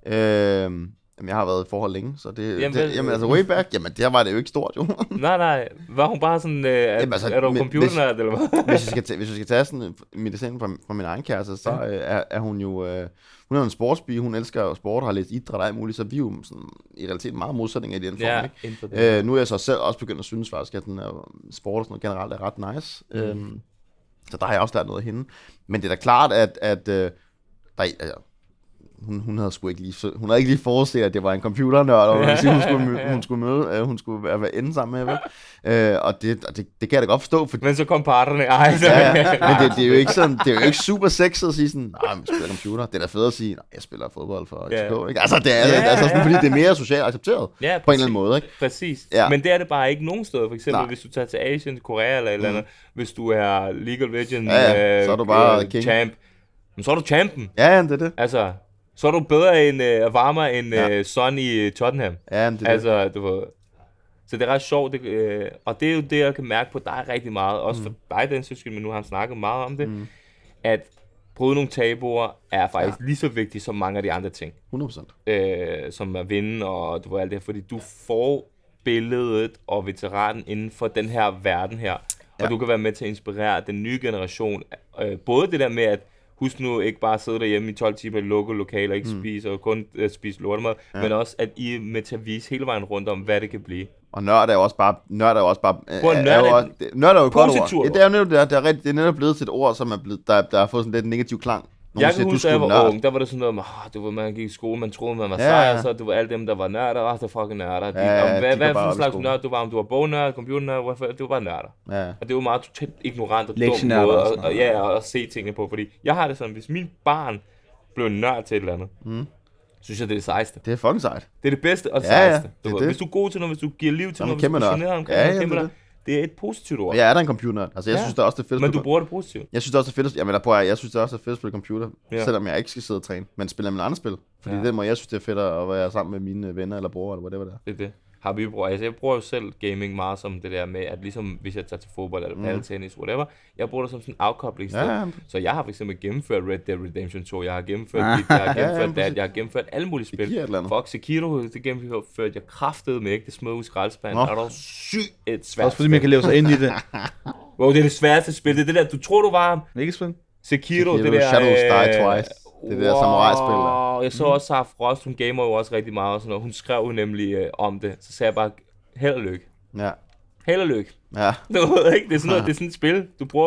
Øh, Jamen, jeg har været i forhold længe, så det...
Jamen,
Jamen,
hvad-
det, jamen altså, way back, jamen, der var det jo ikke stort, jo.
Nej, nej. Var hun bare sådan, øh, at,
Jamen, altså,
er du
men-
computernørd, eller hvad?
hvis, jeg skal tage, hvis jeg skal tage sådan en medicin fra, fra min egen kæreste, så øh, er, er hun jo... Øh, hun er jo en sportsby, hun elsker jo sport, har læst idræt og alt muligt, så vi er jo sådan, i realiteten meget modsætninger i den form,
Ja,
ikke?
inden for det.
Øh, nu er jeg så selv også begyndt at synes faktisk, at den er, sport og sådan noget generelt er ret nice. Mm. Øhm, så der har jeg også lært noget af hende. Men det er da klart, at, at øh, der, altså, hun, hun havde sgu ikke lige, hun havde ikke lige forudset, at det var en computernørd, og hun, sige, hun skulle, mø- hun skulle møde, øh, hun skulle være, være ende sammen med, øh, og det, og det, det kan jeg da godt forstå, for
Men så kom parterne. Ej, så...
ja, ja. Men det, det, er jo ikke sådan, det er jo ikke super sexet at sige sådan, nej, jeg spiller computer. Det er da fedt at sige, nej, jeg spiller fodbold for X K,
Ja.
ikke? Altså, det er,
Ja,
altså sådan,
ja.
fordi det er mere socialt accepteret,
Ja,
på en eller anden måde, ikke?
Præcis.
Ja.
Men det er det bare ikke nogen steder. For eksempel,
Nej.
hvis du tager til Asien, Korea eller et eller andet. Hvis du er League of Legends
Ja, ja. Så er du bare
øh,
king.
champ. Men så er du champion.
Ja, det er det.
Altså, så er du bedre end øh, varmere end
Ja.
øh, Son i Tottenham.
Ja, det er det.
Altså, du ved. Så det er ret sjovt, det, øh, og det er jo det, jeg kan mærke på dig rigtig meget, også mm. for dig den synes men nu har han snakket meget om det, mm. at bryde nogle tabuer er faktisk ja. lige så vigtigt som mange af de andre ting,
hundrede procent.
øh, som at vinde og du ved alt det her, fordi du får billedet og veteranen inden for den her verden her,
Ja.
og du kan være med til at inspirere den nye generation, øh, både det der med at husk nu ikke bare sidde derhjemme i tolv timer i lukkede lokaler, ikke mm. spise og kun uh, spise lortemad, ja. men også at I er med til at vise hele vejen rundt om, hvad det kan blive.
Og nørd er jo også bare, nørd er jo også bare,
Prøv at
er,
nørd
er jo
er
også, det- nørd er jo et godt
positivt
ord.
ord.
Det er jo netop, det er, det er, rigtig, det er netop blevet til et ord, som er blevet, der, der har fået sådan lidt negativ klang. Nogen
Jeg
siger,
kan
du
huske, da jeg
skulle
var
nørd.
ung, der var det sådan noget med, oh, du ved, man gik i skole, man troede, man var
Ja,
sej,
ja.
og så du var alle dem, der var nørder, og der fucking nørder. De,
Ja, ja,
og hvad,
de
hvad
går bare
for
op
en
i
slags
skole.
nørd du var, om du var bognørd, computernørd, hvorfor, du var bare nørder.
Ja.
Og det var meget totalt ignorant og dum
Lektionærder
måde
og
at,
sådan
og,
noget.
ja, og at se tingene på, fordi jeg har det sådan, hvis min barn blev en nørd til et eller andet, mm. synes jeg, det er det sejeste.
Det er fucking sejt.
Det er det bedste og det
Ja, ja,
sejeste.
det er
Du ved,
det.
hvis du er god til noget, hvis du giver liv til
Så er man
noget, hvis du
kæmpe
er
nørd.
passioneret omkring
Ja,
noget,
ja,
kæmpe
det er
nørd, det er et positivt ord.
Og jeg er da en computernørd. Altså, jeg
Ja.
synes, det er også det fedt at
Men
spille
du bruger det positivt.
Jeg synes det også er fedt at, jamen, der prøver jeg, jeg synes det også er fedt at spille computer,
Ja.
ja. selvom jeg ikke skal sidde og træne, men spiller med andre spil. Fordi
Ja.
ja. det må jeg synes det er fedt at være sammen med mine venner eller bror eller whatever det er.
Det er det. Har vi brugt, altså jeg bruger jo selv gaming meget som det der med, at ligesom hvis jeg tager til fodbold eller mm. tennis, whatever, jeg bruger det som sådan en afkoblingssted.
Ja, ja.
Så jeg har for eksempel gennemført Red Dead Redemption to, jeg har gennemført dit, jeg har
Ja, ja,
gennemført
præcis.
that, jeg har gennemført alle mulige spil.
giver et eller andet.
Fuck, Sekiro, det gennemførte jeg kraftede med, ikke? Det smed ud i skraldespanden.
Nå.
Er der sygt et svært
Også fordi man kan leve sig ind i det.
Wow, det er det sværeste spil. Det er det der, du tror du var
Hvilket spil?
Sekiro,
Sekiro,
det der...
Shadows Die
øh,
Twice. Det er det der samurai-spil der.
Wow, jeg så også Sara Frost, hun gamer jo også rigtig meget og sådan noget. Hun skrev jo nemlig øh, om det. Så sagde jeg bare, held og lykke.
Ja.
Held og lykke.
Ja.
Du ved ikke, det er sådan noget, det er sådan et spil. Du prøver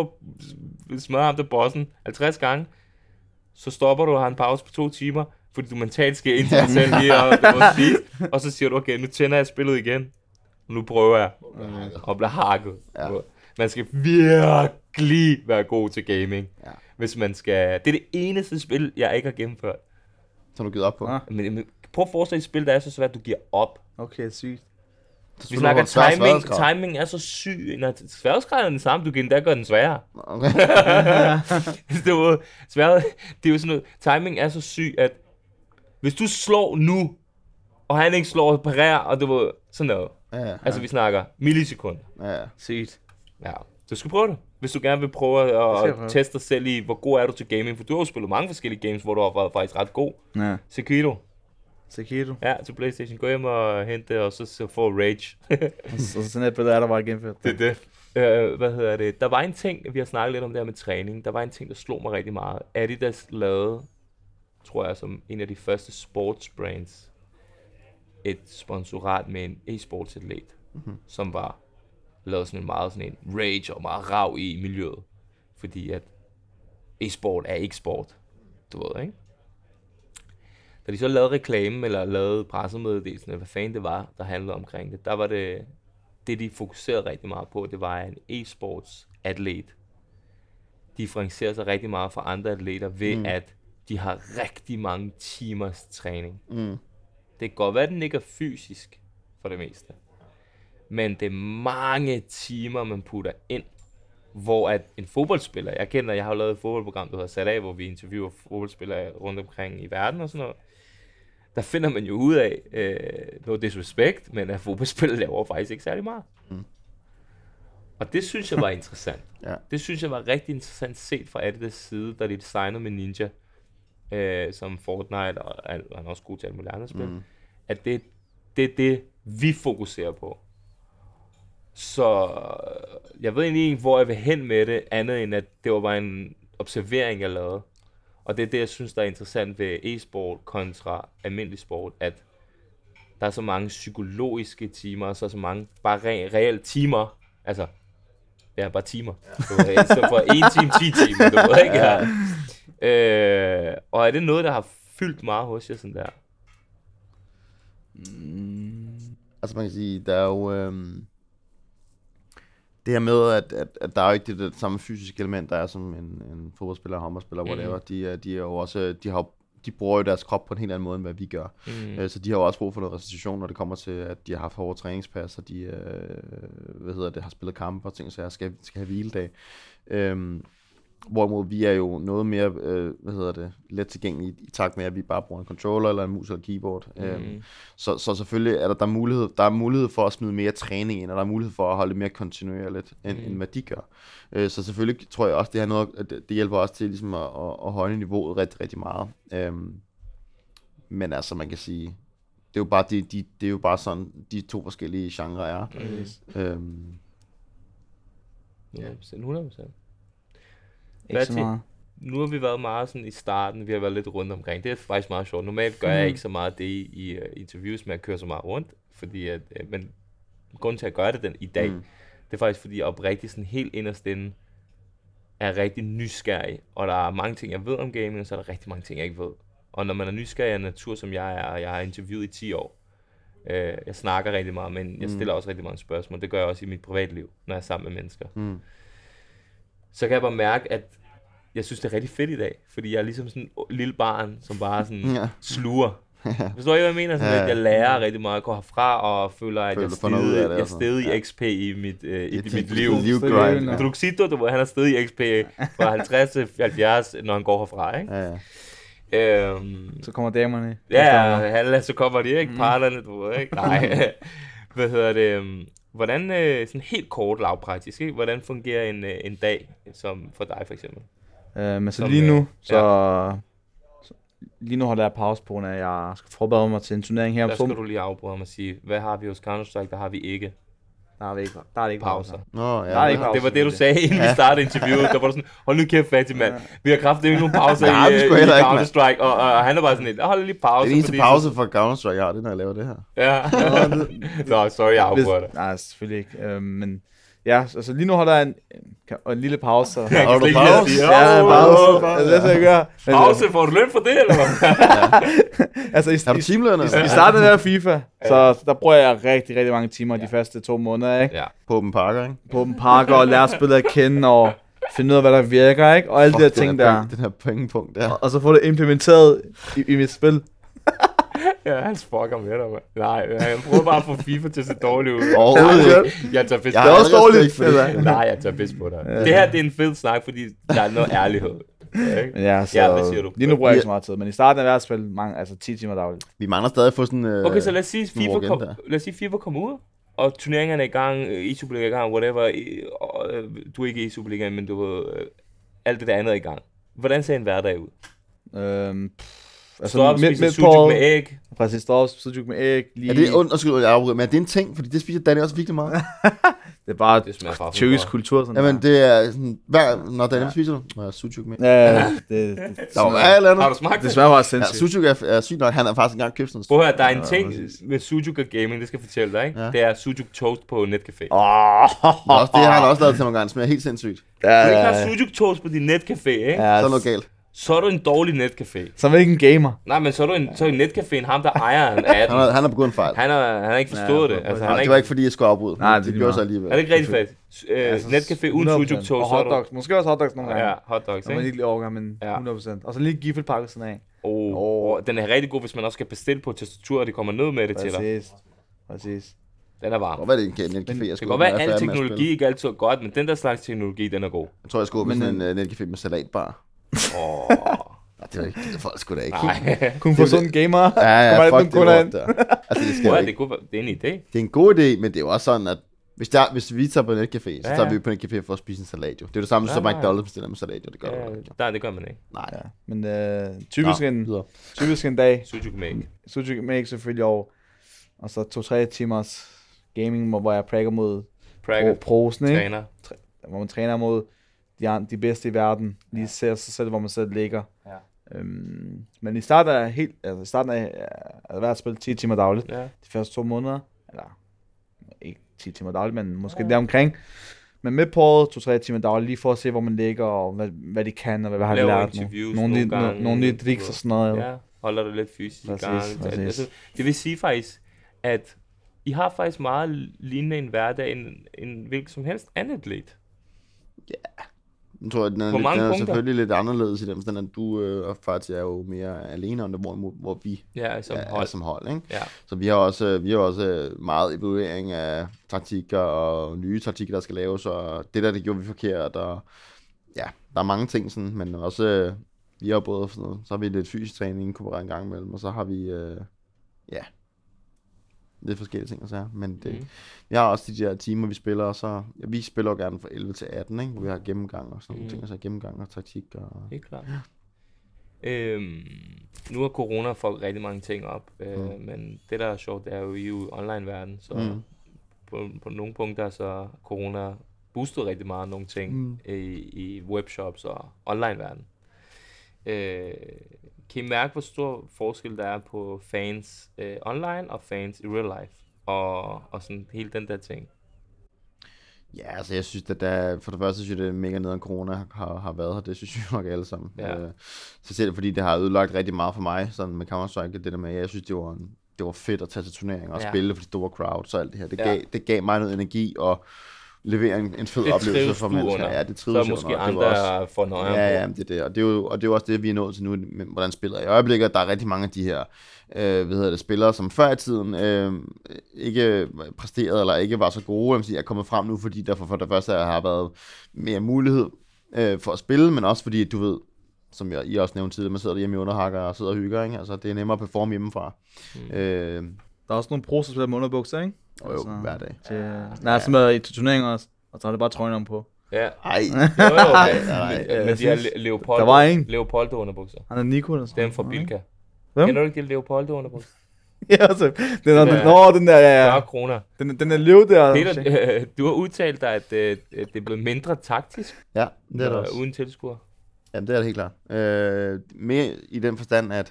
at smadre ham til bossen halvtreds gange. Så stopper du og har en pause på to timer, fordi du mentalt skal ind til dig selv lige og, du må spise. Og så siger du, okay, nu tænder jeg spillet igen. Nu prøver jeg og bliver hakket.
Ja.
Man skal virkelig være god til gaming.
Ja.
Hvis man skal... Det er det eneste spil, jeg ikke har gennemført.
Så har du givet op på.
Ah.
Men, men prøv at forestille dig et spil, der er så svært, at du giver op.
Okay, sygt.
Vi snakker
svær
timing.
sværhedsgrad.
Timing er så syg. Når sværhedsgraden er den samme, du kan endda gøre den sværere.
Okay.
det, var svært. Det er jo sådan noget. Timing er så syg, at hvis du slår nu, og han ikke slår og parerer, og det var sådan noget.
Ja, ja.
Altså, vi snakker millisekunder.
Ja.
Sygt.
Ja, du skal prøve det. Hvis du gerne vil prøve at,
skal jeg
at
prøve.
teste dig selv i, hvor god er du til gaming. For du har jo spillet mange forskellige games, hvor du har været faktisk ret god.
Ja.
Sekiro.
Sekiro.
Ja, til PlayStation. Gå hjem og hente det, og så, så få Rage.
Og så sådan et billede er der bare gennemført.
det er det. Uh, hvad hedder det? Der var en ting, vi har snakket lidt om det her med træning. Der var en ting, der slog mig rigtig meget. Adidas lavede, tror jeg, som en af de første sports brands, et sponsorat med en e-sports atlet, mm-hmm. som var lavet sådan en meget sådan en rage og meget rav i miljøet. Fordi at e-sport er ikke sport. Du ved, ikke? Da de så lavede reklame, eller lavede pressemeddelelsen, eller hvad fanden det var, der handlede omkring det, der var det, det de fokuserede rigtig meget på, det var en e-sports atlet differentierer sig rigtig meget fra andre atleter ved, mm. at de har rigtig mange timers træning.
Mm.
Det kan godt være, at den ikke er fysisk for det meste. Men det er mange timer, man putter ind hvor at en fodboldspiller, jeg kender, jeg har jo lavet et fodboldprogram, der hedder Sat af, hvor vi interviewer fodboldspillere rundt omkring i verden og sådan noget. Der finder man jo ud af, øh, no disrespect, men at fodboldspillere laver faktisk ikke særlig meget. Mm. Og det synes jeg var interessant.
Ja.
Det synes jeg var rigtig interessant set fra Adidas side, da de designede med Ninja, øh, som Fortnite, og han er også god til alle mulige andre spil, mm. at det, det er det, vi fokuserer på. Så jeg ved egentlig ikke, hvor jeg vil hen med det, andet end at det var bare en observering, jeg lavede. Og det er det, jeg synes, der er interessant ved e-sport kontra almindelig sport, at der er så mange psykologiske timer, og så er så mange bare re- reelle timer, altså, ja, bare timer, du ved, i stedet for en time, ti timer, du ved ikke, ja. øh, og er det noget, der har fyldt meget hos jer, sådan der?
Mm. Altså man kan sige, der er jo øhm, det her med, at, at, at der er jo ikke det, det samme fysiske element, der er som en, en fodboldspiller, håndboldspiller, mm. whatever. De, er, de er jo også, de har de bruger jo deres krop på en helt anden måde, end hvad vi gør. Mm. Øh, så de har jo også brug for noget restitution, når det kommer til, at de har haft hårde træningspas, og de øh, hvad hedder det, har spillet kampe og ting, så jeg skal, skal have hviledag. Øhm, Hvorimod vi er jo noget mere, øh, hvad hedder det, let tilgængelige i takt med, at vi bare bruger en controller eller en mus eller keyboard. Mm. Øhm, så, så selvfølgelig er der, der, mulighed, der er mulighed for at smide mere træning ind, og der er mulighed for at holde det mere kontinuerligt, end, mm. end hvad de gør. Øh, så selvfølgelig tror jeg også, det, her noget, det, det hjælper også til ligesom at, at, at højne niveauet rigtig, rigtig meget. Øhm, men altså, man kan sige, det er jo bare, de, de, det er jo bare sådan, de to forskellige genrer er. Mm. Øhm,
ja, hundrede procent.
Ikke så meget.
Nu har vi været meget sådan i starten, vi har været lidt rundt omkring. Det er faktisk meget sjovt. Normalt gør mm. jeg ikke så meget det i, i uh, interviews med at køre så meget rundt, fordi at, uh, men grunden til at gøre det den i dag, mm. det er faktisk fordi jeg oprigtigt sådan helt inderst inde er rigtig nysgerrig, og der er mange ting jeg ved om gaming, og så er der rigtig mange ting jeg ikke ved. Og når man er nysgerrig af natur som jeg er, og jeg har interviewet i ti år, uh, jeg snakker rigtig meget, men jeg stiller mm. også rigtig mange spørgsmål. Det gør jeg også i mit privatliv, når jeg er sammen med mennesker. Mm. Så kan jeg bare mærke, at jeg synes, det er rigtig fedt i dag, fordi jeg er ligesom sådan en lille barn, som bare sådan ja. sluger. Forstår I, hvad jeg mener? Sådan, ja. At jeg lærer rigtig meget, at gå herfra og føler, at føler, jeg stede, jeg stede i X P i mit, øh, i, i mit liv. Druxito, du, han er stede i X P fra halvtreds til halvfjerds, når han går herfra, ikke? Ja, ja. Øhm,
så kommer damerne.
Ja, så kommer de, ikke? Mm. Parterne, du ved, ikke? Nej. Hvad hedder det? Hvordan, sådan helt kort lavpraktisk, ikke? Hvordan fungerer en, en dag som for dig, for eksempel?
Øh, men så som, lige nu, så, ja. så lige nu holder jeg pause på, når jeg skal forberede mig til en turnering her.
Der skal du lige afbryde mig og sige, hvad har vi hos Counter-Strike, der har vi ikke?
Der er, ikke, der er det ikke
pauser.
Nå, ja.
Der er ikke pauser.
Det var det, du sagde, inden ja. vi startede interviewet. Der var du sådan, hold nu kæft, Fattig mand. Vi har kraftigt ikke nogen pauser
Nej,
i, i Counter-Strike. Og, og han er bare sådan lidt, hold lige pause.
Det er eneste pause for Counter-Strike, jeg har, det når jeg laver det her.
Ja. Nå, sorry, jeg afbryder dig.
Nej, selvfølgelig ikke. Uh, men ja, altså lige nu holder jeg en, en, en lille pause.
Jeg kan slet ikke lide at sige,
ja, pause. Altså, det skal jeg gøre.
Pause, får du løn for det, eller hvad?
Altså, i,
er du timelønner?
I, i starten af FIFA, så der bruger jeg rigtig, rigtig mange timer de første to måneder, ikke?
Ja.
På Open Parker, ikke?
På Open Parker, og lære spillet at kende, og finde ud af, hvad der virker, ikke? Og alle de der ting der.
Den her pengepunkt der.
Og, og så få det implementeret i, i mit spil.
Ja, han spokker med dig, man. Nej, han prøver bare at få FIFA til at se dårligt ud.
Overhovedet ikke.
Jeg tager fisk
på dig. Det er også dårligt.
Nej, jeg tager fisk på dig. Ja. Det her, det er en fed snak, fordi der er noget ærlighed. Okay?
Ja, så ja, hvad siger du? Lige nu bruger jeg ikke så meget tid, men i starten af hvert spil, mange, altså ti timer dagligt.
Vi mangler stadig at få sådan øh,
okay, så lad os sige, FIFA kom, lad os sige, FIFA kommer ud, og turneringerne er i gang, e-Superliga er i gang, whatever. Og, du er ikke i e-Superligaen, men du ved, alt det der andet er i gang. Hvordan ser en hverdag ud?
Øhm... Altså,
stå op, spise sujuk med æg.
Præcis, stå op, sujuk med æg. Lige...
Er det, undskyld, jeg afbryder, men er det en ting? Fordi det spiser Danny også virkelig meget.
Det er bare tyrkisk kultur. Sådan
Jamen, det er sådan, hver, når Danny ja. spiser du, må jeg sujuk med.
Ja, det, det, det,
der var eller andet.
Har du smagt det?
Det smager bare sindssygt.
Ja, sujuk er, er sygt nok, han har faktisk engang købt sådan noget.
Prøv at høre, der er en ting med sujuk og gaming, det skal jeg fortælle dig, ikke? Ja. Det er sujuk toast på netcafé.
Åh, oh, det har han også lavet til nogle gange, smager helt sindssygt.
Ja, du ikke har sujuk toast på din netcafé, ikke?
Ja, så er noget galt.
Så er du en dårlig netcafé.
Så er du ikke en gamer.
Nej, men så er du en, så er en netcaféen, ham der ejer en af den.
Han har begået en fejl.
Han har, han har ikke forstået ja, det. Altså, han
det
ikke...
var ikke fordi, jeg skulle afbryde.
Nej, det,
det gjorde så alligevel.
Er det ikke rigtig fedt? Uh, altså, netcafé uden sujuk toast.
Og hotdogs. Måske også hotdogs nogle gange.
Ja, hotdogs, ikke?
Når man ikke lige overgår, men ja. hundrede procent. Og så lige giffelpakke sådan af.
Åh, oh, oh. Den er rigtig god, hvis man også skal bestille på tastatur, og det kommer ned med det
præcis.
til dig.
Præcis.
Den er varm.
Hvor var det en netcafé, jeg skulle
Det kan godt være,
være
at al
færdig med at
teknologi
spille.
ikke altid er godt, men den der slags teknologi, den er god.
Jeg tror, jeg skulle åbne
Men,
sådan en uh, netcafé med salatbar.
Åh.
Nej, det var ikke det folk skulle da ikke.
Nej.
Kun for sådan en gamer.
Ja, ja,
Kommer
fuck
alt
det
kun
lort
ind.
der. Altså, det skal
Prøv
jo
at
ikke.
det, kunne, være- det er en idé.
Det er en god idé, men det er jo også sådan, at hvis, der, hvis vi tager på en netcafé, så
Ja,
tager
ja.
vi på en netcafé for at spise en salat, jo. Det er det samme,
Nej,
som
nej.
McDonald's bestiller med salat, jo. Det gør
Ja,
du ikke.
nej, det gør man ikke.
Nej.
Ja, men øh, typisk,
Nå,
en,
videre.
typisk en dag,
Sujuk make.
Sujuk Make selvfølgelig over, og så to-tre timers gaming, hvor hvor jeg prækker mod
Prager,
pro, prosen, ikke?
træner.
Hvor man træner mod de, an- de bedste i verden, lige ser sig selv, hvor man selv ligger.
Ja.
Øhm, men i starten af helt, altså i starten af, af hvert spil ti timer dagligt,
Ja.
de første to måneder, eller ikke ti timer dagligt, men måske
Ja.
ja. der omkring. Men med på året, to-tre timer dagligt, lige for at se, hvor man ligger, og hvad, hvad de kan, og hvad, hvad har de
Laver
lært nu.
interviews
Nogle,
nogle
nogle,
gange,
nogle nye
du
tricks
ved.
og sådan noget.
Ja, holder det lidt fysisk
Præcis,
i gang.
præcis.
Altså, det vil sige faktisk, at I har faktisk meget lignende en hverdag end, end hvilket som helst andet atlet.
Jeg tror, den er,
På
lidt,
mange
den er
punkter.
selvfølgelig lidt anderledes i den forstand, at du øh, og faktisk er jo mere alene om det, hvor, hvor vi
Ja, som
er,
hold.
er som hold, ikke?
Ja.
Så vi har også, vi har også meget evaluering af taktikker og nye taktikker, der skal laves, og det der, det gjorde vi forkert, og ja, der er mange ting sådan, men også, øh, vi har både sådan noget, så har vi lidt fysisk træning inkorporeret en gang imellem, og så har vi, øh, ja, lidt forskellige ting og så, men det,
Mm.
mm. vi har også de der timer, vi spiller, og så, ja, vi spiller jo gerne fra elleve til atten, ikke? Hvor vi har gennemgang og sådan nogle
Mm.
ting, og så gennemgang og taktik og...
Helt klart. Øhm, nu har corona fucket rigtig mange ting op, øh,
Mm.
men det der er sjovt, det er jo i jo online-verden, så
Mm.
på, på nogle punkter så har corona boostet rigtig meget nogle ting
Mm.
i, i webshops og online-verden. Øh, kan I mærke, hvor stor forskel der er på fans øh, online og fans i real life? Og, og sådan hele den der ting.
Ja, altså jeg synes, at der, for det første synes jeg, det er mega nederen corona har, har været her. Det synes jeg nok alle sammen.
Ja.
Øh, så selv fordi det har ødelagt rigtig meget for mig, sådan med Counter-Strike, det der med, jeg synes, det var, en, det var fedt at tage til turneringer og
Ja.
ja. spille for de store crowds og alt det her. Det,
Ja.
gav, det gav mig noget energi og levere en, en fed
Det
oplevelse
trives
for
du
mennesker.
under.
Ja, det
Så
trives jeg
måske
under. Det var
andre
også-
får nøje
Ja, ja,
på.
det er det. Og det, er jo, og det er jo også det, vi er nået til nu, med, hvordan spiller jeg. I øjeblikket, der er rigtig mange af de her øh, hvad hedder det, spillere, som før i tiden øh, ikke præsterede, eller ikke var så gode, jeg vil sige, er kommet frem nu, fordi der for, for det første har været mere mulighed øh, for at spille, men også fordi, du ved, som jeg, I også nævnte tidligere, man sidder hjemme i underhakker og sidder og hygger, ikke? Altså, det er nemmere at performe hjemmefra.
Mm.
Øh,
Der er også nogle pros, der spiller med underbukser, ikke?
og jo, hver dag.
Til, nej, som er i til turneringer også, og så er det bare trøjen om på.
Ja.
Ej,
Jo, jo,
nej,
men,
nej.
men, men
Jeg
de her
synes,
Le- Leopoldo,
der var en.
Leopoldo underbukser.
Han er Nico eller sådan
Dem fra Bilka.
Hvem?
Kender du ikke de Leopoldo underbukser?
Ja, så, den er,
Ja.
nå, den der, ja,
fyrre
ja.
kroner.
Den, den er løv der.
Peter, øh, du har udtalt dig, at øh, det er blevet mindre taktisk,
Ja, det er det
øh,
også.
uden tilskuer.
Ja, det er det helt klart. Øh, mere i den forstand, at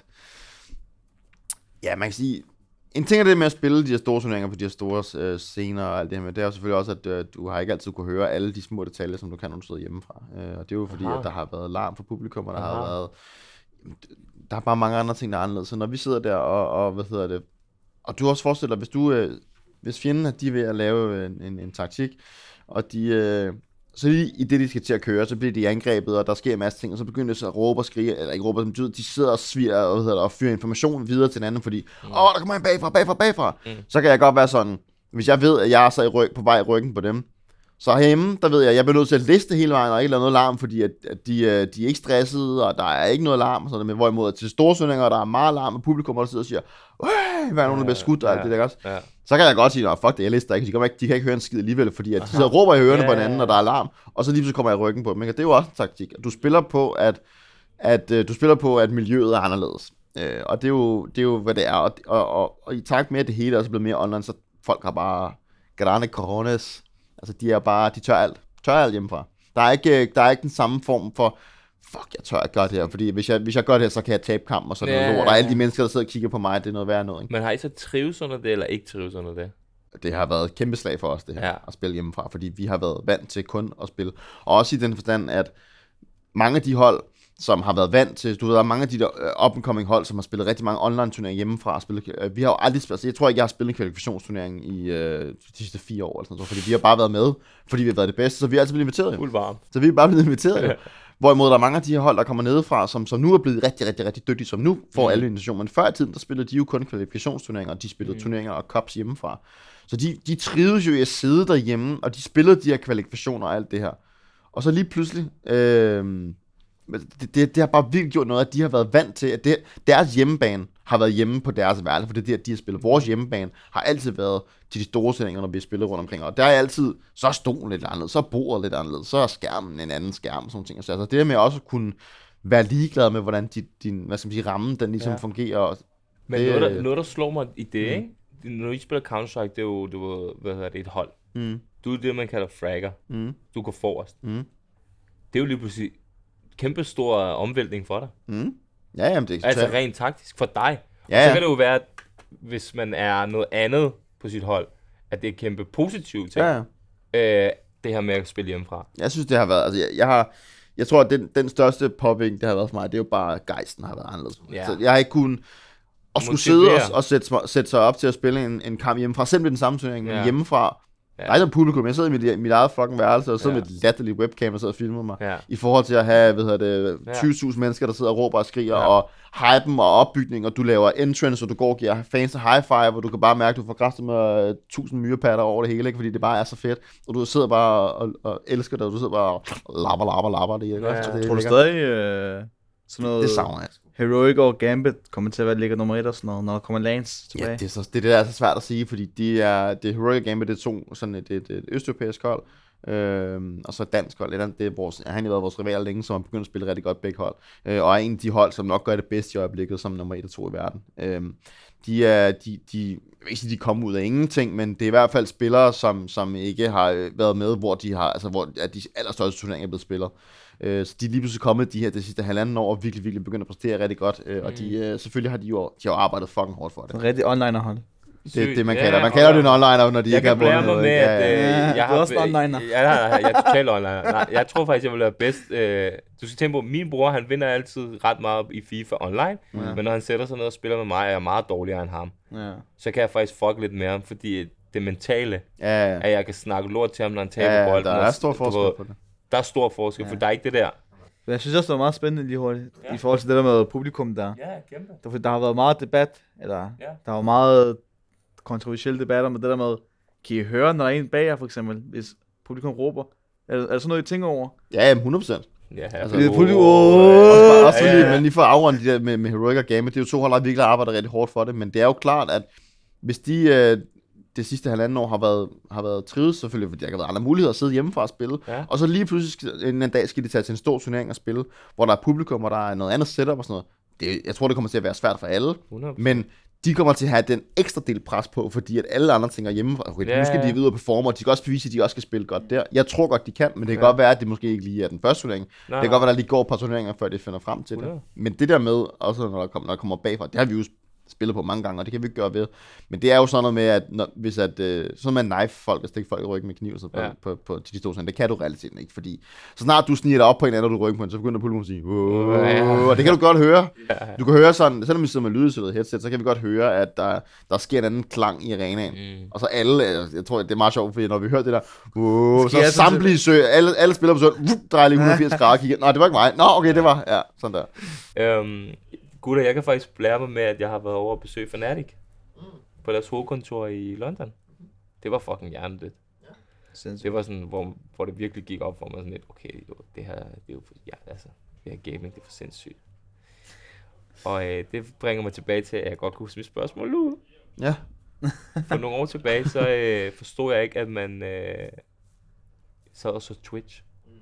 ja, man kan sige, en ting er det med at spille de her store turneringer på de her store øh, scener og alt det her med, det er jo selvfølgelig også, at øh, du har ikke altid kunne høre alle de små detaljer, som du kan, når du sidder hjemmefra. Øh, og det er jo fordi,
Aha.
at der har været larm for publikum, og der
Aha.
har været, der er bare mange andre ting, der er anderledes. Så når vi sidder der og, og hvad hedder det, og du også forestiller dig, hvis du, øh, hvis fjenden, at de er ved at lave en, en, en taktik, og de, øh, så lige i det, de skal til at køre, så bliver de angrebet, og der sker en masse ting, og så begynder de så at råbe og skrige, eller ikke råbe, som betyder, de sidder og sviger og, hvad hedder det, og fyrer information videre til hinanden, fordi, åh, mm. oh, der kommer en bagfra, bagfra, bagfra.
Mm.
Så kan jeg godt være sådan, hvis jeg ved, at jeg er så i ryg, på vej i ryggen på dem, så herhjemme, der ved jeg, at jeg bliver nødt til at liste hele vejen, og ikke lade noget larm, fordi at, at de, øh, de er ikke stressede, og der er ikke noget larm, og sådan noget, men hvorimod til store sønninger, der er meget larm, og publikum, der sidder og siger, øh, hvad er nogen, der bliver skudt, og alt det der også.
Ja.
Så kan jeg godt sige, nej, fuck det, jeg lister ikke. De kan ikke, de kan ikke høre en skid alligevel, fordi at de sidder og råber i ørerne
Ja,
på hinanden, og der er alarm, og så lige pludselig kommer jeg i ryggen på dem. Ikke? Og det er jo også en taktik. Du spiller på, at, at, uh, du spiller på, at miljøet er anderledes. Uh, og det er, jo, det er jo, hvad det er. Og, og, og, og i takt med, at det hele også er blevet mere online, så folk har bare grande coronas. Altså, de er bare, de tør alt. Tør alt hjemmefra. Der er ikke, der er ikke den samme form for, fuck, jeg tør at gøre det her, fordi hvis jeg, hvis jeg gør det her, så kan jeg tabe kampen, og sådan
Ja,
noget lort.
ja,
Og
ja.
alle de mennesker, der sidder og kigger på mig, det er noget værd noget, ikke?
Men har I så trives under det, eller ikke trives under det?
Det har været et kæmpe slag for os, det her,
Ja.
at spille hjemmefra, fordi vi har været vant til kun at spille. Og også i den forstand, at mange af de hold, som har været vant til, du ved, der er mange af de der uh, up-and-coming hold, som har spillet rigtig mange online-turneringer hjemmefra. Og spillet, uh, vi har jo aldrig spillet, altså, jeg tror ikke, jeg har spillet en kvalifikationsturnering i uh, de sidste fire år, eller sådan noget, fordi vi har bare været med, fordi vi har været det bedste, så vi har altid blevet inviteret. Jo.
Fuld varm.
Så vi er bare blevet inviteret. Jo. Hvorimod der er mange af de her hold, der kommer nedefra, som, som nu er blevet rigtig, rigtig, rigtig dygtige, som nu får
Mm.
alle invitationer. Men før i tiden, der spillede de jo kun kvalifikationsturneringer, og de spillede
Mm.
turneringer og cups hjemmefra. Så de, de trives jo i at sidde derhjemme, og de spillede de her kvalifikationer og alt det her. Og så lige pludselig, øh, det, det, det har bare virkelig gjort noget, at de har været vant til, at det, deres hjemmebane har været hjemme på deres værelse, for det er det, de har spillet. Vores hjemmebane har altid været til de store sendinger, når vi har spillet rundt omkring, og der er altid, så er stolen lidt anderledes, så er bordet lidt anderledes, så er skærmen en anden skærm, og sådan ting. Så altså, det der med også at kunne være ligeglad med, hvordan din, din hvad skal man sige, ramme, den ligesom ja. fungerer. Og
Men
det,
noget, der, noget, der slår mig i det,
mm.
ikke? Når I spiller Counter-Strike, det er jo, det var, hvad hedder det, et hold.
Mm.
Du er det, man kalder fragger. Mm. Du går forrest. Mm. Det er jo lige pludselig kæmpe stor omvæltning for dig.
Mm. Ja, jamen det er
altså rent taktisk for dig.
Ja,
og så
ja.
kan det jo være, at hvis man er noget andet på sit hold, at det er kæmpe positivt ting.
Ja, ja.
Øh, det her med at spille hjemmefra.
Jeg synes, det har været, altså jeg, jeg har, jeg tror, at den, den største popping, det har været for mig, det er jo bare, at gejsten har været anderledes. Ja. Så jeg har ikke kunnet, at skulle sidde og, og sætte, sætte sig op til at spille en, en kamp hjemmefra, selv med den samme turnering, men ja. hjemmefra. Ja. Der er ikke publikum, jeg sidder i mit, mit eget fucking værelse, og sidder ja. med et latterligt webcam, og sidder og filmer mig, ja. i forhold til at have, hvad hedder det, tyve tusind mennesker, der sidder og råber og skriger, ja. og hypen og opbygning, og du laver entrance, og du går og giver fans en high five, og du kan bare mærke, at du får græsset med tusind myrepatter over det hele, ikke? Fordi det bare er så fedt, og du sidder bare og, og elsker det, og du sidder bare og lapper, lapper, lapper, det er ikke? Ja.
Tror du stadig, øh, sådan noget...
Det savner jeg.
Heroic og Gambit kommer til at være ligger nummer et og sådan noget, når der kommer Lance tilbage.
Ja, det er, så, det er det, der er så svært at sige, fordi de er, det er Heroic og Gambit, det er to, sådan et, et, et østeuropæisk hold, øhm, og så et dansk hold. Det er vores, han har været vores rival længe, som har begyndt at spille rigtig godt begge hold, øh, og er en af de hold, som nok gør det bedst i øjeblikket, som nummer et og to i verden. Øhm, de er, de, de, jeg vil ikke sige, de kommer ud af ingenting, men det er i hvert fald spillere, som, som ikke har været med, hvor de har, altså hvor at de allerstørste turneringer er blevet spillet. Så de er lige pludselig kommet de her det sidste halvanden år og virkelig, virkelig begyndt at præstere rigtig godt. Mm. Og de, selvfølgelig har de jo, de har jo arbejdet fucking hårdt for det.
En rigtig onlinehold.
Det er det, man kalder. Man kalder det en onliner, når de
jeg
ikke har
vundet noget. Jeg kan blære mig med, at
ja,
øh, jeg har...
Du er også en onliner.
Ja, jeg, jeg, jeg er totalt onliner. Nej, jeg tror faktisk, jeg vil være bedst... Øh, du skal tænke på, min bror, han vinder altid ret meget i FIFA online. Ja. Men når han sætter sig ned og spiller med mig, er jeg meget dårligere end ham. Ja. Så kan jeg faktisk fuck lidt med ham, fordi det mentale, ja, ja. at jeg kan snakke lort til ham, når han taber
ja, ja,
bolden.
der er stor forskel på det.
Der er stor forskel, ja. For der er ikke det der.
Men jeg synes også, det var meget spændende lige hurtigt, ja. I forhold til det der med publikum der.
Ja, kæmpe.
Der, der har været meget debat, eller ja. Der var meget kontroversielle debatter med det der med, kan I høre, når der er en bag jer for eksempel, hvis publikum råber? Er, er der sådan noget, I tænker over?
Ja, hundrede procent.
Ja,
altså, det er publikum. Også, også ja, ja. Men lige for at afrunde de der med, med Heroic og Gambit, det er jo to hold, der virkelig arbejder rigtig hårdt for det, men det er jo klart, at hvis de... Øh, det sidste halvanden år har været, har været trivet, selvfølgelig, fordi der har været andre muligheder at sidde hjemmefra og spille. Ja. Og så lige pludselig en anden dag skal de tage til en stor turnering og spille, hvor der er publikum, og der er noget andet setup og sådan noget. Det, jeg tror, det kommer til at være svært for alle. hundrede procent. Men de kommer til at have den ekstra del pres på, fordi at alle andre ting er hjemmefra. Okay, ja, nu skal de ud og performe, og de kan også bevise, at de også skal spille godt der. Jeg tror godt, de kan, men det kan ja. godt være, at det måske ikke lige er den første turnering. Nej, det kan nej. godt være, at der lige går et par turneringer, før de finder frem til hundrede det. Men det der med, også når der kommer, når der kommer bagfra, det har vi jo spillet på mange gange, og det kan vi ikke gøre ved. Men det er jo sådan noget med, at når, hvis at, øh, sådan med knife folk, og stikke folk i ryggen med kniv, så på, ja. på, på, på de store det kan du realiteten ikke, fordi så snart du sniger dig op på en anden, og du rykker på en, så begynder publikum at sige, ja. Og det kan du godt høre. Ja. Du kan høre sådan, selvom vi sidder med lydisoleret headset, så kan vi godt høre, at der, der sker en anden klang i arenaen. Mm. Og så alle, jeg tror, det er meget sjovt, fordi når vi hører det der, uh, så samtlige sø, alle, alle spiller på sø, uh, drejer lige et hundrede og firs grader og kigger, nej, det var ikke mig. Nå, okay, det var, ja, sådan der.
Um. Gutter, jeg kan faktisk blære mig med, at jeg har været over at besøge Fnatic mm. på deres hovedkontor i London. Det var fucking hjernedødt. Ja. Det var sådan, hvor, hvor det virkelig gik op for mig sådan lidt, okay, jo, det her, det er jo, ja, altså, det her gaming, det er for sindssygt. Og øh, det bringer mig tilbage til, at jeg godt kunne huske mit spørgsmål nu.
Ja.
For nogle år tilbage, så øh, forstod jeg ikke, at man øh, sad og så Twitch.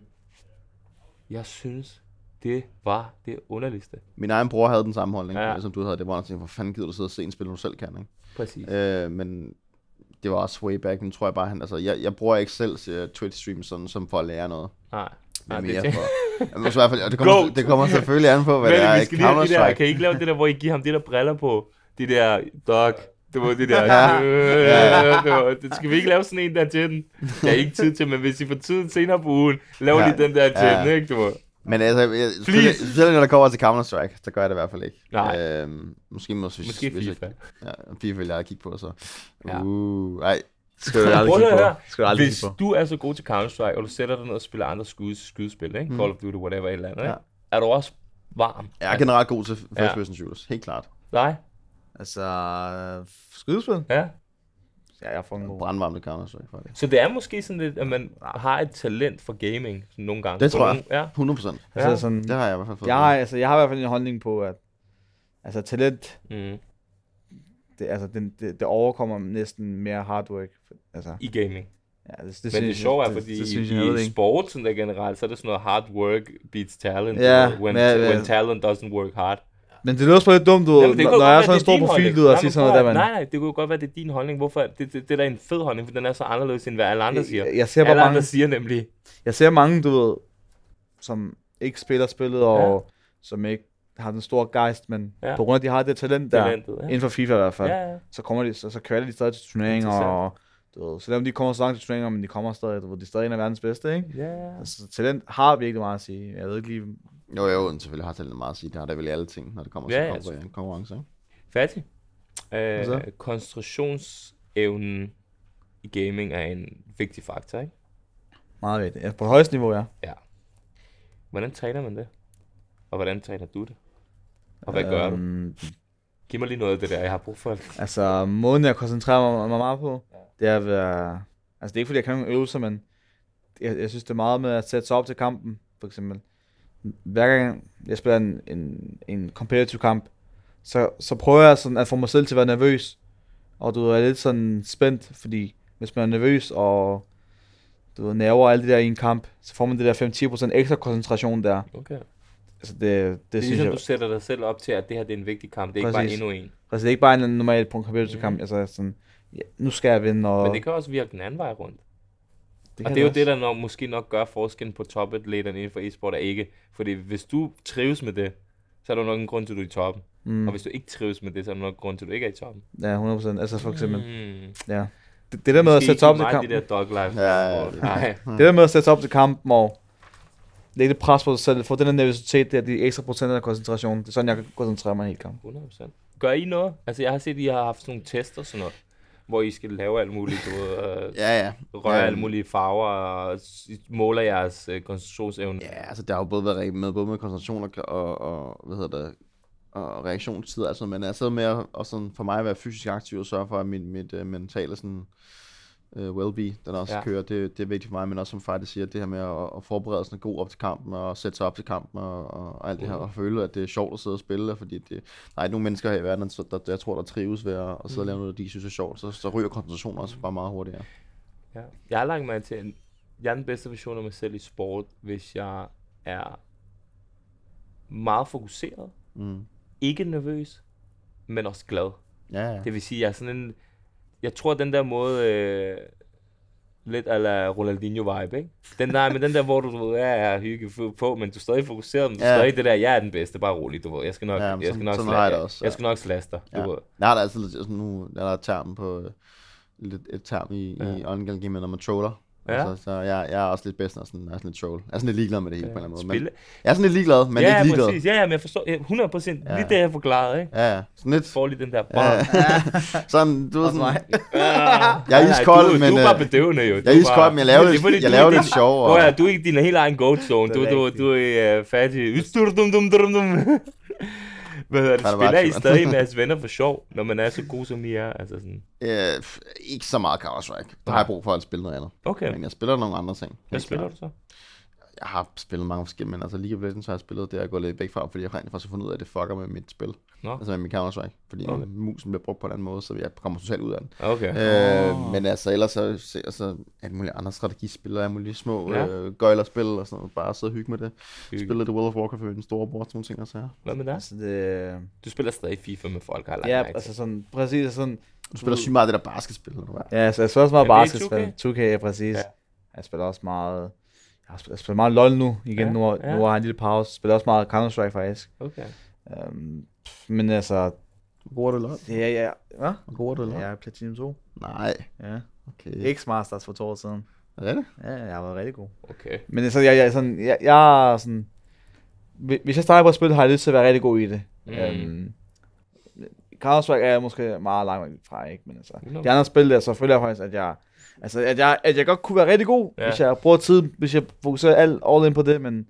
Jeg synes, det var det underligste.
Min egen bror havde den samme holdning, ja. Som du havde. Det var sådan, hvor fanden gider du sidde og se en spil, du selv kan, ikke?
Præcis.
Øh, men det var også way back, nu tror jeg bare, han, altså, jeg, jeg bruger ikke selv uh, Twitch-stream sådan, som for at lære noget. Nej. Nej, det, det, for, jamen, så i hvert fald, det, kommer, det kommer selvfølgelig an på, hvad det er i Counter-Strike.
Kan I ikke lave det der, hvor I giver ham de der briller på? De der, dog, det var det der,
ja.
øh, ja. Det, var, det skal vi ikke lave sådan en der til den? Jeg har ikke tid til, men hvis I får tid senere på ugen, laver ja. lige den der til ja. den, ikke? Du
Men altså, jeg, specielt når der kommer til Counter-Strike, så gør jeg det i hvert fald ikke.
Nej.
Øhm, måske måske,
måske
hvis,
FIFA.
Hvis jeg, ja, FIFA vil jeg kigge på, så.
Ja.
Uh, ej.
Skal du aldrig kigge på. Skal du aldrig
hvis du er så god til Counter-Strike, og du sætter dig ned og spiller andre skud, skydespil, ikke? Mm. Call of Duty, whatever, et eller andet, ikke? Ja. Er du også varm?
Jeg er generelt god til first person shooters, helt klart.
Nej.
Altså, skydespil?
Ja.
Ja, jeg er fucking god.
Brandvarmt i Counter-Strike, faktisk.
Så det er måske sådan lidt, at man har et talent for gaming, sådan nogle gange.
Det tror jeg.
Nogle, ja.
hundrede procent.
Altså,
Ja.
sådan,
Det har jeg i hvert fald fået.
jeg, har, altså, jeg har i hvert fald en holdning på, at altså, talent,
Mm.
det, altså, det, det, det overkommer næsten mere hard work. Altså,
I gaming.
ja, det, det
Men
synes
det sjove er,
jeg-
fordi
det, det synes
i,
jeg, jeg ved
i
ikke.
sport sådan der generelt, så er det sådan noget hard work beats talent.
Ja,
uh, when,
men, øh,
when talent doesn't work hard.
Men det lyder også lidt dumt, du,
Jamen, det
når
kunne
når
godt
jeg er
være,
sådan en
det
stor
din
profil,
holdning.
du og
Nej,
siger
men
sådan noget
prøv
der,
at-
mand.
Nej, nej, det kunne godt være, det er din holdning. Hvorfor? Det, det, det, det er da en fed holdning, for den er så anderledes, end hvad alle andre siger.
Jeg, jeg ser bare
Alle
mange,
andre siger nemlig,
jeg ser mange, du ved, som ikke spiller spillet, og som ikke har den store gejst, men
Ja.
på grund af, at de har det talent der,
talentet. Ja.
inden for FIFA i hvert fald,
Ja, ja.
så kommer de, så, så kvalder de stadig til turneringer,
Interessant.
og du ved, selvom de kommer så langt til turneringer, men de kommer stadig, du ved, de er stadig en af verdens bedste, ikke?
Ja, ja.
Altså, talent har virkelig meget at sige. Jeg ved ikke lige...
Jo, jo, men selvfølgelig har talent meget at sige. Det har der vel i alle ting, når det kommer til
Ja, ja,
konkurren- en konkurrence, ikke?
Færdig. Øh,
så?
koncentrationsevnen i gaming er en vigtig faktor, ikke?
Meget vigtigt. Ja, på det højeste niveau, ja.
Ja. Hvordan træner man det? Og hvordan træner du det? Og hvad gør du?
Øhm,
Giv mig lige noget af det der, jeg har brug for.
Altså, måden jeg koncentrerer mig, mig meget på, det er at være... Altså, det er ikke fordi, jeg kan nogle øvelser, men jeg, jeg synes, det er meget med at sætte sig op til kampen, for eksempel. Hver gang jeg spiller en, en, en competitive kamp, så, så prøver jeg sådan at få mig selv til at være nervøs. Og du er lidt sådan spændt, fordi hvis man er nervøs og du ved, nerver og alt det der i en kamp, så får man det der fem til ti procent ekstra koncentration der.
Okay.
Altså, det, det,
Det er
synes
ligesom,
jeg...
du sætter dig selv op til, at det her det er en vigtig kamp. Det er
Præcis.
ikke bare endnu en.
Altså, det er ikke bare en eller anden normal på en competitive kamp. Altså, sådan, ja, nu skal jeg vinde, og...
Men det kan også virke den anden vej rundt.
det
Og
kan
det er jo
også.
det, der nok, måske nok gør forskellen på topatleterne inden for e-sport, er ikke. Fordi hvis du trives med det, så er der nok en grund til, at du er i toppen.
Mm.
Og hvis du ikke trives med det, så er der nok en grund til, at du ikke er i toppen.
Ja, hundrede procent. Altså for eksempel,
Mm.
ja. Det, det der med at sætte sig op til
kamp.
kampen,
de der dog life.
Ja, ja, ja.
Nej.
det der med at sætte sig op til kampen og lægge lidt pres på sig selv, få den der nervøsitet, der de ekstra procenter af koncentrationen. Det er sådan, jeg kan koncentrere mig i en hel kamp.
hundrede procent. Gør I noget? Altså, jeg har set, at I har haft sådan nogle tester og sådan noget, hvor I skal lave alt muligt, du ved, øh,
Ja, ja.
røre
Ja,
alle mulige farver og s- måler jeres øh, koncentrationsevne.
Ja, altså der har jo både været med, både med koncentration og, og, og hvad hedder det, og reaktionstid, altså, men jeg sidder med at, og sådan for mig at være fysisk aktiv og sørge for, at min, mit uh, mentale sådan, uh, well-be, den også
Ja.
ja. kører, det, det er vigtigt for mig, men også som faktisk siger, det her med at, at forberede sig god op til kampen, og sætte sig op til kampen, og, og, og alt det her, og føle, at det er sjovt at sidde og spille, fordi det, der er ikke nogen mennesker her i verden, der, der, jeg tror, der trives ved at, at sidde og lave noget, de synes er sjovt, så, så ryger koncentrationen også bare meget hurtigere.
Ja. Jeg har lagt mig til, at jeg er den bedste version af mig selv i sport, hvis jeg er meget fokuseret,
Mm.
ikke nervøs, men også glad.
Ja, ja.
Det vil sige, jeg er sådan en... Jeg tror, den der måde... Øh, lidt a la Ronaldinho-vibe, ikke? Den der, men den der, hvor du, du ved, ja, jeg hygge på, men du er stadig fokuseret, men du er
Ja.
stadig det der, jeg er den bedste, bare rolig, du ved. Jeg skal nok,
Ja,
jeg
men
skal
sådan-
nok,
sådan
sla-
har jeg det
jeg,
også,
jeg
ja.
skal nok slaste dig, du
Ja.
ved.
Jeg har da altid lidt sådan nu, der er termen på, øh, lidt et term i,
Ja.
ja. i Unreal Game, når man troller.
Ja.
Altså, så jeg, jeg er også lidt bedst, når sådan, jeg er sådan lidt troll. Jeg er sådan lidt ligeglad med det hele på en eller anden måde.
Spille.
Men, jeg er sådan lidt ligeglad, men
ja,
ikke ligeglad.
præcis. Ja, ja, men jeg forstår ja, hundrede procent.
Ja.
Lige det, jeg forklarede, ikke?
Ja, ja. Sådan lidt.
Får lige den der
Ja,
barn.
sådan, du ved
Også
sådan,
mig.
jeg er iskold,
du,
men...
Du er bare
øh,
bedøvende, jo.
jeg er iskold, men jeg laver det,
fordi,
jeg
du
laver
er
det
din-
sjov.
Prøv
Og,
at, du er ikke din helt egen goat zone.
Det er
Du, du,
rigtigt.
du er uh, fattig. Dum, dum, dum, dum. Hvad hedder det?
Der er bare
Spiller I
aktion.
stadig med jeres venner for sjov, når man er så god, som I er? Altså sådan.
øh, f- ikke så meget Counter-Strike. Der har jeg brug for at spille noget andet.
Okay.
Men jeg spiller nogle andre ting.
Hvad
Helt
spiller
klart.
du så?
Jeg har spillet mange forskellige, men altså League of Legends har jeg spillet, det er at gå lidt væk fra, fordi jeg rent faktisk har fundet ud af, at det fucker med mit spil.
Nå.
Altså med min Counter-Strike, fordi
Okay.
okay. musen bliver brugt på en anden måde, så jeg kommer totalt ud af den.
Okay.
Øh, men altså ellers så ser jeg så alle mulige andre strategispil, og alle mulige små
Ja.
ja. øh, gøjlerspil og sådan noget. Bare sidde og hygge med det.
Hygge.
Spiller det World of Warcraft med min storebror, sådan nogle ting og sager.
Hvad med dig?
Altså, det...
Du spiller stadig FIFA med folk, har jeg lagt
Ja,
mærke til.
altså sådan, præcis sådan...
Du spiller sygt meget af det der basketspil, eller hvad?
Ja, så jeg spiller også meget
Er det ikke
basketspil. to K, ja, præcis.
Ja.
Jeg spiller også meget... Jeg har spillet, jeg spiller meget LoL nu, igen,
Ja,
ja, nu,
ja.
nu har jeg en lille pause. Jeg spiller også meget Counter-Strike, faktisk.
Okay.
Um, men altså,
Hvor god er du LoL?
det er jeg... Hvad?
Hvor god er du LoL?
Jeg er Platinum to.
Nej,
Ja.
okay.
X-Masters for to år siden.
Er det?
Ja, jeg har været rigtig god.
Okay.
Men altså, jeg, jeg, sådan, jeg, jeg er sådan... hvi- Hvis jeg starter på at spille, har jeg lyst til at være rigtig god i det.
Mm.
Um, Counter-Strike er jeg måske meget langt fra, ikke? Men altså,
No.
de andre spil der, så føler jeg faktisk, at jeg... Altså, at jeg, at jeg godt kunne være rigtig god,
Ja.
ja. hvis jeg bruger tid, hvis jeg fokuserer alt all in på det, men...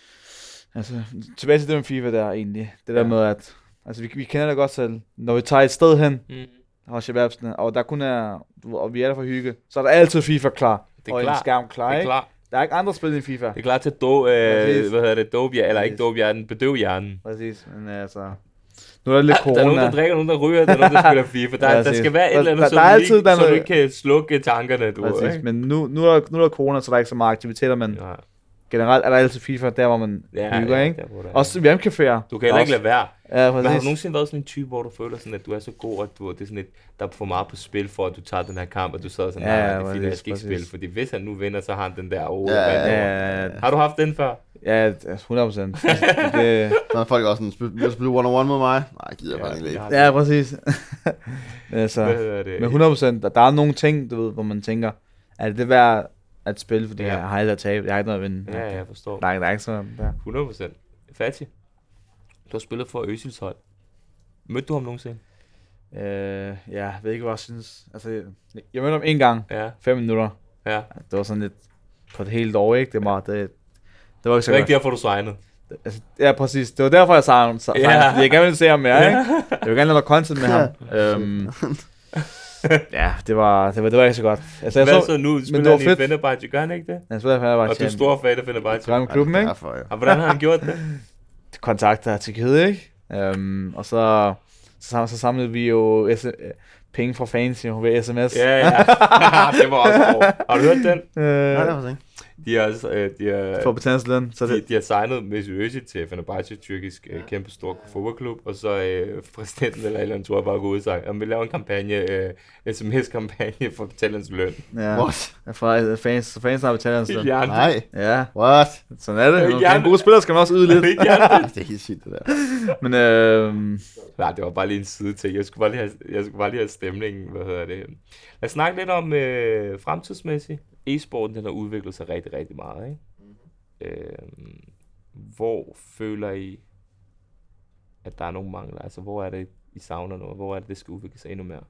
Altså, tilbage til det med FIFA der, egentlig. Det der
Ja.
med, at... Altså, vi, vi kender det godt selv. Når vi tager et sted hen,
Mm.
og shababsene, og der kun er, du ved, og vi er der for hygge, så er der altid FIFA klar.
Det er
og
klar.
en skærm klar,
Det er
ikke?
klar.
Der er ikke andre spil end FIFA.
Det er klar til at do, øh,
Præcis.
hvad hedder det, dope, eller
Præcis.
ikke dope hjernen, bedøv hjernen.
Præcis, men altså... Nu er der lidt
Der
corona.
er nogen, der drikker, nogen, der ryger, der er nogen, der spiller FIFA. Der, der
Præcis.
skal være et
Der-
eller andet,
der-
så,
der er
du
altid-
ikke,
der er
så du
noget-
ikke kan slukke tankerne, du ved,
Præcis,
ikke?
men nu, nu, er der, nu er der corona, så der er ikke så meget aktiviteter, men
Ja,
generelt er der altid FIFA, der hvor man
ja,
hygger,
ja,
ikke?
der, hvor der er.
Også V M-caféer.
Du kan heller ikke lade være.
Ja,
Men har du
præcis.
nogensinde været sådan en type, hvor du føler sådan, at du er så god, at du, det er sådan et, der er for meget på spil, for at du tager den her kamp, og du sidder sådan,
Ja,
nej,
ja,
nej, det er fint, jeg
præcis,
skal ikke
præcis.
spille, fordi hvis han nu vinder, så har han den der over.
Ja,
Ja, ja, ja.
Har du haft den før?
Ja, hundrede procent. det,
Så er folk også sådan, spil- vil du spille one-on-one med mig? Nej, gider jeg
Ja,
faktisk ikke.
jeg har-
ja, præcis. Men altså,
Hvad hedder det?
men hundrede procent, der, der er nogle ting, du ved, hvor man tænker, er det værd at spille, fordi
Ja.
jeg har aldrig at tabe, jeg har ikke noget at vinde.
Ja, jeg forstår.
Der er, der er ikke sådan der.
hundrede procent. Fatih, du har spillet for Øsils hold. Mødte du ham nogensinde?
Øh, ja, jeg ved ikke, hvad jeg synes. Altså, jeg, jeg mødte ham en gang,
Ja,
fem minutter.
ja.
Det var sådan lidt på et helt år, ikke? Det var, det, det var ikke så
Det var
godt.
ikke derfor, du signede.
Altså, ja, præcis. Det var derfor, jeg sagde ham. Så,
Ja.
ja. Fordi jeg gerne ville se ham mere, ikke? Jeg vil gerne lave noget content med ham. øhm, ja, det var, det var, det var ikke så godt. Altså, jeg
Hvad
så,
så nu?
det
Spiller
var
han i
fedt.
Fenerbahce, gør han ikke det?
jeg spiller, jeg var
Og du er stor fan af Fenerbahce.
Drømme klubben, ikke?
Derfor, ja.
Og hvordan har han gjort det?
Kontakter til Kede, ikke? Øhm, og så, så, så samlede vi jo S- penge fra fans jo ved sms.
Ja, ja. Det var også sjovt. Har du hørt den?
Øh,
Nej, det var ikke.
De har, også, øh, de har,
for betalingsløn. Så
de,
det,
de har signet Mesut Özil til Fenerbahce, tyrkisk øh, kæmpe stor fodboldklub, og så øh, præsidenten eller et eller andet, tror jeg bare gå ud og sagt, at vi laver en kampagne, øh, sms-kampagne for betalingsløn.
ja,
What?
fra øh, fans, så fans har betalingsløn.
Ja.
Nej.
Ja,
What?
sådan er det.
Øh,
Når
ja.
man er gode spillere, skal man også yde lidt.
Ja.
Det er helt sygt, det der.
Men øh,
Nej, det var bare lige en side til. Jeg skulle bare lige have, jeg skulle bare lige have stemningen. Hvad hedder det? Lad os snakke lidt om øh, fremtidsmæssigt. E-sporten, den har udviklet sig rigtig, rigtig meget, ikke? Øh, hvor føler I, at der er nogle mangler? Altså, hvor er det, I savner noget? Hvor er det, det skal udvikle sig endnu mere?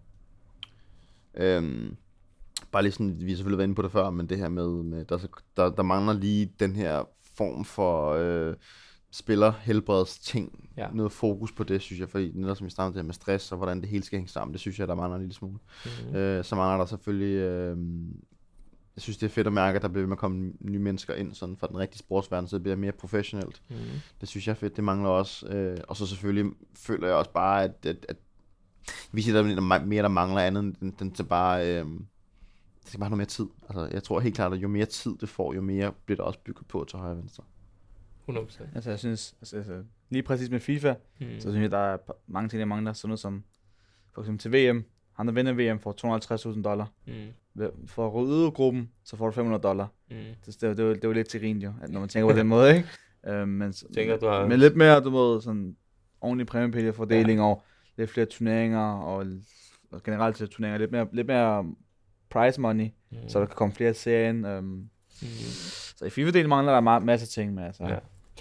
Øhm, bare lige sådan, vi har selvfølgelig været inde på det før, men det her med, med der, der, der mangler lige den her form for øh, spiller helbreds ting.
Ja.
Noget fokus på det, synes jeg, fordi netop som vi startede det her med stress, og hvordan det hele skal hænge sammen, det synes jeg, der mangler en lille smule.
Mm-hmm.
Øh, så mangler der selvfølgelig, øh, jeg synes det er fedt at mærke, at der bliver ved med at komme nye mennesker ind, sådan fra den rigtige sportsverden, så det bliver mere professionelt.
Mm-hmm.
Det synes jeg er fedt, det mangler også. Øh, og så selvfølgelig føler jeg også bare, at, at, at vi siger, der er mere, der mangler andet, end den, den til bare, øh, det skal bare have noget mere tid. Altså, jeg tror helt klart, at jo mere tid det får, jo mere bliver der også bygget på til højre og venstre.
hundrede procent.
altså, jeg synes, altså, altså, lige præcis med FIFA,
Mm.
så synes jeg, der er p- mange ting, der mangler. Sådan noget som, for eksempel til V M. Han der vinder V M for to hundrede og halvtreds tusind dollar.
Mm.
Ved- For at rydde ud af gruppen, så får du fem hundrede dollar.
Mm.
Det, det, det, er jo- det er jo lidt til rent jo, at når man tænker på den måde, ikke? Øhm, men, s-
Tænker, du har-
men lidt mere, du ved, sådan ordentlig præmiepælgefordeling, ja. Og lidt flere turneringer, og, og generelt til turneringer, lidt mere, lidt mere prize money,
Mm.
så der kan komme flere serier ind. Øhm,
Mm.
så i FIFA-delen mangler der meget, masse ting med, altså.
Ja.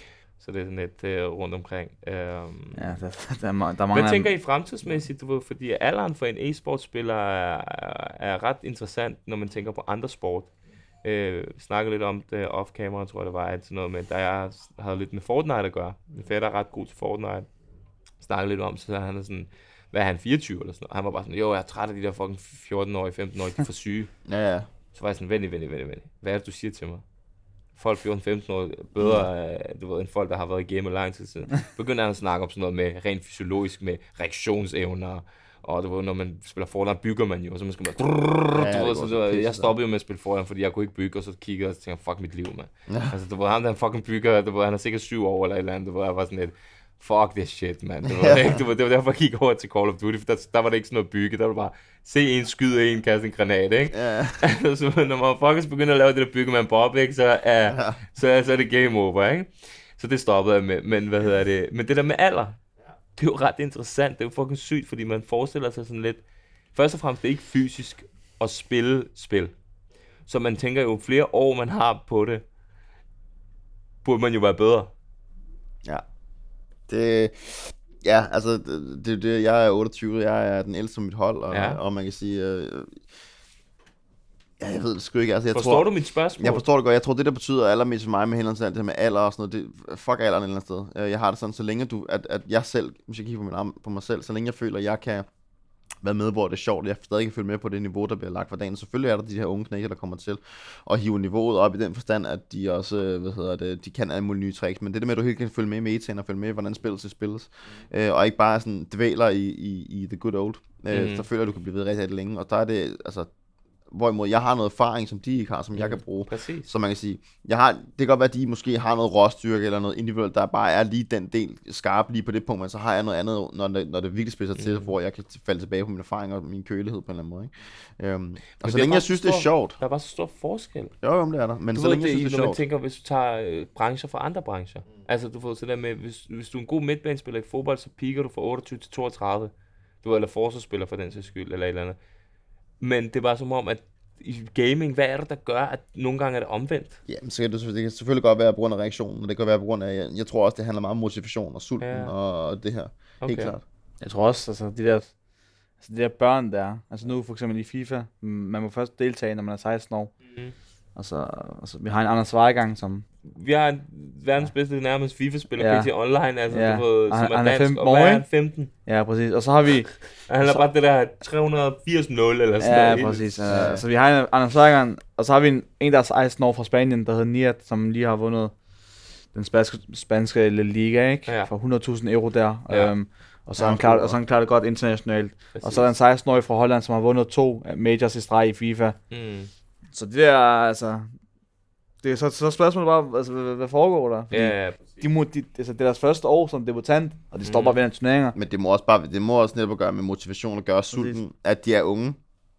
Så det er sådan lidt øh, rundt omkring. Øhm,
Ja, der, der, der, der mangler...
Hvad tænker I fremtidsmæssigt, du ved, fordi alderen for en e-sportspiller er, er ret interessant, når man tænker på andre sport. Øh, vi snakkede lidt om det off-camera, tror jeg det var, at sådan noget med, da jeg havde lidt med Fortnite at gøre. Min fætter er ret god til Fortnite. Snakkede lidt om, så han er sådan, hvad er han, fireogtyve eller sådan noget? Han var bare sådan, jo, jeg er træt af de der fucking fjorten-årige, femten-årige, de er for syge.
Ja, ja.
Så var jeg sådan, venlig, venlig, venlig, venlig. Hvad er det, du siger til mig? Folk fjorten femten år bedre, mm. du ved, end folk, der har været i game lang tid siden. Begynder han at snakke om sådan noget med rent fysiologisk, med reaktionsevner, og du ved, når man spiller Fortnite, bygger man jo, og så man skal bare...
Ja,
du ved,
det
så,
går
du
så
ved,
pisse,
jeg stoppede jo med at spille Fortnite, fordi jeg kunne ikke bygge, og så kiggede jeg og tænkte, fuck mit liv, mand.
Ja.
Altså, du ved, ham der fucking bygger, du ved, han er sikkert syv år eller et eller andet, du ved, jeg var sådan lidt, fuck this shit, man. Du ved, ikke? Du ved, det var derfor, jeg gik over til Call of Duty, for der, der var det ikke sådan noget bygge, der var bare, se en skyde en, kaste en granat, ikke?
Ja.
Så når man faktisk begynder at lave det der bygge med en bob, ikke, så, er, ja. så, så er det game over, ikke? Så det stoppede jeg med, men hvad hedder det? Men det der med alder, det er jo ret interessant, det er jo fucking sygt, fordi man forestiller sig sådan lidt, først og fremmest det er ikke fysisk at spille spil. Så man tænker jo, flere år man har på det, burde man jo være bedre.
Ja. Det, ja, altså, det, det, det, jeg er otteogtyve, jeg er den ældste på mit hold, og,
Ja.
og man kan sige, øh, ja, jeg ved det sgu ikke, altså, jeg
Forstår
tror,
du mit spørgsmål?
jeg forstår det godt, jeg tror, det der betyder allermest for mig med hensyn til alt det her med alder og sådan noget, det, fuck alderen et eller andet sted. Øh, Jeg har det sådan, så længe du, at, at jeg selv, hvis jeg kigger på, min, arm- på mig selv, så længe jeg føler, at jeg kan være med, hvor det er sjovt. Jeg stadig kan følge med på det niveau, der bliver lagt for dagen. Selvfølgelig er der de her unge knækker, der kommer til at hive niveauet op i den forstand, at de også, hvad hedder det, de kan alle mulige nye tricks. Men det der med, at du helt kan følge med i metaen og følge med, hvordan spillet skal spilles, mm. øh, og ikke bare sådan dvæler i, i, i the good old, øh, mm. så føler jeg, at du kan blive ved rigtig, rigtig længe. Og der er det, altså, hvorimod jeg har noget erfaring, som de ikke har, som mm. jeg kan bruge.
Præcis.
Så man kan sige, jeg har, det kan godt være, at de måske har noget råstyrke eller noget individuelt, der bare er lige den del skarp lige på det punkt, men så har jeg noget andet, når det, når det virkelig spidser mm. til, hvor jeg kan falde tilbage på min erfaring og min kølighed på en eller anden måde. Ikke? Øhm, og så længe jeg synes, stor, det er sjovt.
Der er bare så stor forskel.
Jo, jo, det er der. Men
du
så
ved,
længe jeg synes, det er
når
sjovt.
man tænker, hvis du tager øh, brancher fra andre brancher. Mm. Altså, du får så der med, hvis, hvis du er en god midtbanespiller i fodbold, så piker du fra otteogtyve til toogtredive. Du er eller forsvarsspiller for den sags skyld, eller et eller andet. Men det er bare som om, at i gaming, hvad er det, der gør, at nogle gange er det omvendt?
Ja, men så kan det, det kan selvfølgelig godt være på grund af reaktionen, og det kan være på grund af, jeg, jeg tror også, det handler meget om motivation og sulten ja. og det her. Okay. Helt klart.
Jeg tror også, altså de der, altså, de der børn der, altså nu for eksempel i FIFA, man må først deltage, når man er seksten år. Mm. Altså, altså, vi har en Anders Vejgang, som...
Vi har en verdens bedste nærmest FIFA-spiller,
ja.
P T Online, altså,
ja.
du ved, som
han,
er
han
dansk,
er
og hvad er han, femten?
Ja, præcis. Og så har vi...
han er så, bare det der tre hundrede og firs nul eller sådan
ja,
noget.
Ja, præcis. Ja. Så vi har en Anders Vejgang, og så har vi en, en der er seksten år fra Spanien, der hedder Niat, som lige har vundet den spanske, spanske Liga, ikke? Ja. For hundrede tusind euro der. Ja. Øhm, og så har han klart, og så han klaret det godt internationalt. Præcis. Og så er der en seksten-årig fra Holland, som har vundet to majors i streg i FIFA. Mm. Så det der, altså... Det er så, så spørgsmålet bare, altså, hvad, hvad foregår der? Fordi
ja, ja.
De må, de, altså, det er deres første år som debutant, og de står mm. bare ved en turneringer.
Men det må også bare, det må også netop at gøre med motivation og gøre sulten, at de er unge.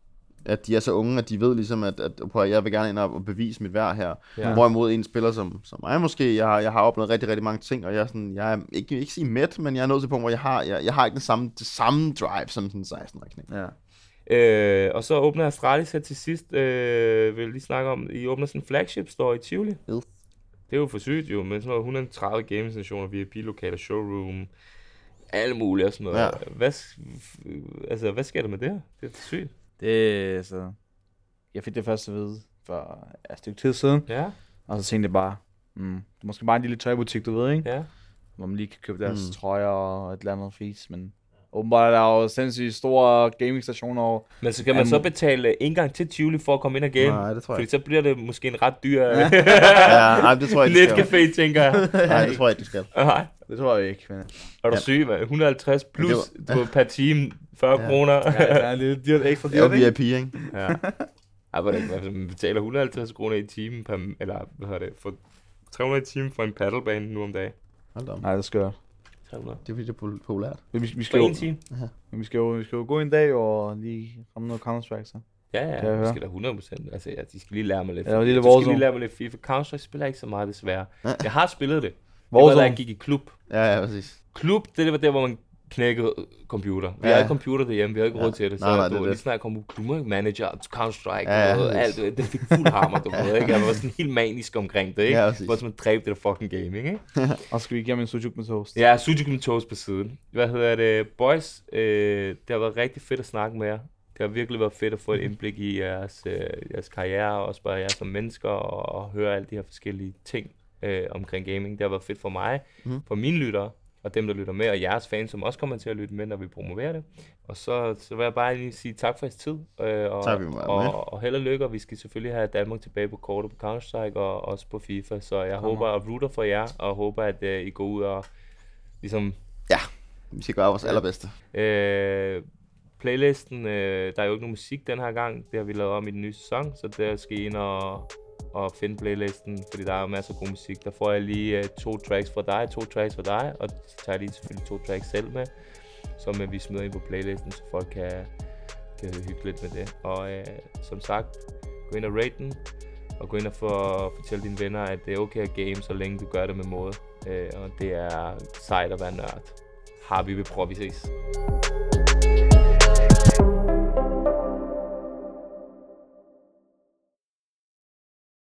At de er så unge, at de ved ligesom, at, at, at jeg vil gerne ind og bevise mit værd her. Ja. Hvorimod en spiller som, som mig måske, jeg har, jeg har oplevet rigtig, rigtig mange ting, og jeg er sådan, jeg er ikke, ikke sige mæt, men jeg er nået til et punkt, hvor jeg har, jeg, jeg har ikke den samme, det samme drive som sådan en seksten-årig knæk. Ja.
Øh, og så åbner Astralis her til sidst, øh, vil lige snakke om, I åbner sådan en flagship store i Tivoli. Ja. Det er jo for sygt jo, med sådan noget et hundrede og tredive gaming-stationer, V I P-lokaler, showroom, alle mulige og sådan noget. Ja. Hvad, altså, hvad sker der med det her? Det er for sygt.
Det er så... Jeg fik det først at vide for et stykke tid siden. Ja. Og så tænkte jeg bare, mm, det er måske bare en lille tøjbutik, du ved, ikke? Ja. Hvor man lige kan købe deres mm. trøjer og et eller andet fis, men... Åbenbart er der jo sindssygt store gamingstationer over.
Men så kan man um, så betale indgang til Tivoli for at komme ind og game?
Nej, det tror jeg
ikke. Fordi så bliver det måske en ret dyr
ja. ja, nej, det tror jeg ikke.
Netcafé, tænker jeg.
Nej, det tror jeg ikke, det skal.
Nej, det tror jeg ikke. Men...
Er du ja. syg, hvad? et hundrede og halvtreds plus var... på per time, fyrre
ja.
kroner.
Ja, det er lidt dyrt, ekstra dyrt,
ikke? Det er V I P, ikke?
Ja. Ej, hvordan, altså, man betaler et hundrede og halvtreds kroner i timen, per, eller hvad hedder det, for tre hundrede i timen for en paddlebane nu om dagen.
Hold om. Nej, det skal jeg.
Det er fordi, det er populært.
Vi, vi skal
på
jo,
en time.
Men vi skal jo, vi skal jo gå en dag og lige komme noget Counter-Strike, så.
Ja, ja, vi skal da hundrede procent. Altså, ja, de skal lige lære mig lidt.
Ja, det
de skal lige lære mig lidt FIFA. Counter-Strike spiller ikke så meget, desværre. Ja. Jeg har spillet det.
Warzone.
Det var, da jeg gik i klub.
Ja, ja, præcis.
Klub, det var der, hvor man knækkede computer. Vi ja. havde computer derhjemme, vi havde ikke ja. råd til det. Så nej, nej, du, det lige snart jeg kom på klub, manager, Counter-Strike, ja, ja, alt, det fik fuld hammer, du ved, ikke? Jeg var sådan helt manisk omkring det, ikke? Ja, hvor man dræbte det der fucking gaming, ikke?
Og skal vi igennem en sujuk med toast?
Ja, sujuk med toast på siden. Hvad hedder det? Boys, øh, det har været rigtig fedt at snakke med jer. Det har virkelig været fedt at få et indblik i jeres, øh, jeres karriere, og også bare jer som mennesker, og, og høre alle de her forskellige ting øh, omkring gaming. Det har været fedt for mig, mm. for mine lyttere, og dem, der lytter med, og jeres fans, som også kommer til at lytte med, når vi promoverer det. Og så, så vil jeg bare lige sige tak for jeres tid, øh, og,
tak,
og, og, og held og lykke, og vi skal selvfølgelig have Danmark tilbage på kortet på Counter-Strike, og også på FIFA. Så jeg Kommer. håber og rooter for jer, og håber, at uh, I går ud og ligesom...
Ja, vi skal gøre vores allerbedste.
Øh, playlisten, øh, der er jo ikke nogen musik den her gang, det har vi lavet om i den nye sæson, så der skal I ind og... og finde playlisten, fordi der er jo masser af god musik. Der får jeg lige uh, to tracks fra dig, to tracks fra dig, og så tager jeg lige selvfølgelig to tracks selv med, som uh, vi smider ind på playlisten, så folk kan, kan hygge lidt med det. Og uh, som sagt, gå ind og rate den, og gå ind og for, fortælle dine venner, at det er okay at game, så længe du gør det med måde. Uh, og det er sejt at være nørd. Har vi ved prøve, vi ses.